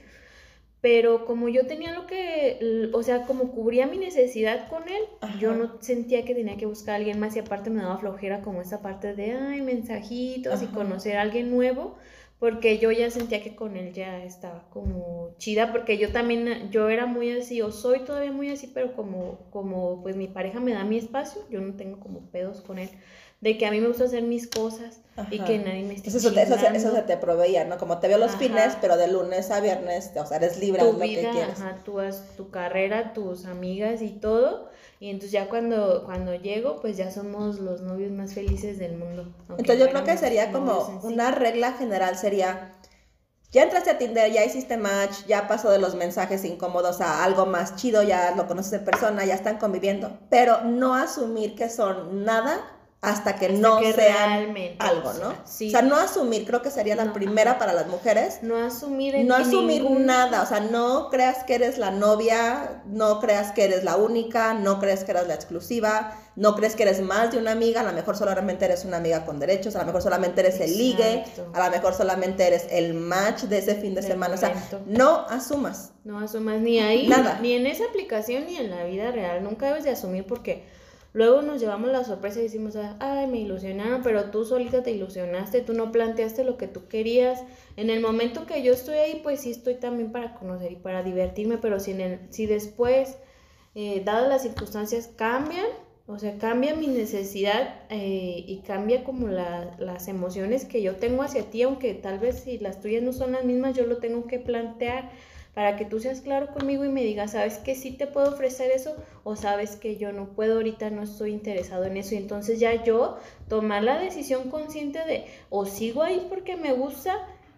[SPEAKER 3] pero como yo tenía lo que, l- o sea, como cubría mi necesidad con él,
[SPEAKER 1] Ajá.
[SPEAKER 3] yo no sentía que tenía que buscar a alguien más y aparte me daba flojera como esta parte de, ay, mensajitos y
[SPEAKER 1] Ajá.
[SPEAKER 3] conocer a alguien nuevo, porque yo ya sentía que con él ya estaba como chida, porque yo también, yo era muy así, o soy todavía muy así, pero como, como pues mi pareja me da mi espacio, yo no tengo como pedos con él, de que a mí me gusta hacer mis cosas y
[SPEAKER 1] Ajá.
[SPEAKER 3] que nadie me esté
[SPEAKER 1] Entonces eso, te- eso, se- eso
[SPEAKER 3] chingando.
[SPEAKER 1] se te proveía, ¿no? Como te veo los
[SPEAKER 3] Ajá.
[SPEAKER 1] fines, pero de lunes a viernes, o sea, eres libre, haz
[SPEAKER 3] Tu
[SPEAKER 1] lo que
[SPEAKER 3] vida,
[SPEAKER 1] quieres.
[SPEAKER 3] ajá, tú haz tu carrera, tus amigas y todo. Y entonces ya cuando, cuando llego, pues ya somos los novios más felices del mundo. aunque
[SPEAKER 1] Entonces yo
[SPEAKER 3] no
[SPEAKER 1] creo que
[SPEAKER 3] éramos
[SPEAKER 1] sería
[SPEAKER 3] novios
[SPEAKER 1] como
[SPEAKER 3] en sí.
[SPEAKER 1] una regla general sería, ya entraste a Tinder, ya hiciste match, ya pasó de los mensajes incómodos a algo más chido, ya lo conoces en persona, ya están conviviendo, pero no asumir que son nada hasta que
[SPEAKER 3] Hasta
[SPEAKER 1] no
[SPEAKER 3] que
[SPEAKER 1] sean
[SPEAKER 3] realmente,
[SPEAKER 1] algo,
[SPEAKER 3] o sea,
[SPEAKER 1] ¿no?
[SPEAKER 3] sí.
[SPEAKER 1] O sea, no asumir, creo que sería la
[SPEAKER 3] No,
[SPEAKER 1] primera
[SPEAKER 3] ajá.
[SPEAKER 1] para las mujeres.
[SPEAKER 3] No asumir en
[SPEAKER 1] No
[SPEAKER 3] en
[SPEAKER 1] asumir
[SPEAKER 3] ningún...
[SPEAKER 1] nada, o sea, no creas que eres la novia, no creas que eres la única, no creas que eres la exclusiva, no crees que eres más de una amiga, a lo mejor solamente eres una amiga con derechos, a lo mejor solamente eres el ligue,
[SPEAKER 3] Exacto.
[SPEAKER 1] a lo mejor solamente eres el match de ese fin de
[SPEAKER 3] Del
[SPEAKER 1] semana, o sea,
[SPEAKER 3] momento.
[SPEAKER 1] no asumas.
[SPEAKER 3] No asumas ni ahí,
[SPEAKER 1] Nada.
[SPEAKER 3] ni en esa aplicación, ni en la vida real. Nunca debes de asumir porque luego nos llevamos la sorpresa y decimos, ay, me ilusionaron, pero tú solita te ilusionaste, tú no planteaste lo que tú querías. En el momento que yo estoy ahí, pues sí estoy también para conocer y para divertirme, pero si, en el, si después, eh, dadas las circunstancias, cambian, o sea, cambia mi necesidad eh, y cambia como la, las emociones que yo tengo hacia ti, aunque tal vez si las tuyas no son las mismas, yo lo tengo que plantear para que tú seas claro conmigo y me digas, ¿sabes que sí te puedo ofrecer eso? O sabes que yo no puedo, ahorita no estoy interesado en eso. Y entonces ya yo tomar la decisión consciente de o sigo ahí porque me gusta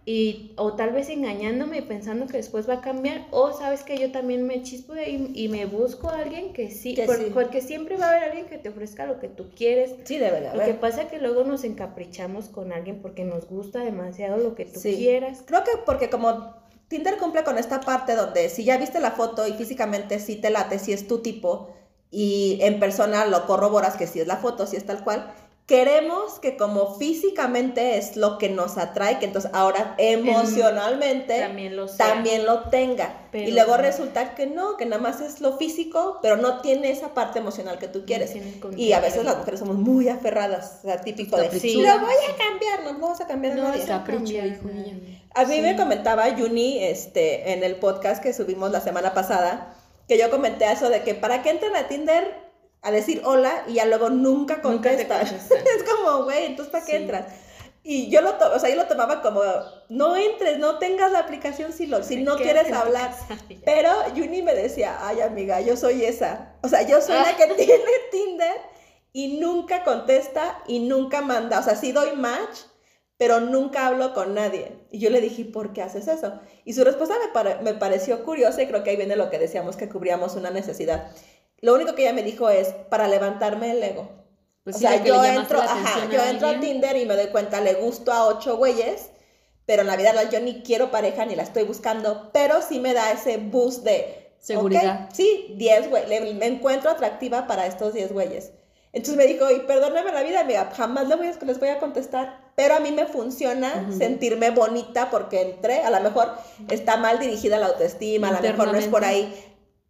[SPEAKER 3] y, o tal vez engañándome y pensando que después va a cambiar, o sabes que yo también me chispo de ahí y me busco a alguien que sí,
[SPEAKER 1] Que
[SPEAKER 3] por,
[SPEAKER 1] sí.
[SPEAKER 3] porque siempre va a haber alguien que te ofrezca lo que tú quieres.
[SPEAKER 1] Sí, debe de
[SPEAKER 3] Lo que
[SPEAKER 1] haber.
[SPEAKER 3] pasa es que luego nos encaprichamos con alguien porque nos gusta demasiado lo que tú
[SPEAKER 1] Sí.
[SPEAKER 3] quieras.
[SPEAKER 1] Creo que porque como Tinder cumple con esta parte donde si ya viste la foto y físicamente sí te late, si es tu tipo, y en persona lo corroboras que sí es la foto, sí es tal cual, queremos que como físicamente es lo que nos atrae, que entonces ahora emocionalmente
[SPEAKER 3] También lo sea.
[SPEAKER 1] también lo tenga.
[SPEAKER 3] Pero
[SPEAKER 1] y luego
[SPEAKER 3] no.
[SPEAKER 1] resulta que no, que nada más es lo físico, pero no tiene esa parte emocional que tú quieres.
[SPEAKER 3] tiene el
[SPEAKER 1] Y a veces
[SPEAKER 3] contenido.
[SPEAKER 1] las mujeres somos muy aferradas, o sea, típico de,
[SPEAKER 2] Sí.
[SPEAKER 1] lo voy a cambiar, no, no vas a cambiar a
[SPEAKER 3] No
[SPEAKER 1] nadie.
[SPEAKER 3] vas a
[SPEAKER 2] Capricho,
[SPEAKER 3] cambiar
[SPEAKER 2] dijo
[SPEAKER 3] nada.
[SPEAKER 2] ella.
[SPEAKER 1] A mí
[SPEAKER 3] Sí.
[SPEAKER 1] me comentaba Yuni este, en el podcast que subimos la semana pasada, que yo comenté eso de que para qué entran a Tinder a decir hola y ya luego nunca
[SPEAKER 3] Nunca te
[SPEAKER 1] contestan.
[SPEAKER 3] contestan.
[SPEAKER 1] Es como, güey, entonces ¿para qué
[SPEAKER 3] Sí.
[SPEAKER 1] entras? Y yo lo, to- o sea, yo lo tomaba como, no entres, no tengas la aplicación si, lo, si no
[SPEAKER 3] Quédate
[SPEAKER 1] quieres
[SPEAKER 3] en tu
[SPEAKER 1] hablar.
[SPEAKER 3] casa y ya.
[SPEAKER 1] Pero Yuni me decía, ay amiga, yo soy esa. O sea, yo soy
[SPEAKER 3] Ah.
[SPEAKER 1] la que tiene Tinder y nunca contesta y nunca manda. O sea, sí doy match, pero nunca hablo con nadie. Y yo le dije, ¿por qué haces eso? Y su respuesta me, pare- me pareció curiosa y creo que ahí viene lo que decíamos, que cubríamos una necesidad. Lo único que ella me dijo es, para levantarme el ego.
[SPEAKER 2] Pues
[SPEAKER 1] O
[SPEAKER 2] sí,
[SPEAKER 1] sea,
[SPEAKER 2] de que
[SPEAKER 1] yo
[SPEAKER 2] le llamaste
[SPEAKER 1] entro,
[SPEAKER 2] la
[SPEAKER 1] ajá,
[SPEAKER 2] atención
[SPEAKER 1] yo
[SPEAKER 2] a
[SPEAKER 1] entro a
[SPEAKER 2] alguien.
[SPEAKER 1] Tinder y me doy cuenta, le gusto a ocho güeyes, pero en la vida real yo ni quiero pareja ni la estoy buscando, pero sí me da ese boost de
[SPEAKER 2] Seguridad.
[SPEAKER 1] ok, sí, diez güey, le- me encuentro atractiva para estos diez güeyes. Entonces me dijo, y perdóname la vida, amiga, jamás les voy a, les voy a contestar, pero a mí me funciona
[SPEAKER 2] Ujú.
[SPEAKER 1] sentirme bonita porque entré, a lo mejor está mal dirigida la autoestima, a lo mejor no es por ahí,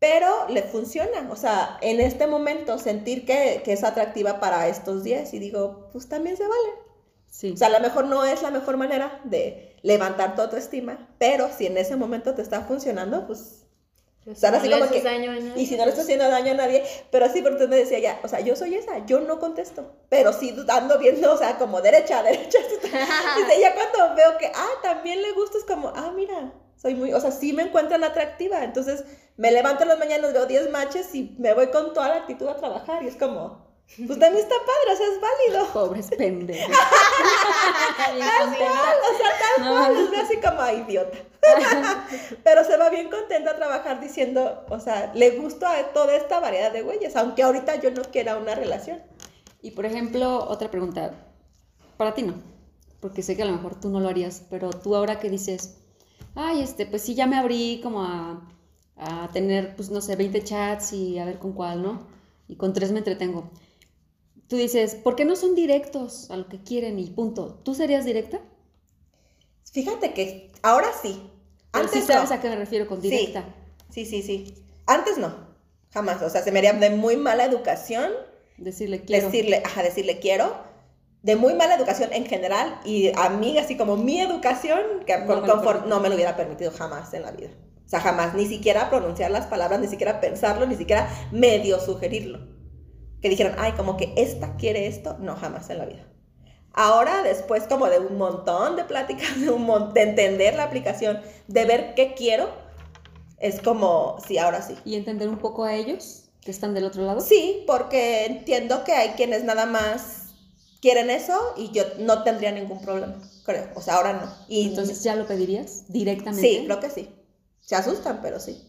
[SPEAKER 1] pero le funciona, o sea, en este momento sentir que, que es atractiva para estos diez y digo, pues también se vale.
[SPEAKER 2] Sí.
[SPEAKER 1] O sea, a lo mejor no es la mejor manera de levantar tu autoestima, pero si en ese momento te está funcionando, pues...
[SPEAKER 3] Pues
[SPEAKER 1] O sea,
[SPEAKER 3] no
[SPEAKER 1] así
[SPEAKER 3] le
[SPEAKER 1] como
[SPEAKER 3] haces
[SPEAKER 1] que,
[SPEAKER 3] daño a nadie,
[SPEAKER 1] y si no le estás
[SPEAKER 3] pues.
[SPEAKER 1] haciendo daño a nadie, pero sí, porque usted me decía ya, o sea, yo soy esa, yo no contesto, pero sí ando viendo, o sea, como derecha, derecha, dice, ya cuando veo que, ah, también le gusta, es como, ah, mira, soy muy, o sea, sí me encuentran atractiva, entonces me levanto en las mañanas, veo diez matches y me voy con toda la actitud a trabajar, y es como, pues también está padre, o sea, es válido.
[SPEAKER 2] Pobres pendejos. Bien
[SPEAKER 1] Tal
[SPEAKER 2] contenta.
[SPEAKER 1] cual, o sea, tal
[SPEAKER 2] No,
[SPEAKER 1] cual,
[SPEAKER 2] no.
[SPEAKER 1] es así como "Ay, idiota". Pero se va bien contenta a trabajar diciendo, o sea, le gusta a toda esta variedad de güeyes, aunque ahorita yo no quiera una relación.
[SPEAKER 2] Y por ejemplo, otra pregunta. Para ti no, porque sé que a lo mejor tú no lo harías, pero tú ahora que dices, ay, este, pues sí, ya me abrí como a, a tener, pues no sé, veinte chats y a ver con cuál, ¿no? Y con tres me entretengo. Tú dices, ¿por qué no son directos a lo que quieren y punto? ¿Tú serías directa?
[SPEAKER 1] Fíjate que ahora sí.
[SPEAKER 2] Pero
[SPEAKER 1] Antes
[SPEAKER 2] sí sabes
[SPEAKER 1] no.
[SPEAKER 2] a qué me refiero con directa.
[SPEAKER 1] Sí, sí, sí, sí. Antes no, jamás. O sea, se me haría de muy mala educación
[SPEAKER 2] Decirle quiero.
[SPEAKER 1] decirle, ajá, decirle quiero. De muy mala educación en general y a mí, así como mi educación, que
[SPEAKER 2] No
[SPEAKER 1] con-
[SPEAKER 2] me lo
[SPEAKER 1] conform-
[SPEAKER 2] permite.
[SPEAKER 1] no me lo hubiera permitido jamás en la vida. O sea, jamás, ni siquiera pronunciar las palabras, ni siquiera pensarlo, ni siquiera medio sugerirlo. Que dijeran, ay, como que esta quiere esto, no, jamás en la vida. Ahora, después como de un montón de pláticas, de, un mon- de entender la aplicación, de ver qué quiero, es como, sí, ahora sí.
[SPEAKER 2] Y entender un poco a ellos que están del otro lado.
[SPEAKER 1] Sí, porque entiendo que hay quienes nada más quieren eso y yo no tendría ningún problema, creo. O sea, ahora no. Y
[SPEAKER 2] Entonces, ¿ya lo pedirías directamente?
[SPEAKER 1] sí, creo que sí. Se asustan, pero sí.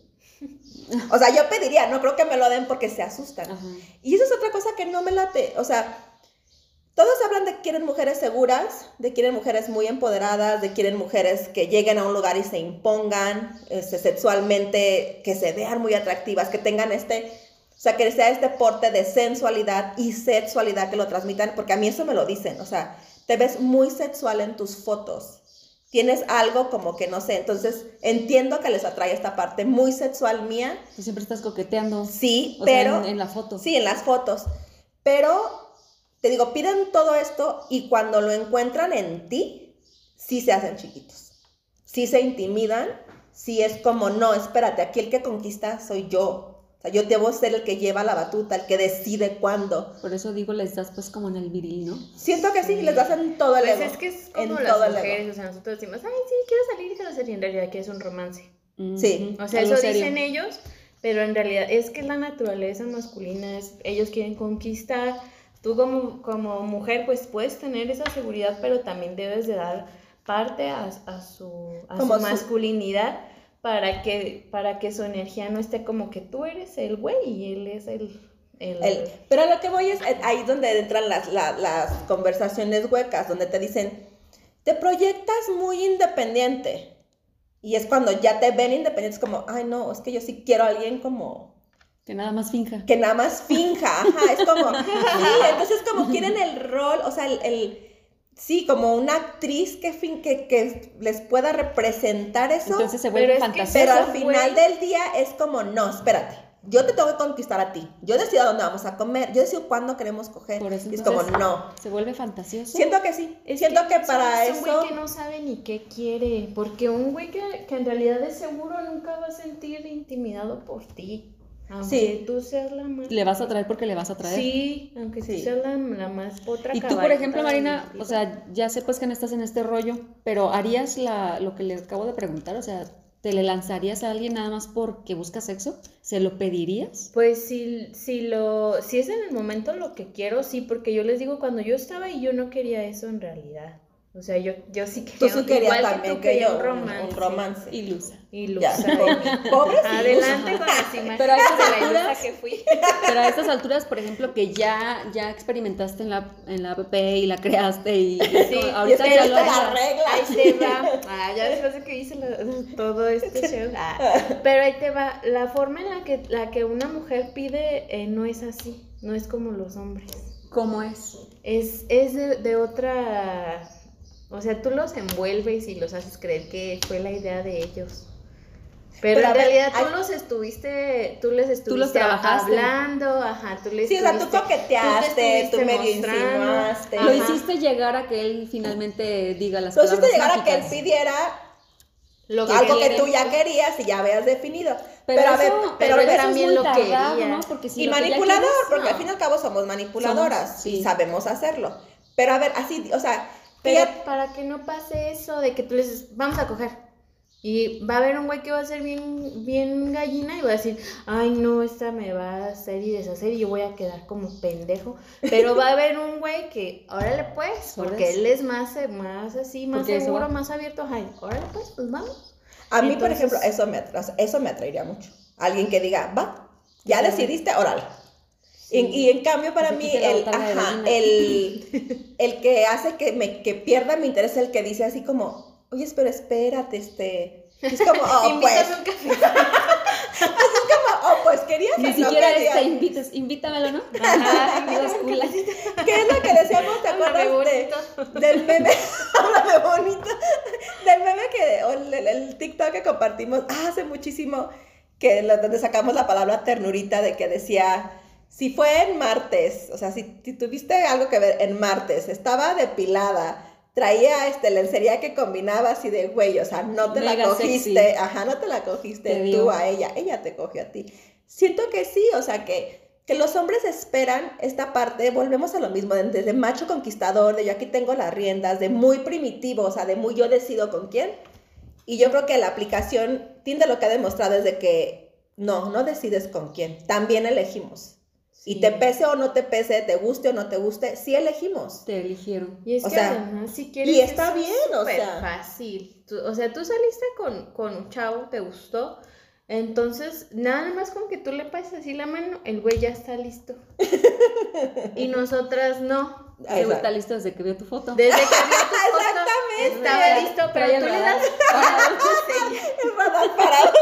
[SPEAKER 1] O sea, yo pediría, no creo que me lo den porque se asustan.
[SPEAKER 2] Ajá.
[SPEAKER 1] Y eso es otra cosa que no me late. O sea, todos hablan de que quieren mujeres seguras, de que quieren mujeres muy empoderadas, de que quieren mujeres que lleguen a un lugar y se impongan este, sexualmente, que se vean muy atractivas, que tengan este, o sea, que sea este porte de sensualidad y sexualidad que lo transmitan, porque a mí eso me lo dicen, o sea, te ves muy sexual en tus fotos. Tienes algo como que no sé, entonces entiendo que les atrae esta parte muy sexual mía.
[SPEAKER 2] Tú siempre estás coqueteando.
[SPEAKER 1] Sí,
[SPEAKER 2] O
[SPEAKER 1] pero...
[SPEAKER 2] sea, en, en la foto.
[SPEAKER 1] Sí, en las fotos. Pero, te digo, piden todo esto y cuando lo encuentran en ti, sí se hacen chiquitos. Sí se intimidan, sí es como, no, espérate, aquí el que conquista soy yo. O sea, yo debo ser el que lleva la batuta, el que decide cuándo.
[SPEAKER 2] Por eso digo, les das pues como en el viril, ¿no?
[SPEAKER 1] Siento que sí, les das en todo el
[SPEAKER 3] Pues
[SPEAKER 1] ego.
[SPEAKER 3] es que es
[SPEAKER 1] en
[SPEAKER 3] como
[SPEAKER 1] todo
[SPEAKER 3] las
[SPEAKER 1] el ego.
[SPEAKER 3] mujeres, o sea, nosotros decimos, ay, sí, quiero salir, quiero salir, y en realidad quieres un romance.
[SPEAKER 1] Sí.
[SPEAKER 2] Ujú.
[SPEAKER 3] O sea,
[SPEAKER 2] Algo
[SPEAKER 3] eso
[SPEAKER 2] serio.
[SPEAKER 3] dicen ellos, pero en realidad es que la naturaleza masculina, es, ellos quieren conquistar. Tú como, como mujer, pues puedes tener esa seguridad, pero también debes de dar parte a, a su, a
[SPEAKER 1] Como
[SPEAKER 3] su
[SPEAKER 1] su-
[SPEAKER 3] masculinidad para que, para que su energía no esté como que tú eres el güey y él es el... el,
[SPEAKER 1] El- pero a lo que voy es eh, ahí donde entran las, la- las conversaciones huecas, donde te dicen, te proyectas muy independiente. Y es cuando ya te ven independientes como, ay no, es que yo sí quiero a alguien como...
[SPEAKER 2] Que nada más finja.
[SPEAKER 1] que nada más finja, ajá, es como, sí, entonces como quieren el rol, o sea, el, el sí, como una actriz que, fin, que, que les pueda representar eso,
[SPEAKER 2] Entonces se
[SPEAKER 3] Pero
[SPEAKER 2] vuelve
[SPEAKER 3] es que-
[SPEAKER 2] fantasioso.
[SPEAKER 1] pero al
[SPEAKER 3] güey.
[SPEAKER 1] final del día es como, no, espérate, yo te tengo que conquistar a ti, yo decido a dónde vamos a comer, yo decido cuándo queremos coger,
[SPEAKER 2] Por eso
[SPEAKER 1] y es como,
[SPEAKER 2] entonces-
[SPEAKER 1] no,
[SPEAKER 2] Se vuelve fantasioso.
[SPEAKER 1] siento que sí,
[SPEAKER 3] Es
[SPEAKER 1] siento que,
[SPEAKER 3] son-
[SPEAKER 1] para
[SPEAKER 3] es un
[SPEAKER 1] eso,
[SPEAKER 3] güey que no sabe ni qué quiere, porque un güey que, que en realidad de seguro nunca va a sentir intimidado por ti, aunque
[SPEAKER 1] Sí.
[SPEAKER 3] tú seas la más...
[SPEAKER 2] Le vas a traer porque le vas a traer.
[SPEAKER 3] Sí, aunque
[SPEAKER 1] Sí.
[SPEAKER 3] tú seas la, la más potra
[SPEAKER 2] Y tú, por
[SPEAKER 3] caballota
[SPEAKER 2] ejemplo, Marina,
[SPEAKER 3] de la
[SPEAKER 2] o sea, ya sé pues que no estás en este rollo, pero ¿harías la, lo que le acabo de preguntar? O sea, ¿te le lanzarías a alguien nada más porque busca sexo? ¿Se lo pedirías?
[SPEAKER 3] Pues si, si, lo, si es en el momento lo que quiero, sí, porque yo les digo, cuando yo estaba y yo no quería eso en realidad. O sea, yo, yo sí
[SPEAKER 1] tú
[SPEAKER 3] quería,
[SPEAKER 1] sí querías
[SPEAKER 3] igual
[SPEAKER 1] también
[SPEAKER 3] tú
[SPEAKER 1] que
[SPEAKER 3] quería
[SPEAKER 1] yo,
[SPEAKER 3] un
[SPEAKER 1] un-
[SPEAKER 3] romance.
[SPEAKER 1] un romance,
[SPEAKER 2] Ilusa.
[SPEAKER 3] Ilusa.
[SPEAKER 1] ya,
[SPEAKER 3] de mí.
[SPEAKER 1] pobre sí,
[SPEAKER 3] Adelante con las imágenes
[SPEAKER 2] Pero a estas
[SPEAKER 3] de la
[SPEAKER 2] alturas-
[SPEAKER 3] ilusa que fui.
[SPEAKER 2] Pero a estas alturas, por ejemplo, que ya, ya experimentaste en la, en la app y la creaste y, y
[SPEAKER 3] Sí,
[SPEAKER 2] como-
[SPEAKER 1] y
[SPEAKER 2] ahorita
[SPEAKER 1] es que
[SPEAKER 2] ya
[SPEAKER 1] ahí
[SPEAKER 2] lo
[SPEAKER 1] te la
[SPEAKER 2] harías.
[SPEAKER 1] regla.
[SPEAKER 3] Ahí te va. Ah, ya después de que hice la- todo este show. Ah, pero ahí te va. La forma en la que, la que una mujer pide eh, no es así. No es como los hombres.
[SPEAKER 2] ¿Cómo es?
[SPEAKER 3] Es, es de, de otra... O sea, tú los envuelves y los haces creer que fue la idea de ellos. Pero,
[SPEAKER 1] Pero a
[SPEAKER 3] en
[SPEAKER 1] ver,
[SPEAKER 3] realidad tú
[SPEAKER 1] hay-
[SPEAKER 3] los estuviste, tú les estuviste
[SPEAKER 2] Tú los trabajaste.
[SPEAKER 3] hablando, ajá, tú les
[SPEAKER 1] Sí, o sea, tú
[SPEAKER 3] estuviste-
[SPEAKER 1] coqueteaste, tú
[SPEAKER 3] estuviste
[SPEAKER 1] medio
[SPEAKER 3] mostrando.
[SPEAKER 1] insinuaste.
[SPEAKER 2] Lo
[SPEAKER 3] Ajá.
[SPEAKER 2] hiciste llegar a que él finalmente diga las
[SPEAKER 1] Lo
[SPEAKER 2] palabras
[SPEAKER 1] hiciste llegar a que él
[SPEAKER 2] mágicas.
[SPEAKER 1] pidiera
[SPEAKER 3] Lo
[SPEAKER 1] algo que
[SPEAKER 3] quieren,
[SPEAKER 1] tú ya
[SPEAKER 3] pues.
[SPEAKER 1] querías y ya habías definido.
[SPEAKER 2] Pero,
[SPEAKER 1] Pero, a ver,
[SPEAKER 2] eso,
[SPEAKER 1] pero,
[SPEAKER 3] pero
[SPEAKER 1] eso
[SPEAKER 3] también
[SPEAKER 2] es
[SPEAKER 3] lo
[SPEAKER 2] muy tardado,
[SPEAKER 3] quería.
[SPEAKER 2] ¿no? Porque si
[SPEAKER 1] y
[SPEAKER 2] lo que ya
[SPEAKER 1] manipulador,
[SPEAKER 2] quieres,
[SPEAKER 1] porque
[SPEAKER 2] no.
[SPEAKER 1] al fin y al cabo somos manipuladoras
[SPEAKER 2] Somos, sí.
[SPEAKER 1] y sabemos hacerlo. Pero a ver, así, o sea,
[SPEAKER 3] Pero
[SPEAKER 1] ella-
[SPEAKER 3] para que no pase eso de que tú les dices, vamos a coger. Y va a haber un güey que va a ser bien, bien gallina y va a decir, ay no, esta me va a hacer y deshacer y yo voy a quedar como pendejo. Pero va a haber un güey que, órale pues, porque
[SPEAKER 2] Sobres.
[SPEAKER 3] él es más, más así, más
[SPEAKER 2] Porque eso
[SPEAKER 3] seguro,
[SPEAKER 2] va.
[SPEAKER 3] más abierto. Ay, órale pues, pues vamos.
[SPEAKER 1] a mí, por
[SPEAKER 3] Entonces-
[SPEAKER 1] ejemplo, eso me, atra- o sea, eso me atraería mucho. Alguien que diga, va, ya
[SPEAKER 3] Sí.
[SPEAKER 1] decidiste, órale.
[SPEAKER 3] Sí.
[SPEAKER 1] Y, y en cambio para
[SPEAKER 2] se
[SPEAKER 1] mí,
[SPEAKER 2] quite la
[SPEAKER 1] el,
[SPEAKER 2] botarga de
[SPEAKER 1] ajá,
[SPEAKER 2] gallina.
[SPEAKER 1] el, el que hace que, me, que pierda mi interés es el que dice así como, oye, pero espérate, este... Es como, oh, pues,
[SPEAKER 3] Invítame un café.
[SPEAKER 1] como, oh, pues querías
[SPEAKER 2] Ni
[SPEAKER 1] o no
[SPEAKER 2] siquiera
[SPEAKER 1] querías.
[SPEAKER 2] este invites, invítamelo, ¿no?
[SPEAKER 3] Ajá,
[SPEAKER 2] Esas culas.
[SPEAKER 1] ¿Qué es lo que decíamos? ¿Te
[SPEAKER 3] Háblame
[SPEAKER 1] acuerdas de,
[SPEAKER 3] bonito.
[SPEAKER 1] del meme? Háblame bonito. Del meme que, o el, el- el TikTok que compartimos hace muchísimo, que lo- donde sacamos la palabra ternurita de que decía, si fue en martes, o sea, si, si tuviste algo que ver en martes, estaba depilada, traía este lencería que combinaba así de güey, o sea, no te la
[SPEAKER 2] Mega
[SPEAKER 1] cogiste,
[SPEAKER 2] sexy.
[SPEAKER 1] ajá, no te la cogiste
[SPEAKER 2] Te
[SPEAKER 1] tú
[SPEAKER 2] dio.
[SPEAKER 1] a ella, ella te cogió a ti. Siento que sí, o sea, que, que los hombres esperan esta parte, volvemos a lo mismo, de- desde macho conquistador, de yo aquí tengo las riendas, de muy primitivo, o sea, de muy yo decido con quién. Y yo creo que la aplicación Tinder lo que ha demostrado es de que no, no decides con quién, también elegimos. Y
[SPEAKER 3] Sí.
[SPEAKER 1] te pese o no te pese, te guste o no te guste, sí elegimos.
[SPEAKER 2] Te eligieron.
[SPEAKER 3] Y es
[SPEAKER 1] O
[SPEAKER 3] que
[SPEAKER 1] sea,
[SPEAKER 3] además, si quieres,
[SPEAKER 1] y está
[SPEAKER 3] eso es
[SPEAKER 1] bien, o
[SPEAKER 3] súper
[SPEAKER 1] sea.
[SPEAKER 3] fácil. Tú- o sea, tú saliste con, con un chavo, te gustó, entonces nada más con que tú le pases así la mano, el güey ya está listo. Y nosotras no.
[SPEAKER 1] Ah,
[SPEAKER 2] Se está
[SPEAKER 1] exacto.
[SPEAKER 2] listo desde que vio tu foto.
[SPEAKER 3] Desde que vio tu foto,
[SPEAKER 1] Exactamente.
[SPEAKER 3] estaba listo,
[SPEAKER 2] Trae
[SPEAKER 3] pero
[SPEAKER 2] el
[SPEAKER 3] tú le
[SPEAKER 2] radar.
[SPEAKER 3] das
[SPEAKER 1] El radar parado.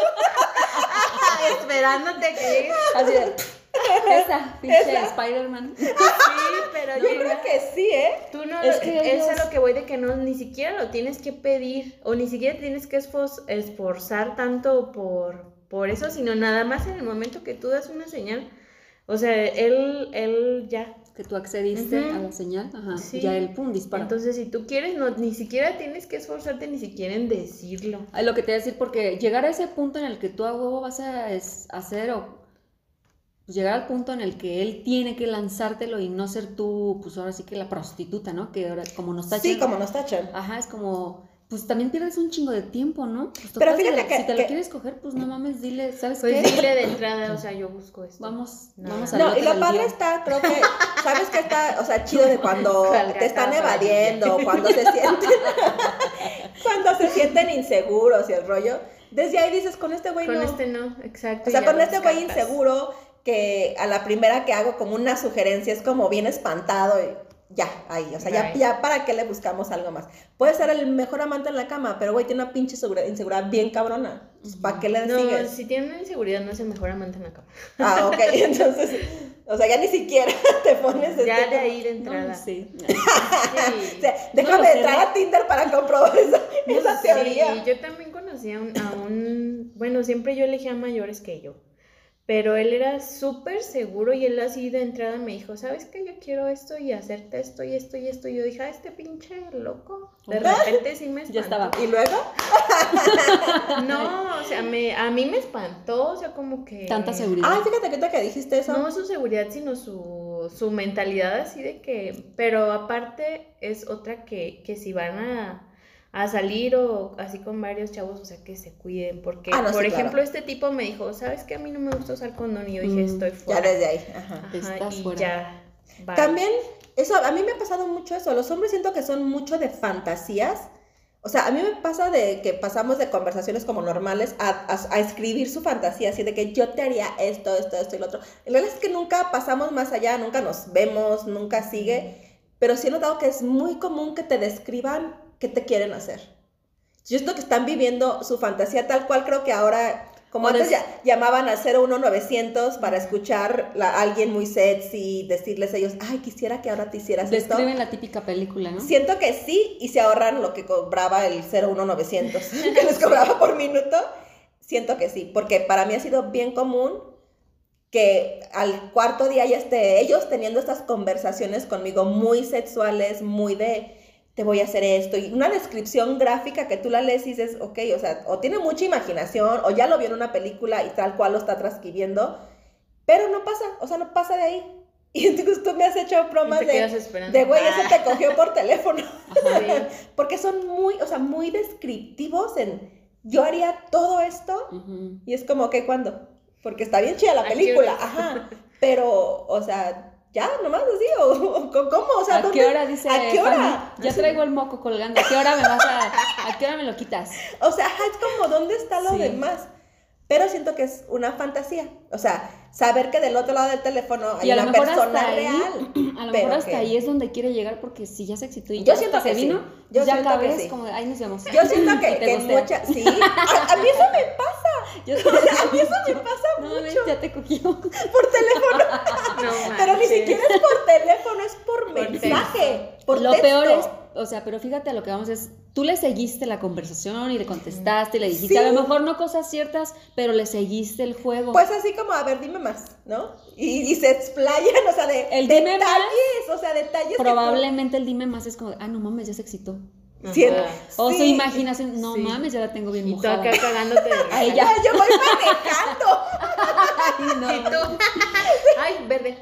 [SPEAKER 3] esperándote que llegue.
[SPEAKER 2] Así de, esa, pinche Spider-Man.
[SPEAKER 3] Sí, pero
[SPEAKER 1] Yo
[SPEAKER 3] llega.
[SPEAKER 1] creo que sí, ¿eh?
[SPEAKER 3] Tú no,
[SPEAKER 2] Es
[SPEAKER 3] lo-
[SPEAKER 2] que
[SPEAKER 3] es
[SPEAKER 2] ellos-
[SPEAKER 3] a lo que voy de que no, ni siquiera lo tienes que pedir o ni siquiera tienes que esfoz- esforzar tanto por, por eso, sino nada más en el momento que tú das una señal. O sea, él, él ya.
[SPEAKER 2] Que tú accediste
[SPEAKER 3] Ujú.
[SPEAKER 2] a la señal. Ajá.
[SPEAKER 3] Sí.
[SPEAKER 2] Ya el pum, dispara.
[SPEAKER 3] Entonces, si tú quieres, no, ni siquiera tienes que esforzarte ni siquiera en decirlo.
[SPEAKER 2] Ay, lo que te voy a decir, porque llegar a ese punto en el que tú a huevo vas a es- hacer o pues llegar al punto en el que él tiene que lanzártelo y no ser tú, pues ahora sí que la prostituta, ¿no? Que ahora como nos tachan.
[SPEAKER 1] Sí, como nos tachan.
[SPEAKER 2] Ajá, es como, pues también pierdes un chingo de tiempo, ¿no? Pues,
[SPEAKER 1] Pero
[SPEAKER 2] total,
[SPEAKER 1] fíjate
[SPEAKER 2] si,
[SPEAKER 1] que-
[SPEAKER 2] si te
[SPEAKER 1] que-
[SPEAKER 2] lo quieres coger, pues no mames, dile, ¿sabes
[SPEAKER 3] Pues
[SPEAKER 2] qué?
[SPEAKER 3] dile de entrada, o sea, yo busco esto.
[SPEAKER 2] Vamos,
[SPEAKER 3] Nada.
[SPEAKER 2] vamos a
[SPEAKER 1] No, y lo padre está, creo que, ¿sabes qué está? O sea, chido de cuando
[SPEAKER 3] Cual
[SPEAKER 1] te están
[SPEAKER 3] gata
[SPEAKER 1] evadiendo, cuando se sienten, cuando se sienten inseguros y el rollo. Desde ahí dices, con este güey
[SPEAKER 3] Con
[SPEAKER 1] no.
[SPEAKER 3] este no, exacto.
[SPEAKER 1] O sea,
[SPEAKER 3] y ya
[SPEAKER 1] con
[SPEAKER 3] lo
[SPEAKER 1] este güey
[SPEAKER 3] descartas.
[SPEAKER 1] inseguro, que a la primera que hago como una sugerencia es como bien espantado y ya, ahí. O sea, ya,
[SPEAKER 3] Right.
[SPEAKER 1] ya para qué le buscamos algo más. Puede ser el mejor amante en la cama, pero güey tiene una pinche segura- inseguridad bien cabrona. ¿Para qué le
[SPEAKER 3] No,
[SPEAKER 1] sigues?
[SPEAKER 3] si tiene una inseguridad no es el mejor amante en la cama.
[SPEAKER 1] Ah, ok, entonces, o sea, ya ni siquiera te pones este
[SPEAKER 3] Ya de
[SPEAKER 1] como-
[SPEAKER 3] ahí de
[SPEAKER 2] No,
[SPEAKER 3] entrada.
[SPEAKER 2] sí.
[SPEAKER 1] O
[SPEAKER 3] Sí.
[SPEAKER 1] sea, déjame
[SPEAKER 2] No lo sé,
[SPEAKER 1] entrar
[SPEAKER 2] ¿no?
[SPEAKER 1] a Tinder para comprobar esa, esa teoría.
[SPEAKER 3] Sí, yo también conocí a un, a un, bueno, siempre yo elegía mayores que yo, pero él era súper seguro y él así de entrada me dijo, ¿sabes qué? Yo quiero esto y hacerte esto y esto y esto. Y yo dije, ah, este pinche loco. De repente sí me espantó.
[SPEAKER 2] Ya estaba.
[SPEAKER 1] Y luego,
[SPEAKER 3] No, o sea, me, a mí me espantó, o sea, como que...
[SPEAKER 2] Tanta seguridad.
[SPEAKER 1] ay, fíjate que ahorita que dijiste eso.
[SPEAKER 3] No su seguridad, sino su, su mentalidad así de que, pero aparte es otra que, que si van a, a salir o así con varios chavos, o sea, que se cuiden, porque,
[SPEAKER 1] Ah, no,
[SPEAKER 3] por
[SPEAKER 1] sí,
[SPEAKER 3] ejemplo,
[SPEAKER 1] claro.
[SPEAKER 3] este tipo me dijo, ¿sabes qué? A mí no me gusta usar condón, y yo dije,
[SPEAKER 2] Mm,
[SPEAKER 3] estoy
[SPEAKER 1] Ya
[SPEAKER 3] fuera.
[SPEAKER 1] desde ahí. Ajá.
[SPEAKER 3] Ajá,
[SPEAKER 2] Estás
[SPEAKER 3] y
[SPEAKER 2] fuera.
[SPEAKER 3] ya, bye.
[SPEAKER 1] También, eso, a mí me ha pasado mucho eso. Los hombres siento que son mucho de fantasías. O sea, a mí me pasa de que pasamos de conversaciones como normales a, a, a escribir su fantasía, así de que yo te haría esto, esto, esto y lo otro. La verdad es que nunca pasamos más allá, nunca nos vemos, nunca sigue, pero sí he notado que es muy común que te describan qué te quieren hacer. Yo siento que están viviendo su fantasía tal cual, creo que ahora, como
[SPEAKER 2] O
[SPEAKER 1] antes
[SPEAKER 2] des-
[SPEAKER 1] ya, llamaban al cero uno novecientos para escuchar la- a alguien muy sexy, decirles ellos, ay, quisiera que ahora te hicieras esto.
[SPEAKER 2] Describen la típica película, ¿no?
[SPEAKER 1] Siento que sí, y se ahorran lo que cobraba el cero uno novecientos, que les cobraba por minuto. siento que sí, porque para mí ha sido bien común que al cuarto día ya esté ellos teniendo estas conversaciones conmigo muy sexuales, muy de te voy a hacer esto, y una descripción gráfica que tú la lees y dices, ok, o sea, o tiene mucha imaginación, o ya lo vio en una película y tal cual lo está transcribiendo, pero no pasa, o sea, no pasa de ahí. Y entonces tú me has hecho bromas de, de güey, ese te cogió por teléfono. Ajá, porque son muy, o sea, muy descriptivos en, yo haría todo esto, uh-huh. Y es como que cuando, porque está bien chida la película, ajá, pero, o sea, ya, nomás así, o, o ¿cómo? O sea,
[SPEAKER 2] ¿a
[SPEAKER 1] ¿dónde?
[SPEAKER 2] qué hora dice?
[SPEAKER 1] ¿A qué hora?
[SPEAKER 2] Fanny, ya traigo el moco colgando, ¿a qué hora me vas a, a qué hora me lo quitas?
[SPEAKER 1] O sea, es como, ¿dónde está lo sí. demás? Pero siento que es una fantasía, o sea, saber que del otro lado del teléfono hay una persona
[SPEAKER 2] ahí,
[SPEAKER 1] real.
[SPEAKER 2] A lo mejor hasta que... ahí es donde quiere llegar, porque si ya se excitó y
[SPEAKER 1] yo
[SPEAKER 2] ya
[SPEAKER 1] siento que
[SPEAKER 2] vino,
[SPEAKER 1] sí. Yo
[SPEAKER 2] ya
[SPEAKER 1] siento
[SPEAKER 2] acabes,
[SPEAKER 1] que sí.
[SPEAKER 2] como de, ahí nos vemos.
[SPEAKER 1] Yo siento que, que muchas, sí, a, a mí eso me pasa. Yo, o sea, a mí eso me pasa
[SPEAKER 2] no,
[SPEAKER 1] mucho.
[SPEAKER 2] Ves, ya te cogió.
[SPEAKER 1] Por teléfono. No, pero ni siquiera es por teléfono, es por, por mensaje, texto. Por
[SPEAKER 2] Lo
[SPEAKER 1] texto.
[SPEAKER 2] peor es, o sea, pero fíjate a lo que vamos es, tú le seguiste la conversación y le contestaste y le dijiste, sí. A lo mejor no cosas ciertas, pero le seguiste el juego.
[SPEAKER 1] Pues así como, a ver, dime más, ¿no? Y, y se explayan, o sea, de
[SPEAKER 2] el
[SPEAKER 1] detalles,
[SPEAKER 2] más,
[SPEAKER 1] o sea, detalles.
[SPEAKER 2] Probablemente el dime más es como, ah, no mames, ya se excitó.
[SPEAKER 1] Sí,
[SPEAKER 2] o
[SPEAKER 1] sí.
[SPEAKER 2] su imaginación, no
[SPEAKER 3] sí.
[SPEAKER 2] mames, ya la tengo bien mojada.
[SPEAKER 3] Y tú acá cagándote de risa.
[SPEAKER 2] A ella.
[SPEAKER 1] No, yo voy manejando.
[SPEAKER 3] Ay, no. ¿Y tú? Ay, verde.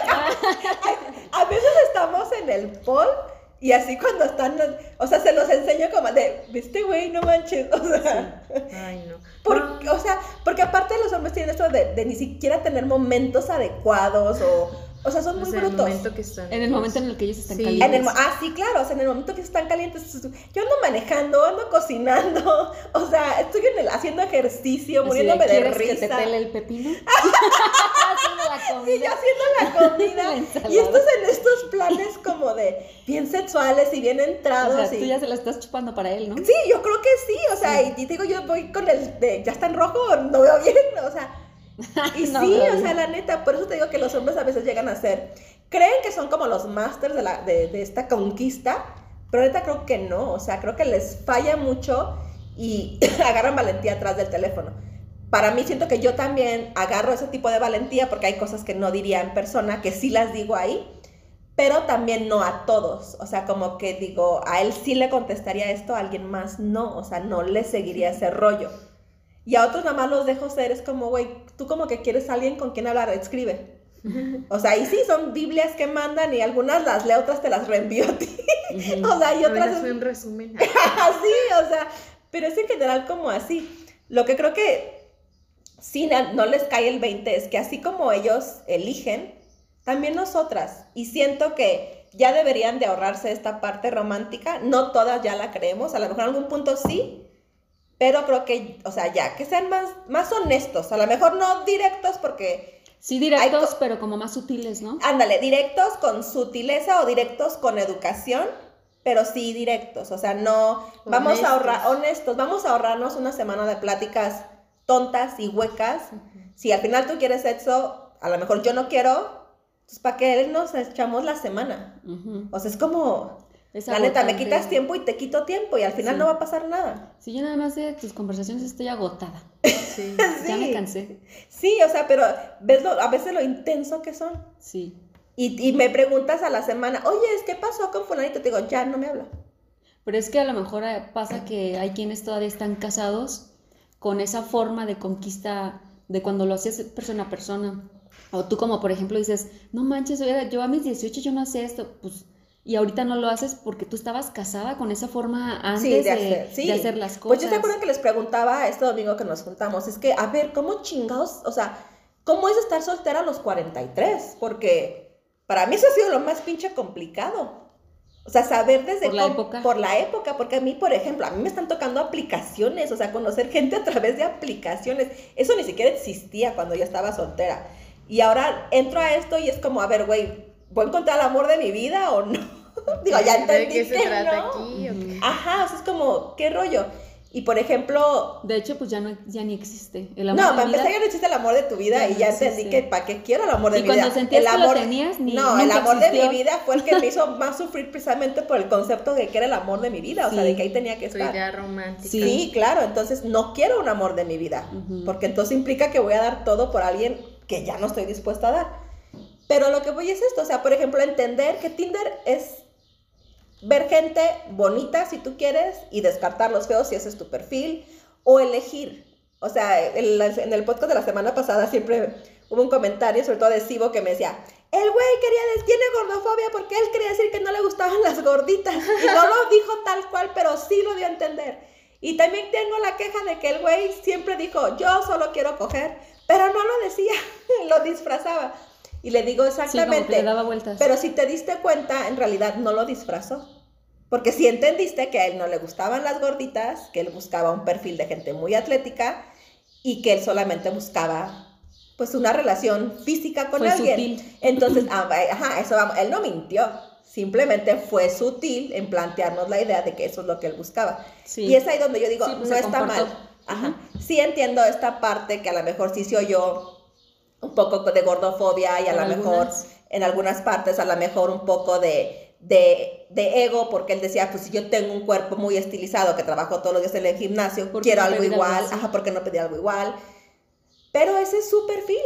[SPEAKER 1] A veces estamos en el pol y así cuando están, o sea, se los enseño como de, ¿viste, güey? No manches, o sea.
[SPEAKER 3] Sí. Ay, no.
[SPEAKER 1] Porque, no. O sea, porque aparte los hombres tienen esto de, de ni siquiera tener momentos adecuados o... O sea, son muy
[SPEAKER 3] o sea,
[SPEAKER 1] brutos.
[SPEAKER 3] En el momento que están.
[SPEAKER 2] En el momento en el que ellos están
[SPEAKER 3] sí.
[SPEAKER 2] calientes.
[SPEAKER 1] En el, ah, sí, claro. O sea, en el momento que están calientes. Yo ando manejando, ando cocinando. O sea, estoy en el, haciendo ejercicio, muriéndome de risa.
[SPEAKER 2] ¿Quieres que te pele el pepino? Haciendo la comida.
[SPEAKER 1] Sí, yo haciendo la comida. Y estos en estos planes como de bien sexuales y bien entrados.
[SPEAKER 2] O sea,
[SPEAKER 1] y...
[SPEAKER 2] tú ya se la estás chupando para él, ¿no?
[SPEAKER 1] Sí, yo creo que sí. O sea, sí. Y, y digo, yo voy con el de, ya está en rojo, no veo bien. O sea... Y no, sí, o sea, la neta, por eso te digo que los hombres a veces llegan a ser, creen que son como los masters de, la, de, de esta conquista, pero neta creo que no, o sea, creo que les falla mucho y agarran valentía atrás del teléfono. Para mí siento que yo también agarro ese tipo de valentía porque hay cosas que no diría en persona, que sí las digo ahí, pero también no a todos, o sea, como que digo, a él sí le contestaría esto, a alguien más no, o sea, no le seguiría ese rollo. Y a otros nada más los dejo ser, es como, güey, tú como que quieres a alguien con quien hablar, escribe. O sea, y sí, son Biblias que mandan y algunas las leo, otras te las reenvío a ti. Uh-huh. O sea, y otras...
[SPEAKER 3] No, es un resumen.
[SPEAKER 1] Sí, o sea, pero es en general como así. Lo que creo que sí no les cae el veinte es que así como ellos eligen, también nosotras. Y siento que ya deberían de ahorrarse esta parte romántica. No todas ya la creemos, a lo mejor en algún punto sí. Pero creo que, o sea, ya, que sean más, más honestos. A lo mejor no directos porque...
[SPEAKER 2] Sí, directos, co- pero como más sutiles, ¿no?
[SPEAKER 1] Ándale, directos con sutileza o directos con educación, pero sí directos. O sea, no... Honestos. Vamos a ahorrar... Honestos. Vamos a ahorrarnos una semana de pláticas tontas y huecas. Uh-huh. Si al final tú quieres sexo, a lo mejor yo no quiero, pues ¿para qué nos echamos la semana? Uh-huh. O sea, es como... Es la neta, me quitas tiempo y te quito tiempo y al final sí. No va a pasar nada.
[SPEAKER 2] Sí, yo nada más de tus conversaciones estoy agotada. Sí. Ya me cansé.
[SPEAKER 1] Sí, o sea, pero ves lo, a veces lo intenso que son.
[SPEAKER 2] Sí.
[SPEAKER 1] Y, y me preguntas a la semana, oye, ¿qué pasó con fulanito? Te digo, ya no me habla.
[SPEAKER 2] Pero es que a lo mejor pasa que hay quienes todavía están casados con esa forma de conquista de cuando lo hacías persona a persona. O tú como, por ejemplo, dices, no manches, yo a mis dieciocho yo no hacía esto, pues... Y ahorita no lo haces porque tú estabas casada con esa forma antes sí, de, hacer, de, sí. de hacer las cosas.
[SPEAKER 1] Pues yo te acuerdo que les preguntaba este domingo que nos juntamos, es que, a ver, ¿cómo chingados, o sea, cómo es estar soltera a los cuarenta y tres? Porque para mí eso ha sido lo más pinche complicado. O sea, saber desde...
[SPEAKER 2] Por la cómo, época.
[SPEAKER 1] Por la época, porque a mí, por ejemplo, a mí me están tocando aplicaciones, o sea, conocer gente a través de aplicaciones. Eso ni siquiera existía cuando yo estaba soltera. Y ahora entro a esto y es como, a ver, güey, ¿voy a encontrar el amor de mi vida o no? Digo, ya entendí
[SPEAKER 3] ¿De qué se
[SPEAKER 1] que
[SPEAKER 3] trata
[SPEAKER 1] no.
[SPEAKER 3] aquí? Okay.
[SPEAKER 1] Ajá, o sea, es como, ¿qué rollo? Y por ejemplo...
[SPEAKER 2] De hecho, pues ya no ya ni existe. El amor
[SPEAKER 1] no,
[SPEAKER 2] de
[SPEAKER 1] para
[SPEAKER 2] vida,
[SPEAKER 1] empezar ya no existe el amor de tu vida
[SPEAKER 2] ya
[SPEAKER 1] y
[SPEAKER 2] no
[SPEAKER 1] ya
[SPEAKER 2] existe.
[SPEAKER 1] entendí que para qué quiero el amor de
[SPEAKER 2] Y
[SPEAKER 1] mi vida.
[SPEAKER 2] cuando sentías
[SPEAKER 1] el
[SPEAKER 2] que lo
[SPEAKER 1] amor,
[SPEAKER 2] tenías, ni-
[SPEAKER 1] No, el
[SPEAKER 2] nunca
[SPEAKER 1] amor de
[SPEAKER 2] existió.
[SPEAKER 1] mi vida fue el que me hizo más sufrir precisamente por el concepto de que era el amor de mi vida, o sea,
[SPEAKER 2] Sí.
[SPEAKER 1] de que ahí tenía que
[SPEAKER 3] Tu
[SPEAKER 1] estar.
[SPEAKER 3] idea romántica.
[SPEAKER 2] Sí.
[SPEAKER 1] Sí, claro, entonces no quiero un amor de mi vida,
[SPEAKER 2] Ujú.
[SPEAKER 1] porque entonces implica que voy a dar todo por alguien que ya no estoy dispuesta a dar. Pero lo que voy es esto, o sea, por ejemplo, entender que Tinder es ver gente bonita, si tú quieres, y descartar los feos si ese es tu perfil, o elegir. O sea, en, en el podcast de la semana pasada siempre hubo un comentario, sobre todo de Sibo, que me decía, el güey quería decir, tiene gordofobia porque él quería decir que no le gustaban las gorditas. Y no lo dijo tal cual, pero sí lo dio a entender. Y también tengo la queja de que el güey siempre dijo, yo solo quiero coger, pero no lo decía, lo disfrazaba. Y le digo
[SPEAKER 2] Sí, como
[SPEAKER 1] exactamente,
[SPEAKER 2] que le daba vueltas.
[SPEAKER 1] pero si te diste cuenta, en realidad no lo disfrazó. Porque si entendiste que a él no le gustaban las gorditas, que él buscaba un perfil de gente muy atlética y que él solamente buscaba pues una relación física con
[SPEAKER 2] Fue
[SPEAKER 1] alguien.
[SPEAKER 2] sutil.
[SPEAKER 1] Entonces, ah, ajá, eso vamos, él no mintió. Simplemente fue sutil en plantearnos la idea de que eso es lo que él buscaba.
[SPEAKER 2] Sí.
[SPEAKER 1] Y es ahí donde yo digo,
[SPEAKER 2] Sí, pues
[SPEAKER 1] no
[SPEAKER 2] se
[SPEAKER 1] está
[SPEAKER 2] comportó.
[SPEAKER 1] mal. Ajá. Sí entiendo esta parte que a lo mejor sí se oyó un poco de gordofobia y a
[SPEAKER 2] En
[SPEAKER 1] lo mejor
[SPEAKER 2] algunas.
[SPEAKER 1] en algunas partes a lo mejor un poco de, de, de ego, porque él decía, pues si yo tengo un cuerpo muy estilizado que trabajo todos los días en el gimnasio,
[SPEAKER 2] ¿Por qué
[SPEAKER 1] quiero
[SPEAKER 2] no
[SPEAKER 1] algo
[SPEAKER 2] pedir algo
[SPEAKER 1] igual,
[SPEAKER 2] así?
[SPEAKER 1] ajá, porque no pedir algo igual. Pero ese es su perfil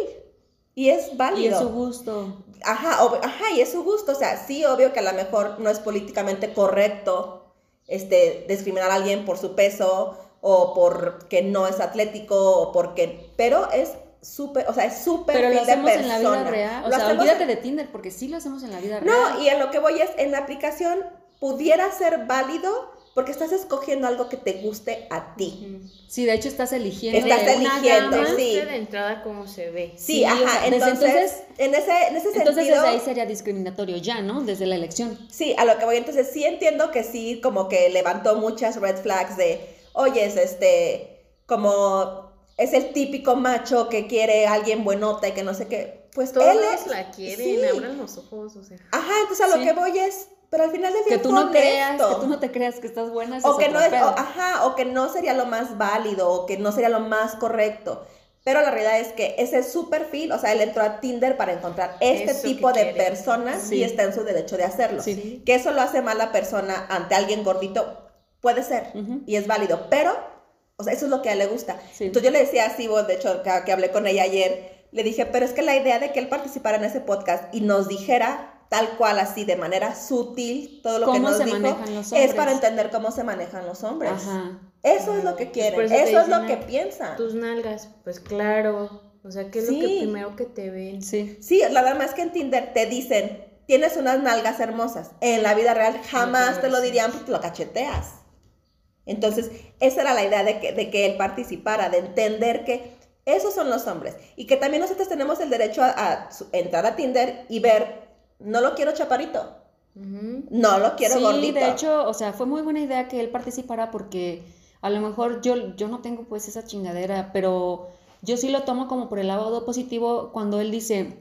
[SPEAKER 1] y es válido.
[SPEAKER 2] Y es su gusto.
[SPEAKER 1] Ajá, ob- ajá, y es su gusto, o sea, sí, obvio que a lo mejor no es políticamente correcto este, discriminar a alguien por su peso o porque no es atlético o porque, pero es súper, o sea, es súper
[SPEAKER 2] Pero lo
[SPEAKER 1] perfil de
[SPEAKER 2] hacemos en la vida
[SPEAKER 1] persona.
[SPEAKER 2] real. O
[SPEAKER 1] Lo
[SPEAKER 2] sea,
[SPEAKER 1] hacemos
[SPEAKER 2] olvídate
[SPEAKER 1] en-
[SPEAKER 2] de Tinder, porque sí lo hacemos en la vida real.
[SPEAKER 1] No, y en lo que voy es, en la aplicación pudiera ser válido porque estás escogiendo algo que te guste a ti.
[SPEAKER 3] Ujú.
[SPEAKER 2] Sí, de hecho estás eligiendo.
[SPEAKER 1] Estás
[SPEAKER 2] de una
[SPEAKER 1] eligiendo,
[SPEAKER 2] gama.
[SPEAKER 3] Me
[SPEAKER 1] sí.
[SPEAKER 3] gusta de entrada cómo se ve.
[SPEAKER 1] Sí,
[SPEAKER 2] Sí, o
[SPEAKER 1] ajá,
[SPEAKER 2] sea, desde
[SPEAKER 1] entonces,
[SPEAKER 2] entonces-
[SPEAKER 1] en ese, en ese
[SPEAKER 2] Entonces
[SPEAKER 1] sentido...
[SPEAKER 2] desde ahí sería discriminatorio ya, ¿no? Desde la elección.
[SPEAKER 1] Sí, a lo que voy, entonces sí entiendo que sí, como que levantó muchas red flags de, oye, es este, como, es el típico macho que quiere a alguien buenota y que no sé qué, pues
[SPEAKER 3] Todos
[SPEAKER 1] él es,
[SPEAKER 3] la quieren,
[SPEAKER 1] sí.
[SPEAKER 3] abran los ojos, o sea.
[SPEAKER 1] Ajá, entonces a lo
[SPEAKER 2] Sí.
[SPEAKER 1] que voy es, pero al final del día
[SPEAKER 2] Que tú
[SPEAKER 1] fue
[SPEAKER 2] no creas,
[SPEAKER 1] honesto.
[SPEAKER 2] que tú no te creas que estás buena. ese
[SPEAKER 1] o que
[SPEAKER 2] otro
[SPEAKER 1] no es,
[SPEAKER 2] pedo.
[SPEAKER 1] o- ajá, o que no sería lo más válido, o que no sería lo más correcto. Pero la realidad es que ese es su perfil, o sea, él entró a Tinder para encontrar este
[SPEAKER 3] Eso
[SPEAKER 1] tipo
[SPEAKER 3] que
[SPEAKER 1] de
[SPEAKER 3] quiere.
[SPEAKER 1] personas
[SPEAKER 2] Sí.
[SPEAKER 1] y está en su derecho de hacerlo.
[SPEAKER 2] Sí.
[SPEAKER 1] Que eso lo hace mala persona ante alguien gordito, puede ser,
[SPEAKER 2] Ujú.
[SPEAKER 1] y es válido, pero, o sea, eso es lo que a él le gusta.
[SPEAKER 2] Sí.
[SPEAKER 1] Entonces yo le decía a Sibo, de hecho, que, que hablé con ella ayer, le dije, pero es que la idea de que él participara en ese podcast y nos dijera tal cual así, de manera sutil, todo lo que
[SPEAKER 2] ¿Cómo
[SPEAKER 1] nos
[SPEAKER 2] se
[SPEAKER 1] dijo,
[SPEAKER 2] manejan los
[SPEAKER 1] es
[SPEAKER 2] hombres?
[SPEAKER 1] para entender cómo se manejan los hombres.
[SPEAKER 2] Ajá.
[SPEAKER 1] Eso es lo que
[SPEAKER 3] Pues
[SPEAKER 1] quieren,
[SPEAKER 3] por eso te
[SPEAKER 1] eso es lo
[SPEAKER 3] dicen,
[SPEAKER 1] que
[SPEAKER 3] "Ay,
[SPEAKER 1] piensan.
[SPEAKER 3] Tus nalgas, pues claro. O sea, ¿qué es
[SPEAKER 1] Sí.
[SPEAKER 3] lo que primero que te ven?
[SPEAKER 2] Sí.
[SPEAKER 1] Sí, la verdad es que en Tinder te dicen, tienes unas nalgas hermosas. En la vida real jamás
[SPEAKER 3] No,
[SPEAKER 1] te lo
[SPEAKER 3] sí.
[SPEAKER 1] dirían porque lo cacheteas. Entonces, esa era la idea de que, de que él participara, de entender que esos son los hombres. Y que también nosotros tenemos el derecho a, a su- entrar a Tinder y ver, no lo quiero chaparrito,
[SPEAKER 3] Ujú.
[SPEAKER 1] no lo quiero
[SPEAKER 2] Sí,
[SPEAKER 1] gordito.
[SPEAKER 2] de hecho, o sea, fue muy buena idea que él participara porque a lo mejor yo, yo no tengo pues esa chingadera, pero yo sí lo tomo como por el lado positivo cuando él dice,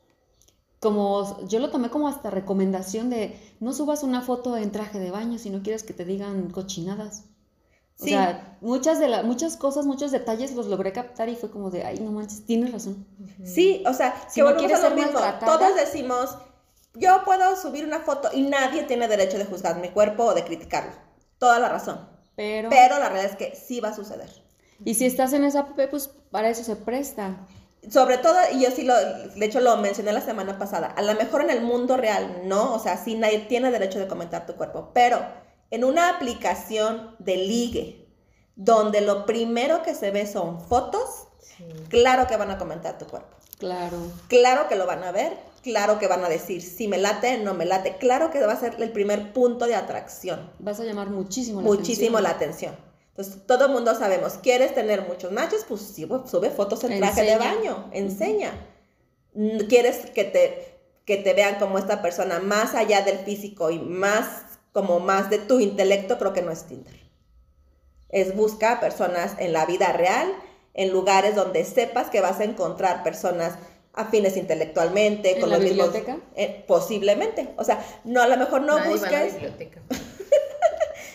[SPEAKER 2] como yo lo tomé como hasta recomendación de no subas una foto en traje de baño si no quieres que te digan cochinadas. O
[SPEAKER 1] Sí.
[SPEAKER 2] sea, muchas de las muchas cosas, muchos detalles los logré captar y fue como de, ay, no manches, tienes razón.
[SPEAKER 1] Sí, o sea,
[SPEAKER 2] Si
[SPEAKER 1] que
[SPEAKER 2] no
[SPEAKER 1] volvemos
[SPEAKER 2] quieres
[SPEAKER 1] a lo
[SPEAKER 2] ser
[SPEAKER 1] mismo.
[SPEAKER 2] maltratada.
[SPEAKER 1] Todos decimos, yo puedo subir una foto y nadie tiene derecho de juzgar mi cuerpo o de criticarlo. Toda la razón.
[SPEAKER 2] Pero,
[SPEAKER 1] Pero la realidad es que sí va a suceder.
[SPEAKER 2] y si estás en esa app, pues para eso se presta.
[SPEAKER 1] Sobre todo, y yo sí lo, de hecho lo mencioné la semana pasada, a lo mejor en el mundo real no, o sea, sí nadie tiene derecho de comentar tu cuerpo, pero en una aplicación de ligue, donde lo primero que se ve son fotos,
[SPEAKER 3] Sí.
[SPEAKER 1] claro que van a comentar tu cuerpo,
[SPEAKER 2] Claro.
[SPEAKER 1] claro que lo van a ver, claro que van a decir si me late, no me late, claro que va a ser el primer punto de atracción.
[SPEAKER 2] Vas a llamar muchísimo la
[SPEAKER 1] Muchísimo
[SPEAKER 2] atención.
[SPEAKER 1] la atención. Entonces, todo el mundo sabemos, ¿quieres tener muchos machos? Pues sí, pues, sube fotos en traje de
[SPEAKER 2] Enseña.
[SPEAKER 1] baño, enseña. Mm, ¿Quieres que te, que te vean como esta persona más allá del físico y más, como más de tu intelecto? Creo que no es Tinder. Es busca personas en la vida real, en lugares donde sepas que vas a encontrar personas afines intelectualmente,
[SPEAKER 2] ¿En
[SPEAKER 1] con
[SPEAKER 2] la
[SPEAKER 1] los mismos...
[SPEAKER 2] biblioteca?
[SPEAKER 1] eh, posiblemente. O sea, no, a lo mejor no
[SPEAKER 3] Nadie va a la
[SPEAKER 1] busques...
[SPEAKER 3] biblioteca.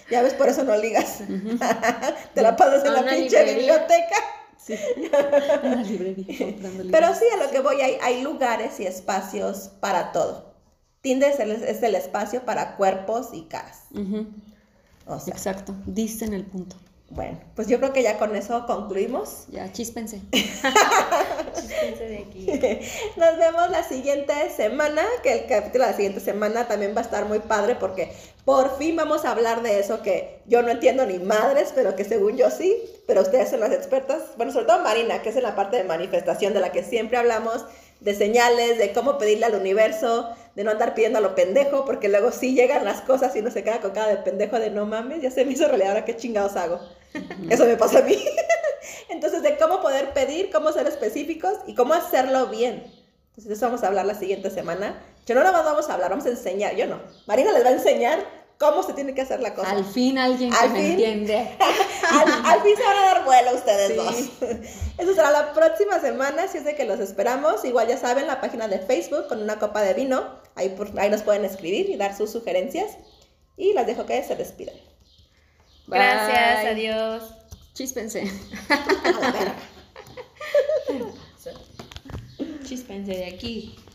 [SPEAKER 1] Ya ves, por eso no ligas. Te la pasas en
[SPEAKER 3] A
[SPEAKER 1] la
[SPEAKER 3] una
[SPEAKER 1] pinche
[SPEAKER 3] librería.
[SPEAKER 1] biblioteca.
[SPEAKER 2] Sí, en la librería comprando libros.
[SPEAKER 1] Pero sí, a lo que voy, hay, hay lugares y espacios para todo. Tinder es el, es el espacio para cuerpos y caras.
[SPEAKER 2] Ujú,
[SPEAKER 1] O sea,
[SPEAKER 2] exacto, diste en el punto.
[SPEAKER 1] bueno, pues yo creo que ya con eso concluimos.
[SPEAKER 2] Ya, chispense.
[SPEAKER 3] Chispense de aquí.
[SPEAKER 1] Nos vemos la siguiente semana, que el capítulo de la siguiente semana también va a estar muy padre porque por fin vamos a hablar de eso que yo no entiendo ni madres, pero que según yo sí, pero ustedes son las expertas. Bueno, sobre todo Marina, que es en la parte de manifestación de la que siempre hablamos, de señales, de cómo pedirle al universo, de no andar pidiendo a lo pendejo, porque luego sí llegan las cosas y uno se queda con cara de pendejo de no mames, ya se me hizo realidad, ahora qué chingados hago. Eso me pasa a mí. Entonces, de cómo poder pedir, cómo ser específicos y cómo hacerlo bien. Entonces, de eso vamos a hablar la siguiente semana. Yo no nada más vamos a hablar, vamos a enseñar, yo no. Marina les va a enseñar cómo se tiene que hacer la cosa.
[SPEAKER 2] Al fin alguien que
[SPEAKER 1] Al
[SPEAKER 2] me
[SPEAKER 1] fin.
[SPEAKER 2] entiende.
[SPEAKER 1] Al, al fin se van a dar vuelo ustedes
[SPEAKER 2] Sí.
[SPEAKER 1] dos. Eso será la próxima semana, si es de que los esperamos. Igual ya saben, la página de Facebook con una copa de vino. Ahí, por, ahí nos pueden escribir y dar sus sugerencias. Y las dejo que se despidan.
[SPEAKER 3] Gracias,
[SPEAKER 2] Bye.
[SPEAKER 3] adiós.
[SPEAKER 2] Chispense.
[SPEAKER 1] A la verga.
[SPEAKER 3] Chispense de aquí.